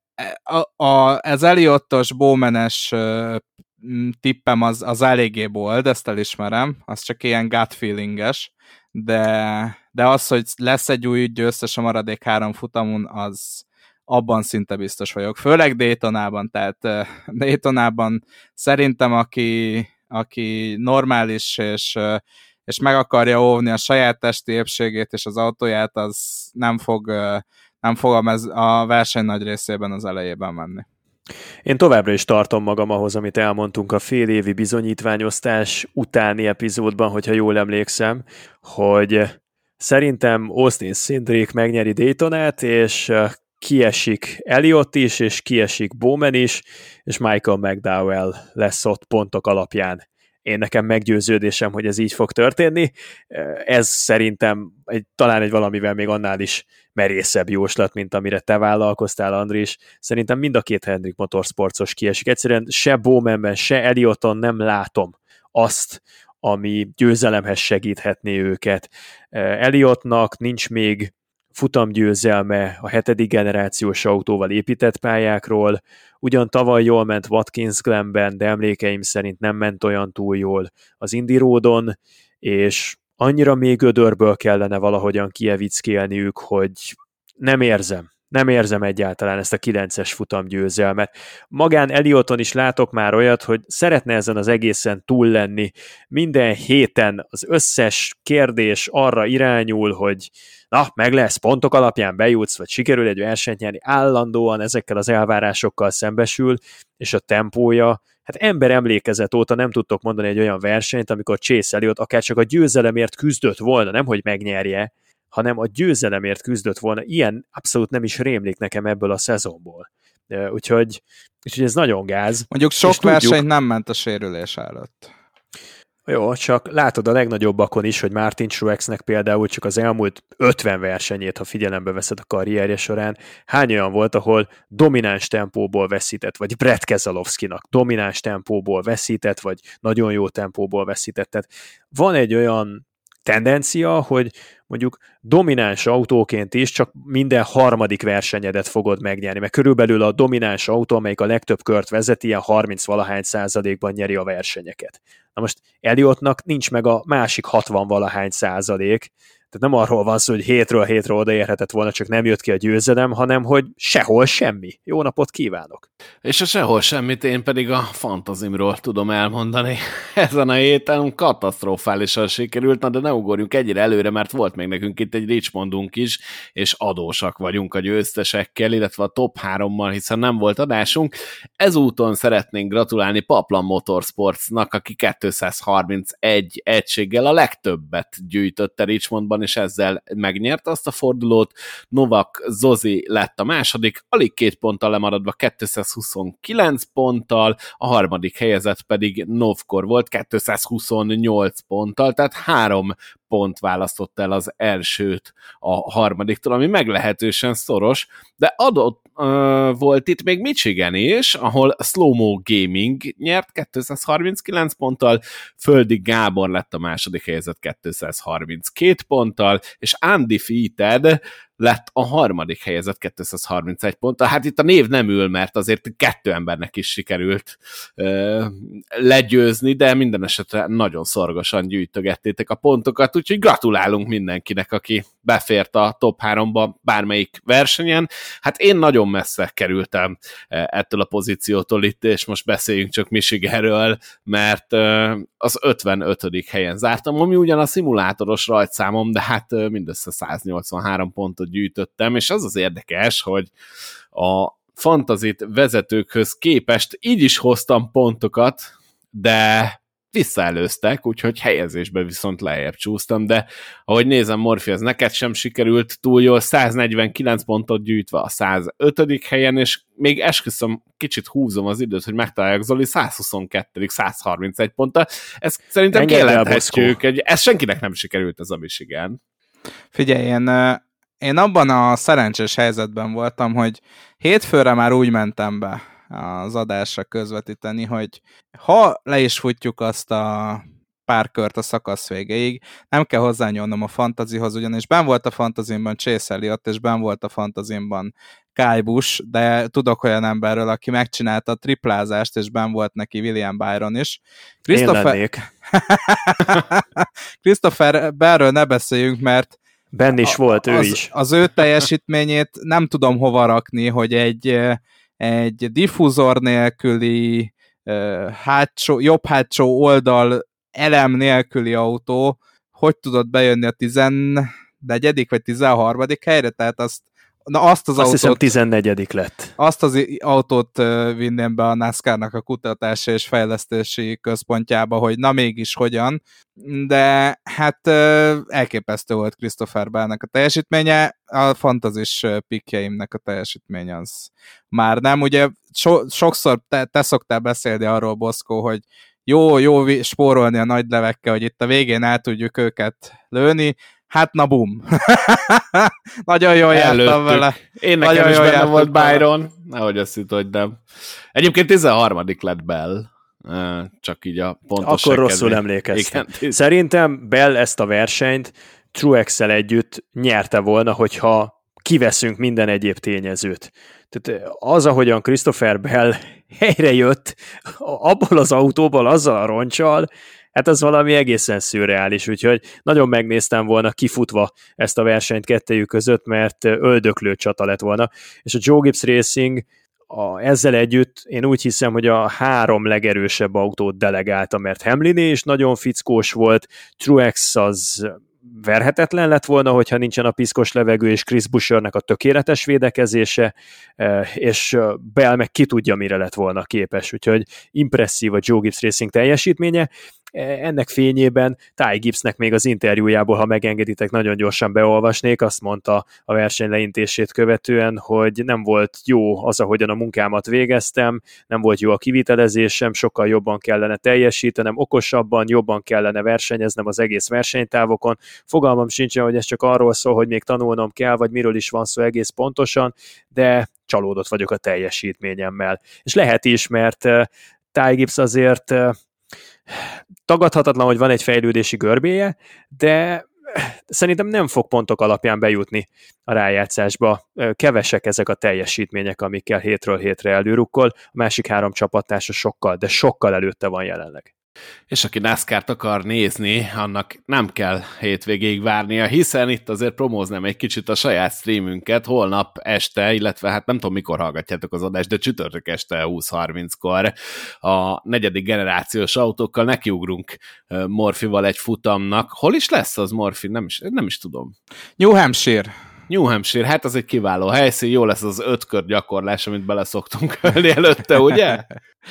C: az Elliottos, Bowman-es tippem az eléggé bold, ezt elismerem, az csak ilyen gut feelinges, de az, hogy lesz egy új győztes a maradék 3 futamon, az abban szinte biztos vagyok. Főleg Daytonában, tehát Daytonában szerintem aki normális és meg akarja óvni a saját testi épségét és az autóját, az nem fog a verseny nagy részében az elejében menni.
B: Én továbbra is tartom magam ahhoz, amit elmondtunk a félévi bizonyítványosztás utáni epizódban, hogyha jól emlékszem, hogy szerintem Austin Cindric megnyeri Daytonát, és kiesik Elliott is, és kiesik Bowman is, és Michael McDowell lesz ott pontok alapján. Nekem meggyőződésem, hogy ez így fog történni. Ez szerintem talán egy valamivel még annál is merészebb jóslat, mint amire te vállalkoztál, Andris. Szerintem mind a két Hendrick Motorsportos kiesik. Egyszerűen se Bowmanben, se Ellioton nem látom azt, ami győzelemhez segíthetné őket. Elliottnak nincs még futamgyőzelme a 7. generációs autóval épített pályákról, ugyan tavaly jól ment Watkins Glenben, de emlékeim szerint nem ment olyan túl jól az Indy Roadon, és annyira még gödörből kellene valahogyan kievickélniük, hogy nem érzem egyáltalán ezt a 9-es futamgyőzelmet. Magán Ellioton is látok már olyat, hogy szeretne ezen az egészen túl lenni. Minden héten az összes kérdés arra irányul, hogy meg lesz, pontok alapján bejutsz, vagy sikerül egy versenyt nyerni, állandóan ezekkel az elvárásokkal szembesül, és a tempója, hát ember emlékezet óta nem tudtok mondani egy olyan versenyt, amikor Chase Elliott akár csak a győzelemért küzdött volna, nem hogy megnyerje, hanem a győzelemért küzdött volna. Ilyen abszolút nem is rémlik nekem ebből a szezonból. Úgyhogy ez nagyon gáz.
C: Mondjuk sok versenyt nem ment a sérülés előtt.
B: Jó, csak látod a legnagyobbakon is, hogy Martin Truexnek például csak az elmúlt 50 versenyét, ha figyelembe veszed a karrierje során, hány olyan volt, ahol domináns tempóból veszített, vagy Brett Keselowskinak domináns tempóból veszített, vagy nagyon jó tempóból veszített. Tehát van egy olyan tendencia, hogy mondjuk domináns autóként is csak minden harmadik versenyedet fogod megnyerni, mert körülbelül a domináns autó, amelyik a legtöbb kört vezeti, ilyen 30-valahány százalékban nyeri a versenyeket. Na most Elliottnak nincs meg a másik 60-valahány százalék, tehát nem arról van szó, hogy hétről hétre odaérhetett volna, csak nem jött ki a győzelem, hanem hogy sehol semmi. Jó napot kívánok!
A: És a sehol semmit én pedig a fantazimról tudom elmondani. Ezen a héten katasztrofálisan sikerült, de ne ugorjunk egyre előre, mert volt még nekünk itt egy Richmondunk is, és adósak vagyunk a győztesekkel, illetve a top 3-mal, hiszen nem volt adásunk. Ezúton szeretnénk gratulálni Paplan Motorsportsnak, aki 231 egységgel a legtöbbet gyűjtötte Richmondban, és ezzel megnyerte azt a fordulót. Novak Zozi lett a második, alig 2 ponttal lemaradva 229 ponttal, a harmadik helyezett pedig Novkor volt 228 ponttal, tehát 3 pont választott el az elsőt a harmadiktól, ami meglehetősen szoros, de adott volt itt még Michigan is, ahol Slow Mo Gaming nyert 239 ponttal, Földi Gábor lett a második helyezett 232 ponttal, és Undefeated lett a harmadik helyezett 231 ponttal. Hát itt a név nem ül, mert azért 2 embernek is sikerült legyőzni, de minden esetre nagyon szorgosan gyűjtögettétek a pontokat, úgyhogy gratulálunk mindenkinek, aki befért a top 3-ba bármelyik versenyen. Hát én nagyon messze kerültem ettől a pozíciótól itt, és most beszéljünk csak Michiganről, mert az 55. helyen zártam, ami ugyan a szimulátoros rajtszámom, de hát mindössze 183 pontot gyűjtöttem, és az érdekes, hogy a fantazit vezetőkhöz képest így is hoztam pontokat, de visszaelőztek, úgyhogy helyezésben viszont lejjebb csúsztam, de ahogy nézem, Morfi, ez neked sem sikerült túl jól, 149 pontot gyűjtve a 105. helyen, és még esküszöm, kicsit húzom az időt, hogy megtalálják Zoli, 122. 131 ponttal. Ezt szerintem kijelenthetjük, ez senkinek nem sikerült ez a Michigan.
C: Figyelj, én abban a szerencsés helyzetben voltam, hogy hétfőre már úgy mentem be az adásra közvetíteni, hogy ha le is futjuk azt a pár kört a szakasz végéig, nem kell hozzányúlnom a fantazihoz, ugyanis benn volt a fantazimban Chase Elliott, és benn volt a fantazimban Kyle Busch, de tudok olyan emberről, aki megcsinálta a triplázást, és benn volt neki William Byron is.
B: Én lennék.
C: Christopher Bellről ne beszéljünk, mert
B: benn is volt ő is.
C: Az ő teljesítményét nem tudom hova rakni, hogy egy diffúzor nélküli, jobb hátsó oldal elem nélküli autó, hogy tudott bejönni a 14. vagy 13. helyre? Tehát azt
B: hiszem 14. lett.
C: Azt az autót vinném be a NASCAR-nak a kutatási és fejlesztési központjába, hogy na mégis hogyan, de hát elképesztő volt Christopher Bellnek a teljesítménye, a fantazis pikkjeimnek a teljesítmény az már nem. Ugye sokszor te szoktál beszélni arról, Boszkó, hogy jó spórolni a nagy levekkel, hogy itt a végén el tudjuk őket lőni. Hát na bum. Nagyon jól jártam vele.
A: Én nekem is benne volt Byron. Nehogy azt hitt, hogy nem. Egyébként 13. lett Bell. Csak így a pontos.
B: Akkor rosszul emlékeztem. Szerintem Bell ezt a versenyt Truex-szel együtt nyerte volna, hogyha kiveszünk minden egyéb tényezőt. Tehát az, ahogyan Christopher Bell helyre jött abból az autóból, azzal a roncsal, hát az valami egészen szürreális, úgyhogy nagyon megnéztem volna kifutva ezt a versenyt kettejük között, mert öldöklő csata lett volna. És a Joe Gibbs Racing ezzel együtt én úgy hiszem, hogy a 3 legerősebb autót delegálta, mert Hamliné is nagyon fickós volt, Truex az verhetetlen lett volna, hogyha nincsen a piszkos levegő, és Chris Bueschernek a tökéletes védekezése, és Bell meg ki tudja, mire lett volna képes, úgyhogy impresszív a Joe Gibbs Racing teljesítménye. Ennek fényében Ty Gibbsnek még az interjújából, ha megengeditek, nagyon gyorsan beolvasnék, azt mondta a verseny leintését követően, hogy nem volt jó az, ahogyan a munkámat végeztem, nem volt jó a kivitelezésem, sokkal jobban kellene teljesítenem, okosabban, jobban kellene versenyeznem az egész versenytávokon. Fogalmam sincsen, hogy ez csak arról szól, hogy még tanulnom kell, vagy miről is van szó egész pontosan, de csalódott vagyok a teljesítményemmel. És lehet is, mert Ty Gibbs azért tagadhatatlan, hogy van egy fejlődési görbéje, de szerintem nem fog pontok alapján bejutni a rájátszásba. Kevesek ezek a teljesítmények, amikkel hétről hétre előrukkol, a másik 3 csapattársa sokkal, de sokkal előtte van jelenleg.
A: És aki NASCAR-t akar nézni, annak nem kell hétvégéig várnia, hiszen itt azért promóznám egy kicsit a saját streamünket holnap este, illetve hát nem tudom mikor hallgatjátok az adást, de csütörtök este 20:30-kor a 4. generációs autókkal nekiugrunk Morfival egy futamnak. Hol is lesz az, Morfi? Nem is tudom.
C: New Hampshire,
A: hát az egy kiváló helyszín, jó lesz az 5 kör gyakorlás, amit bele szoktunk ölni előtte, ugye?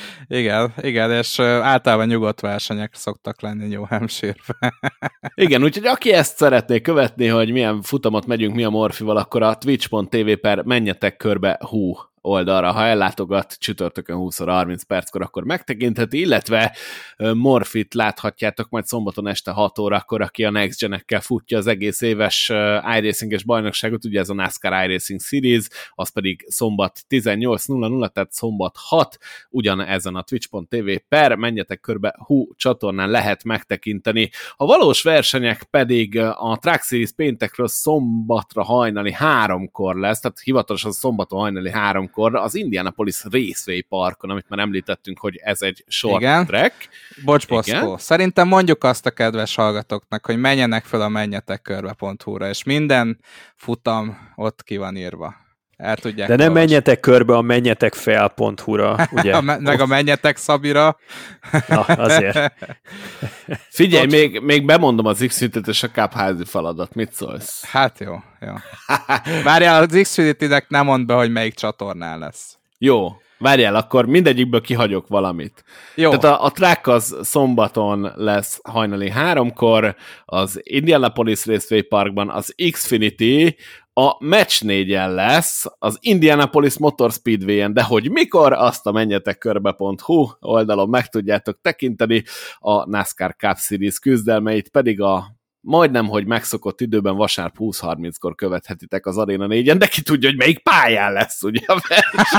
C: Igen, és általában nyugodt versenyek szoktak lenni New Hampshire-ben.
A: Igen, úgyhogy aki ezt szeretné követni, hogy milyen futamot megyünk mi a Morfival, akkor a twitch.tv/menjetek körbe oldalra, ha ellátogat csütörtökön 20-30 perckor, akkor megtekintheti, illetve Morfit láthatjátok majd szombaton este 6 órakor, aki a Next Gen-ekkel futja az egész éves iRacing-es bajnokságot, ugye ez a NASCAR iRacing Series, az pedig szombat 18:00, tehát szombat 6, ugyan ezen a twitch.tv menjetek körbe, csatornán lehet megtekinteni. A valós versenyek pedig a Truck Series péntekről szombatra hajnali 3-kor lesz, tehát hivatalosan szombaton hajnali 3-kor az Indianapolis Raceway Parkon, amit már említettünk, hogy ez egy short track.
C: Bocs, Boszkó. Szerintem mondjuk azt a kedves hallgatóknak, hogy menjenek fel a menjetekkörbe.hu-ra, és minden futam ott ki van írva. El tudják
B: de nem menjetek körbe a menjetekfel.hu-ra, ugye?
C: Meg a menjetek Szabira.
B: Na, azért.
A: Figyelj, még bemondom az Xfinity-t és a Cup házi feladat. Mit szólsz?
C: Hát jó. Várjál, az Xfinity-nek nem mondd be, hogy melyik csatornán lesz.
A: Jó. Várjál, akkor mindegyikből kihagyok valamit.
C: Jó.
A: Tehát a track az szombaton lesz hajnali 3-kor, az Indianapolis Raceway Parkban, az Xfinity a Match 4-en lesz, az Indianapolis Motor Speedway-en, de hogy mikor, azt a menjetekkörbe.hu oldalon meg tudjátok tekinteni, a NASCAR Cup Series küzdelmeit pedig a majdnem, hogy megszokott időben vasárnap 20:30-kor követhetitek az Arena 4-en, de ki tudja, hogy melyik pályán lesz, ugye a verseny.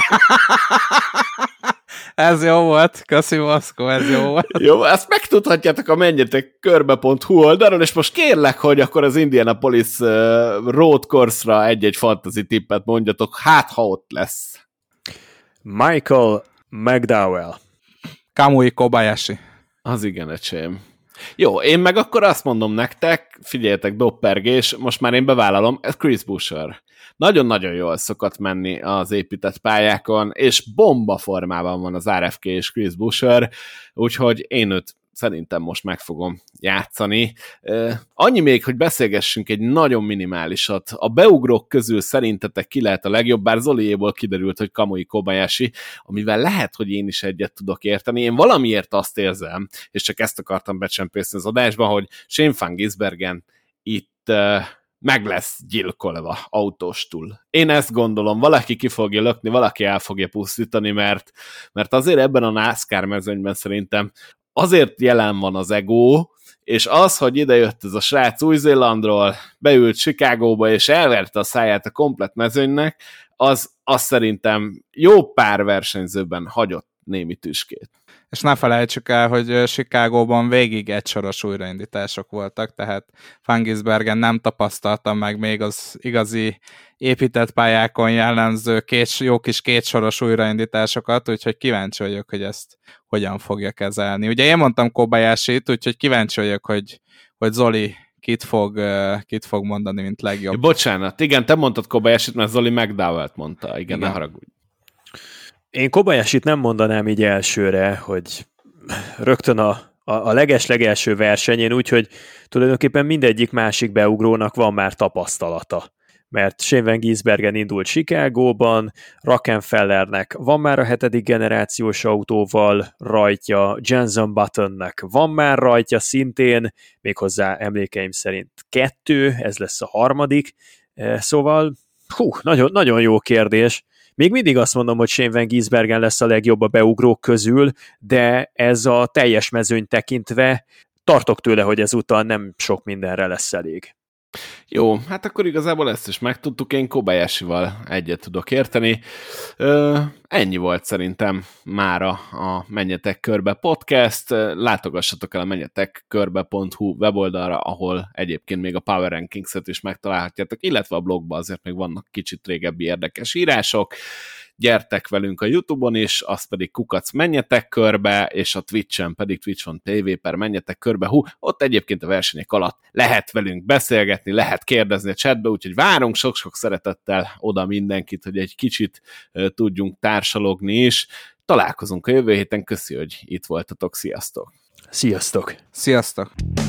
C: Ez jó volt, köszi Moszkó, ez jó volt.
A: Jó, ezt megtudhatjátok a menjetekkörbe.hu oldalon, és most kérlek, hogy akkor az Indianapolis Road Course-ra egy-egy fantasy tippet mondjatok, hát ha ott lesz.
B: Michael McDowell.
C: Kamui Kobayashi.
A: Az igen, öcsém. Jó, én meg akkor azt mondom nektek, figyeljetek, doppergés, most már én bevállalom, ez Chris Buescher. Nagyon-nagyon jól szokott menni az épített pályákon, és bomba formában van az RFK és Chris Buescher, úgyhogy én őt szerintem most meg fogom játszani. Annyi még, hogy beszélgessünk egy nagyon minimálisat. A beugrók közül szerintetek ki lehet a legjobb, bár Zoliéból kiderült, hogy Kamui Kobayashi, amivel lehet, hogy én is egyet tudok érteni. Én valamiért azt érzem, és csak ezt akartam becsempészni az adásban, hogy Shane van Gisbergen itt meg lesz gyilkolva autóstul. Én ezt gondolom, valaki ki fogja lökni, valaki el fogja pusztítani, mert azért ebben a NASCAR mezőnyben szerintem azért jelen van az ego, és az, hogy idejött ez a srác Új-Zélandról, beült Chicagóba, és elverte a száját a komplett mezőnynek, az szerintem jó pár versenyzőben hagyott némi tüskét.
C: És ne felejtsük el, hogy Chicagóban végig egysoros újraindítások voltak, tehát Van Gisbergen nem tapasztalta meg még az igazi épített pályákon jellemző jó kis kétsoros újraindításokat, úgyhogy kíváncsi vagyok, hogy ezt hogyan fogja kezelni. Ugye én mondtam Kobayashit, úgyhogy kíváncsi vagyok, hogy Zoli kit fog mondani, mint legjobb.
A: Bocsánat, igen, te mondtad Kobayashit, mert Zoli McDowell-t mondta. Igen, ne haragudj.
B: Én Kobayashit nem mondanám így elsőre, hogy rögtön a leges-legelső versenyén, úgyhogy tulajdonképpen mindegyik másik beugrónak van már tapasztalata. Mert Shane Van Gisbergen indult Chicagóban, Rockefellernek van már a 7. generációs autóval rajtja, Jenson Buttonnek van már rajtja szintén, méghozzá emlékeim szerint 2, ez lesz a 3. Szóval, nagyon, nagyon jó kérdés. Még mindig azt mondom, hogy Shane Van Gisbergen lesz a legjobb a beugrók közül, de ez a teljes mezőny tekintve tartok tőle, hogy ezúttal nem sok mindenre lesz elég.
A: Jó, hát akkor igazából ezt is megtudtuk, én Kobayashival egyet tudok érteni. Ennyi volt szerintem mára a Menjetek Körbe podcast. Látogassatok el a menjetekkörbe.hu weboldalra, ahol egyébként még a Power Rankings-et is megtalálhatjátok, illetve a blogban azért még vannak kicsit régebbi érdekes írások. Gyertek velünk a YouTube-on is, azt pedig kukac menjetek körbe, és a Twitch-en pedig twitch.tv/menjetek körbe. Ott egyébként a versenyek alatt lehet velünk beszélgetni, lehet kérdezni a chatbe, úgyhogy várunk sok-sok szeretettel oda mindenkit, hogy egy kicsit tudjunk társalogni is. Találkozunk a jövő héten, köszi, hogy itt voltatok, sziasztok!
B: Sziasztok!
C: Sziasztok!